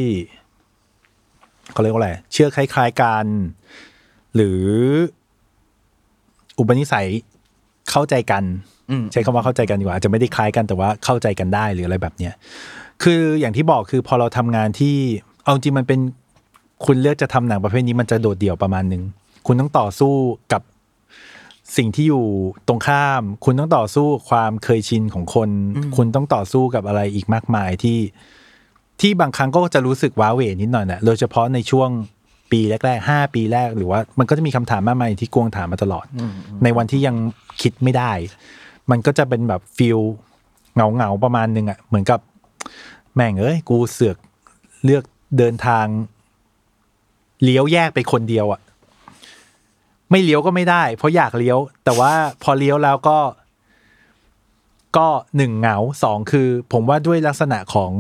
เขาเรียกว่าอะไรเชื่อคล้ายๆกันหรืออุปนิสัยเข้าใจกันใช้คำว่าเข้าใจกันดีกว่าอาจจะไม่ได้คล้ายกันแต่ว่าเข้าใจกันได้หรืออะไรแบบเนี้ยคืออย่างที่บอกคือพอเราทำงานที่เอาจริงมันเป็นคุณเลือกจะทำหนังประเภทนี้มันจะโดดเดี่ยวประมาณนึงคุณต้องต่อสู้กับสิ่งที่อยู่ตรงข้ามคุณต้องต่อสู้ความเคยชินของคนคุณต้องต่อสู้กับอะไรอีกมากมายที่ที่บางครั้งก็จะรู้สึกว้าเหวนิดหน่อยนะโดยเฉพาะในช่วงปีแรกๆห้าปีแรกหรือว่ามันก็จะมีคำถามมากมายที่กวงถามมาตลอดในวันที่ยังคิดไม่ได้มันก็จะเป็นแบบฟีลเหงาๆประมาณนึงอ่ะเหมือนกับแม่งเอ้ยกูเสือกเลือกเดินทางเลี้ยวแยกไปคนเดียวอ่ะไม่เลี้ยวก็ไม่ได้เพราะอยากเลี้ยวแต่ว่าพอเลี้ยวแล้วก็ก็หนึ่งเหงาสองคือผมว่าด้วยลักษณะของ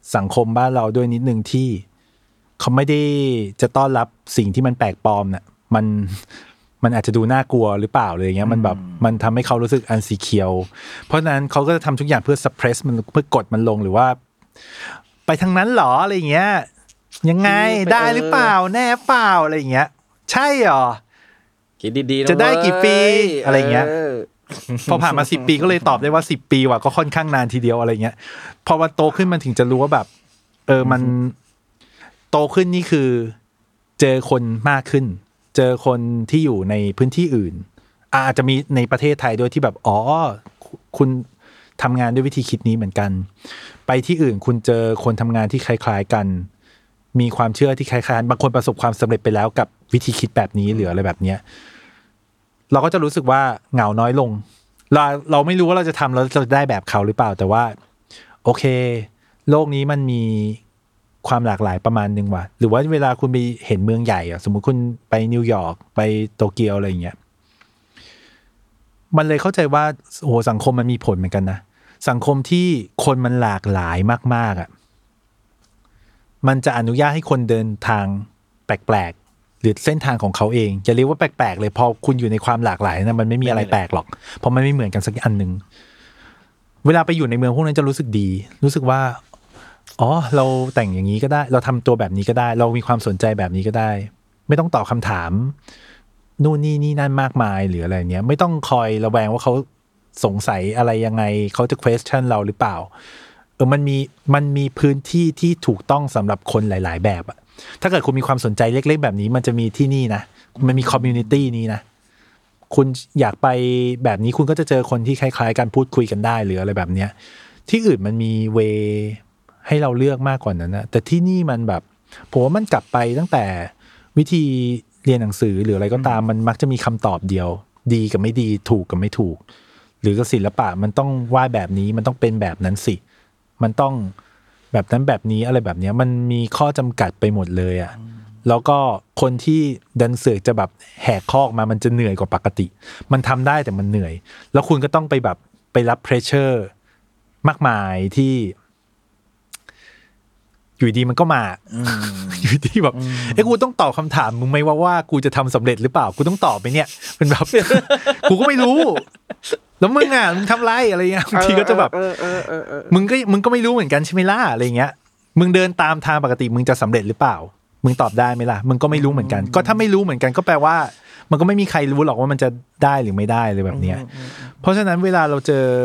สังคมบ้านเราด้วยนิดนึงที่เขาไม่ได้จะต้อนรับสิ่งที่มันแปลกปลอมน่ะมันมันอาจจะดูน่ากลัวหรือเปล่าเลยอย่างเงี้ยมันแบบมันทำให้เขารู้สึกอันซีเคียวเพราะฉะนั้นเขาก็จะทำทุกอย่างเพื่อ suppress มันเพื่อกดมันลงหรือว่าไปทางนั้นหรออะไรอย่างเงี้ยยังไงได้หรือเปล่าแน่เปล่าอะไรอย่างเงี้ยใช่หรอคิดดีๆนะจะได้กี่ปีอะไรอย่างเงี้ยพอผ่านมาสิบปีก็เลยตอบได้ว่าสิบปีว่ะก็ค่อนข้างนานทีเดียวอะไรเงี้ยพอวันโตขึ้นมันถึงจะรู้ว่าแบบเออมันโตขึ้นนี่คือเจอคนมากขึ้นเจอคนที่อยู่ในพื้นที่อื่นอาจจะมีในประเทศไทยด้วยที่แบบอ๋อคุณทำงานด้วยวิธีคิดนี้เหมือนกันไปที่อื่นคุณเจอคนทำงานที่คล้ายๆกันมีความเชื่อที่คล้ายๆบางคนประสบความสำเร็จไปแล้วกับวิธีคิดแบบนี้หรืออะไรแบบเนี้ยเราก็จะรู้สึกว่าเหงาน้อยลงเราเราไม่รู้ว่าเราจะทำแล้วเราจะได้แบบเขาหรือเปล่าแต่ว่าโอเคโลกนี้มันมีความหลากหลายประมาณนึงว่ะหรือว่าเวลาคุณไปเห็นเมืองใหญ่อะสมมุติคุณไปนิวยอร์กไปโตเกียวอะไรอย่างเงี้ยมันเลยเข้าใจว่าโอ้โหสังคมมันมีผลเหมือนกันนะสังคมที่คนมันหลากหลายมากๆอ่ะมันจะอนุญาตให้คนเดินทางแปลกหรือเส้นทางของเขาเองอย่าเรียกว่าแปลกๆเลยพอคุณอยู่ในความหลากหลายนะมันไม่มีอะไรแปลกหรอกเพราะมันไม่เหมือนกันสักอันนึงเวลาไปอยู่ในเมืองพวกนั้นจะรู้สึกดีรู้สึกว่าอ๋อเราแต่งอย่างนี้ก็ได้เราทำตัวแบบนี้ก็ได้เรามีความสนใจแบบนี้ก็ได้ไม่ต้องตอบคำถามนู่นนี่นี่นั่นมากมายหรืออะไรเนี้ยไม่ต้องคอยระแวงว่าเขาสงสัยอะไรยังไงเขาจะ question เราหรือเปล่าเออมันมีมันมีพื้นที่ที่ถูกต้องสำหรับคนหลายๆแบบอะถ้าเกิดคุณมีความสนใจเล็กๆแบบนี้มันจะมีที่นี่นะมันมีคอมมูนิตี้นี้นะคุณอยากไปแบบนี้คุณก็จะเจอคนที่คล้ายๆกันพูดคุยกันได้หรืออะไรแบบเนี้ยที่อื่นมันมีเวให้เราเลือกมากกว่านั้นนะแต่ที่นี่มันแบบผมว่ามันกลับไปตั้งแต่วิธีเรียนหนังสือหรืออะไรก็ตามมันมักจะมีคำตอบเดียวดีกับไม่ดีถูกกับไม่ถูกหรือกับศิลปะมันต้องวาดแบบนี้มันต้องเป็นแบบนั้นสิมันต้องแบบนั้นแบบนี้อะไรแบบนี้มันมีข้อจำกัดไปหมดเลยอ่ะแล้วก็คนที่ดันเสือกจะแบบแหกข้อออกมามันจะเหนื่อยกว่าปกติมันทำได้แต่มันเหนื่อยแล้วคุณก็ต้องไปแบบไปรับเพรสเชอร์มากมายที่อยู่ดีมันก็มาอยู่ดีแบบเอ้กูต้องตอบคำถามมึงไหมว่าว่ากูจะทำสำเร็จหรือเปล่ากูต้องตอบไปเนี่ยเป็นแบบ กูก็ไม่รู้แล้วมึงอ่ะมึงทำไรอะไรเงี้ยบางทีก็จะแบบมึงก็มึงก็ไม่รู้เหมือนกันใช่ไหมล่ะอะไรเงี้ยมึงเดินตามทางปกติมึงจะสำเร็จหรือเปล่ามึงตอบได้ไหมล่ะมึงก็ไม่รู้เหมือนกันก็ถ้าไม่รู้เหมือนกันก็แปลว่ามันก็ไม่มีใครรู้หรอกว่ามันจะได้หรือไม่ได้เลยแบบเนี้ยเพราะฉะนั้นเวลาเราเจอ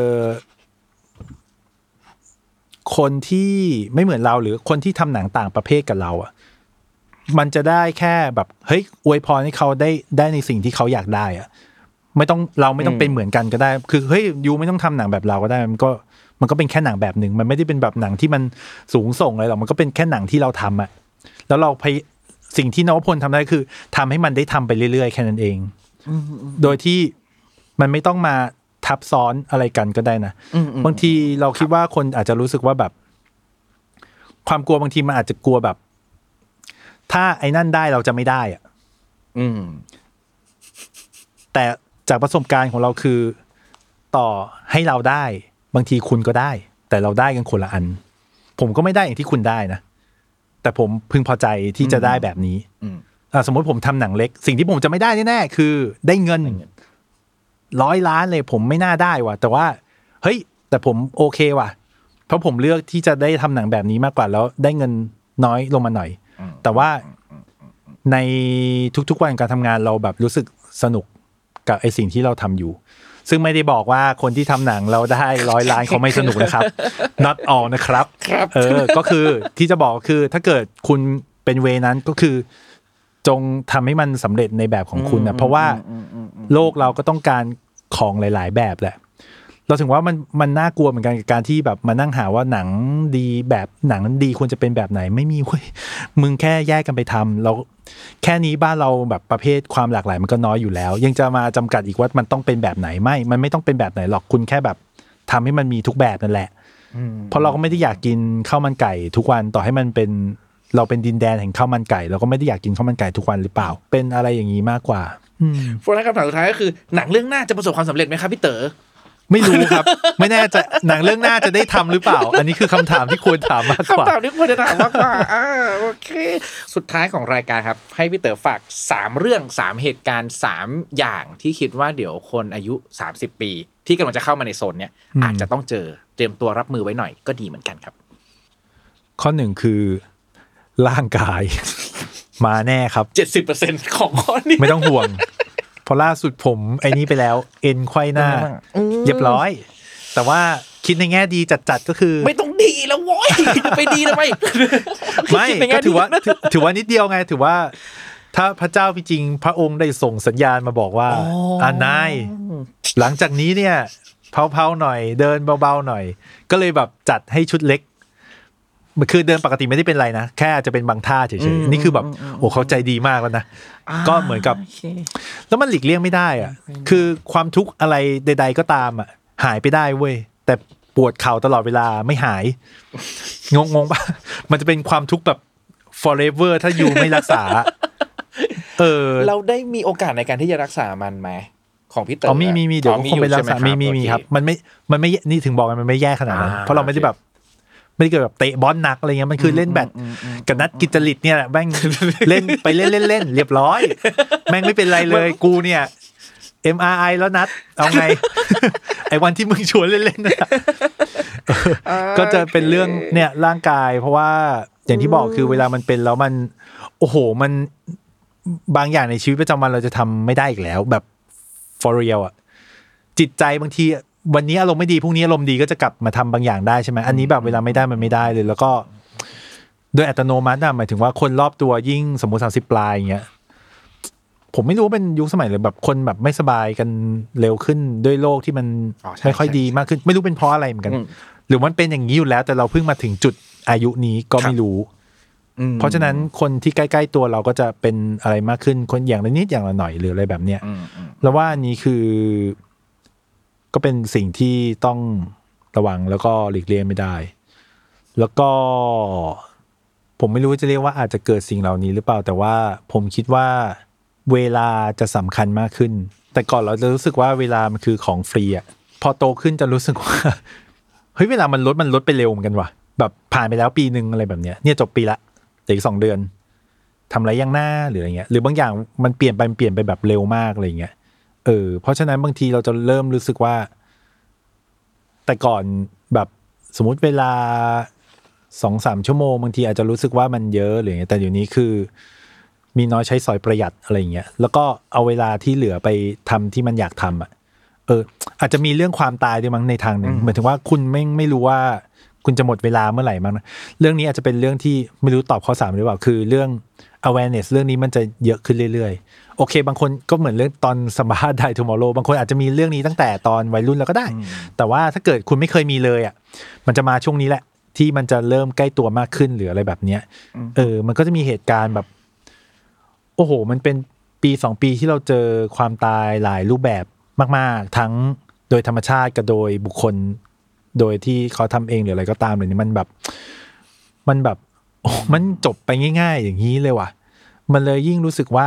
คนที่ไม่เหมือนเราหรือคนที่ทำหนังต่างประเภทกับเราอ่ะมันจะได้แค่แบบเฮ้ยอวยพรให้เขาได้ได้ในสิ่งที่เขาอยากได้อ่ะไม่ต้องเราไม่ต้องเป็นเหมือนกันก็ได้คือเฮ้ยยูไม่ต้องทำหนังแบบเราก็ได้มันก็มันก็เป็นแค่หนังแบบหนึ่งมันไม่ได้เป็นแบบหนังที่มันสูงส่งอะไรหรอกมันก็เป็นแค่หนังที่เราทำอ่ะแล้วเราพยสิ่งที่นวพลทำได้คือทำให้มันได้ทำไปเรื่อยๆแค่นั้นเองโดยที่มันไม่ต้องมาทับซ้อนอะไรกันก็ได้นะบางทีเราคิดว่าคนอาจจะรู้สึกว่าแบบความกลัวบางทีมันอาจจะกลัวแบบถ้าไอ้นั่นได้เราจะไม่ได้อ่ะแต่จากประสบการณ์ของเราคือต่อให้เราได้บางทีคุณก็ได้แต่เราได้กันคนละอันผมก็ไม่ได้อย่างที่คุณได้นะแต่ผมพึงพอใจที่จะได้แบบนี้สมมติผมทำหนังเล็กสิ่งที่ผมจะไม่ได้แน่ๆคือได้เงินร้อยล้านเลยผมไม่น่าได้ว่ะแต่ว่าเฮ้ยแต่ผมโอเคว่ะเพราะผมเลือกที่จะได้ทำหนังแบบนี้มากกว่าแล้วได้เงินน้อยลงมาหน่อยแต่ว่าในทุกๆวันการทำงานเราแบบรู้สึกสนุกกับไอสิ่งที่เราทำอยู่ซึ่งไม่ได้บอกว่าคนที่ทำหนังเราได้ร้อยล้านเขาไม่สนุกนะครับ not all นะครับเออก็คือที่จะบอกคือถ้าเกิดคุณเป็นเวนั้นก็คือจงทำให้มันสำเร็จในแบบของคุณนะเพราะว่าโลกเราก็ต้องการของหลายๆแบบแหละเราถึงว่ามันมันน่ากลัวเหมือนกันกับการที่แบบมานั่งหาว่าหนังดีแบบหนังนั้นดีควรจะเป็นแบบไหนไม่มีเว้ยมึงแค่แยกกันไปทำเราแค่นี้บ้านเราแบบประเภทความหลากหลายมันก็น้อยอยู่แล้วยังจะมาจำกัดอีกว่ามันต้องเป็นแบบไหนไม่มันไม่ต้องเป็นแบบไหนหรอกคุณแค่แบบทำให้มันมีทุกแบบนั่นแหละเพราะเราก็ไม่ได้อยากกินข้าวมันไก่ทุกวันต่อให้มันเป็นเราเป็นดินแดนแห่งข้าวมันไก่เราก็ไม่ได้อยากกินข้าวมันไก่ทุกวันหรือเปล่าเป็นอะไรอย่างนี้มากกว่าโฟร์คำถามสุดท้ายก็คือหนังเรื่องหน้าจะประสบความสำเร็จไหมครับพี่เต๋อไม่รู้ครับ ไม่แน่ใจหนังเรื่องหน้าจะได้ทำหรือเปล่า อันนี้คือคำถามที่ควรถามมากกว่าคำถามที่ควรจะถามมากกว่าอ่าโอเคสุดท้ายของรายการครับให้พี่เต๋อฝากสามเรื่องสามเหตุการณ์สามอย่างที่คิดว่าเดี๋ยวคนอายุสามสิบปีที่กำลังจะเข้ามาในโซนเนี้ยอาจจะต้องเจอเตรียมตัวรับมือไว้หน่อยก็ดีเหมือนกันครับข้อหนึ่งคือร่างกาย มาแน่ครับเจ็ดสิบเปอร์เซ็นต์ ของข้อนี้ไม่ต้องห่วงเพราะล่าสุดผมไอ้นี้ไปแล้วเอ็นไขว้หน้าเรียบร้อยแต่ว่าคิดในแง่ดีจัดๆก็คือไม่ต้องดีแล้วโว้ยไปดีทำไมไม่ก็ถือว่าถือว่านิดเดียวไงถือว่าถ้าพระเจ้าพี่จริงพระองค์ได้ส่งสัญญาณมาบอกว่าอ่านายหลังจากนี้เนี่ยเผาๆหน่อยเดินเบาๆหน่อยก็เลยแบบจัดให้ชุดเล็กคือเดินปกติไม่ได้เป็นไรนะแค่จะเป็นบางท่าเฉยๆนี่คือแบบโอ้เขาใจดีมากแล้วนะก็เหมือนกับแล้วมันหลีกเลี่ยงไม่ได้อ่ะคือความทุกข์อะไรใดๆก็ตามอ่ะหายไปได้เว้ยแต่ปวดเข่าตลอดเวลาไม่หายงงงป่ะมันจะเป็นความทุกข์แบบ forever ถ้าอยู่ไม่รักษาเออเราได้มีโอกาสในการที่จะรักษามันไหมของพี่เต๋ออ๋อมีมีมีเดี๋ยวคงไปรักษามีมีมีครับมันไม่มันไม่นี่ถึงบอกมันไม่แย่ขนาดนั้นเพราะเราไม่ได้แบบไม่ได้เกิดแบบเตะบอลหนักอะไรเงี้ยมันคือเล่นแบดกับนัดกิจจริตเนี่ยแหละแม่งเล่นไปเล่นเล่นเล่นเรียบร้อยแม่งไม่เป็นไรเลยกูเนี่ย เอ็ม อาร์ ไอ แล้วนัดเอาไงไอ้วันที่มึงชวนเล่นๆนะก็จะเป็นเรื่องเนี่ยร่างกายเพราะว่าอย่างที่บอกคือเวลามันเป็นแล้วมันโอ้โหมันบางอย่างในชีวิตประจำวันเราจะทำไม่ได้อีกแล้วแบบ for real อ่ะจิตใจบางทีวันนี้อารมณ์ไม่ดีพรุ่งนี้อารมณ์ดีก็จะกลับมาทำบางอย่างได้ใช่ไหมอันนี้แบบเวลาไม่ได้มันไม่ได้เลยแล้วก็โดยอัตโนมัติอะหมายถึงว่าคนรอบตัวยิ่งสมมติสามสิบปลายอย่างเงี้ยผมไม่รู้ว่าเป็นยุคสมัยเลยแบบคนแบบไม่สบายกันเร็วขึ้นด้วยโรคที่มันไม่ค่อยดีมากขึ้นไม่รู้เป็นเพราะอะไรเหมือนกันหรือมันเป็นอย่างนี้อยู่แล้วแต่เราเพิ่งมาถึงจุดอายุนี้ก็ไม่รู้เพราะฉะนั้นคนที่ใกล้ๆตัวเราก็จะเป็นอะไรมากขึ้นคนอย่างละนิดอย่างละหน่อยหรืออะไรแบบเนี้ยแล้วว่านี้คือก็เป็นสิ่งที่ต้องระวังแล้วก็หลีกเลี่ยงไม่ได้แล้วก็ผมไม่รู้จะเรียกว่าอาจจะเกิดสิ่งเหล่านี้หรือเปล่าแต่ว่าผมคิดว่าเวลาจะสำคัญมากขึ้นแต่ก่อนเราจะรู้สึกว่าเวลามันคือของฟรีอ่ะพอโตขึ้นจะรู้สึกว่าเฮ้ยเวลามันลดมันลดไปเร็วเหมือนกันว่ะแบบผ่านไปแล้วปีนึงอะไรแบบเนี้ยเนี่ยจบปีละอีกสองเดือนทำอะไรยังหน้าหรืออะไรเงี้ยหรือบางอย่างมันเปลี่ยนไปเปลี่ยนไปแบบเร็วมากอะไรเงี้ยเออเพราะฉะนั้นบางทีเราจะเริ่มรู้สึกว่าแต่ก่อนแบบสมมุติเวลา สองถึงสาม ชั่วโมงบางทีอาจจะรู้สึกว่ามันเยอะหรืออย่างเงี้ยแต่เดี๋ยวนี้คือมีน้อยใช้สอยประหยัดอะไรอย่างเงี้ยแล้วก็เอาเวลาที่เหลือไปทำที่มันอยากทำอ่ะเอออาจจะมีเรื่องความตายด้วยมั้งในทางนึงหมายถึงว่าคุณไม่ไม่รู้ว่าคุณจะหมดเวลาเมื่อไหร่มั้งนะเรื่องนี้อาจจะเป็นเรื่องที่ไม่รู้ตอบข้อสามหรือเปล่าคือเรื่อง awareness เรื่องนี้มันจะเยอะขึ้นเรื่อยๆโอเคบางคนก็เหมือนเรื่องตอนสัมภาษณ์ Die Tomorrow บางคนอาจจะมีเรื่องนี้ตั้งแต่ตอนวัยรุ่นแล้วก็ได้แต่ว่าถ้าเกิดคุณไม่เคยมีเลยอ่ะมันจะมาช่วงนี้แหละที่มันจะเริ่มใกล้ตัวมากขึ้นหรืออะไรแบบเนี้ยเออมันก็จะมีเหตุการณ์แบบโอ้โหมันเป็นปีสองปีที่เราเจอความตายหลายรูปแบบมากๆทั้งโดยธรรมชาติกับโดยบุคคลโดยที่เขาทำเองหรืออะไรก็ตามเลยนี่มันแบบมันแบบโอ้มันจบไปง่ายๆอย่างนี้เลยว่ะมันเลยยิ่งรู้สึกว่า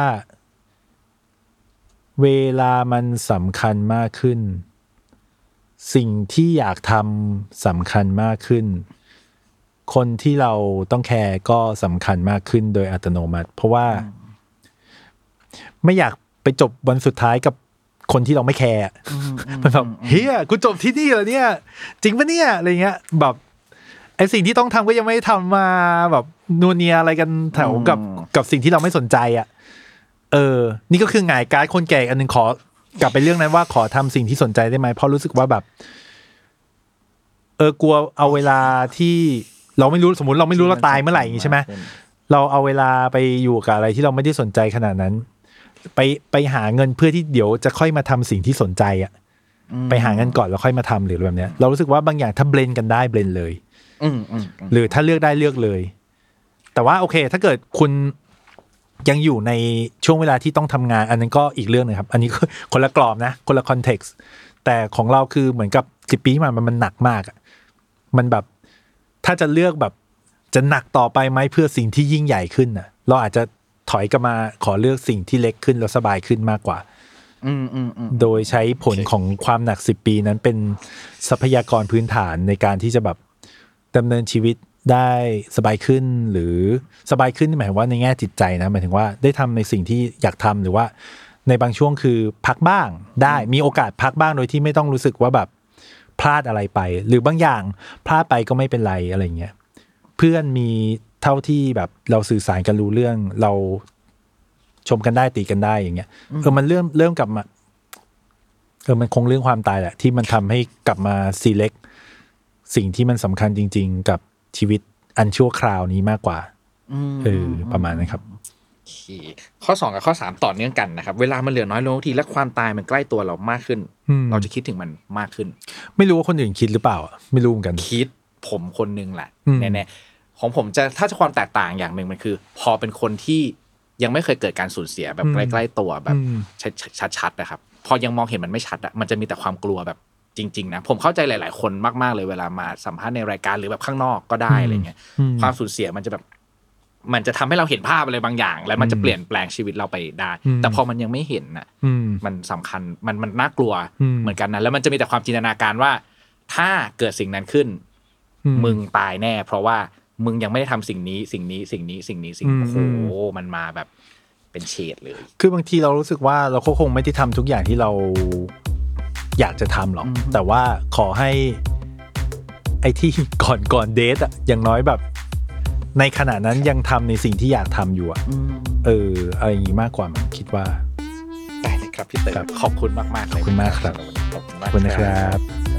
เวลามันสำคัญมากขึ้นสิ่งที่อยากทำสำคัญมากขึ้นคนที่เราต้องแคร์ก็สำคัญมากขึ้นโดยอัตโนมัติเพราะว่าไม่อยากไปจบวันสุดท้ายกับคนที่เราไม่แคร์มันแบบเฮียกูจบที่นี่เหรอเนี่ยจริงปะเนี่ยอะไรเงี้ยแบบไอสิ่งที่ต้องทำก็ยังไม่ทำมาแบบนัวเนียอะไรกันแถวกับกับสิ่งที่เราไม่สนใจอ่ะเออนี่ก็คือหงายการ์ดคนแก่อันนึงขอกลับไปเรื่องนั้นว่าขอทำสิ่งที่สนใจได้ไหมเพราะรู้สึกว่าแบบเออกลัวเอาเวลาที่เราไม่รู้สมมติเราไม่รู้เราตายเมื่อไหร่อย่างงี้ใช่ไหมเราเอาเวลาไปอยู่กับอะไรที่เราไม่ได้สนใจขนาดนั้นไปไปหาเงินเพื่อที่เดี๋ยวจะค่อยมาทำสิ่งที่สนใจอ่ะไปหาเงินก่อนแล้วค่อยมาทำหรือแบบเนี้ยเรารู้สึกว่าบางอย่างถ้าเบลนกันได้เบลนเลยหรือถ้าเลือกได้เลือกเลยแต่ว่าโอเคถ้าเกิดคุณยังอยู่ในช่วงเวลาที่ต้องทำงานอันนั้นก็อีกเรื่องนึงครับอันนี้คนละกรอบนะคนละคอนเท็กซ์แต่ของเราคือเหมือนกับสิบปีมามันมันหนักมากอ่ะมันแบบถ้าจะเลือกแบบจะหนักต่อไปไหมเพื่อสิ่งที่ยิ่งใหญ่ขึ้นน่ะเราอาจจะถอยกลับมาขอเลือกสิ่งที่เล็กขึ้นแล้วสบายขึ้นมากกว่าอืมอืมอืมโดยใช้ผลของความหนักสิบปีนั้นเป็นทรัพยากรพื้นฐานในการที่จะแบบดำเนินชีวิตได้สบายขึ้นหรือสบายขึ้นหมายถึงว่าในแง่จิตใจนะหมายถึงว่าได้ทำในสิ่งที่อยากทำหรือว่าในบางช่วงคือพักบ้างได้มีโอกาสพักบ้างโดยที่ไม่ต้องรู้สึกว่าแบบพลาดอะไรไปหรือบางอย่างพลาดไปก็ไม่เป็นไรอะไรเงี้ยเพื่อนมีเท่าที่แบบเราสื่อสารกันรู้เรื่องเราชมกันได้ตีกันได้อย่างเงี้ยเออมันเริ่มเริ่มกลับมาเออมันคงเรื่องความตายแหละที่มันทำให้กลับมา select สิ่งที่มันสำคัญจริงๆกับชีวิตอันชั่วคราวนี้มากกว่าเออประมาณนั้นครับข้อสองกับข้อสามต่อเนื่องกันนะครับเวลามันเหลือน้อยลงทีและความตายมันใกล้ตัวเรามากขึ้นเราจะคิดถึงมันมากขึ้นไม่รู้ว่าคนอื่นคิดหรือเปล่าไม่รู้เหมือนกันคิดผมคนนึงแหละแน่ๆของผมจะถ้าจะความแตกต่างอย่างหนึ่งมันคือพอเป็นคนที่ยังไม่เคยเกิดการสูญเสียแบบใกล้ๆตัวแบบชัดๆนะครับพอยังมองเห็นมันไม่ชัดอ่ะมันจะมีแต่ความกลัวแบบจริงๆนะผมเข้าใจหลายๆคนมากๆเลยเวลามาสัมภาษณ์ในรายการหรือแบบข้างนอกก็ได้อะไรเงี้ยความสูญเสียมันจะแบบมันจะทำให้เราเห็นภาพอะไรบางอย่างแล้วมันจะเปลี่ยนแปลงชีวิตเราไปได้แต่พอมันยังไม่เห็นน่ะมันสำคัญมันมันน่ากลัวเหมือนกันนะแล้วมันจะมีแต่ความจินตนาการว่าถ้าเกิดสิ่งนั้นขึ้นมึงตายแน่เพราะว่ามึงยังไม่ได้ทำสิ่งนี้สิ่งนี้สิ่งนี้สิ่งนี้สิ่งโอ้โหมันมาแบบเป็นเฉดเลยคือบางทีเรารู้สึกว่าเราก็คงไม่ได้ทำทุกอย่างที่เราอยากจะทำหรอกแต่ว่าขอให้ไอ้ที่ก่อนก่อนเดทอะอย่างน้อยแบบในขณะนั้นยังทำในสิ่งที่อยากทำอยู่อะเอออะไรอย่างนี้มากกว่ามันคิดว่าได้เลยครับพี่เต๋อขอบคุณมากๆเลยขอบคุณมากครับขอบคุณมากครับ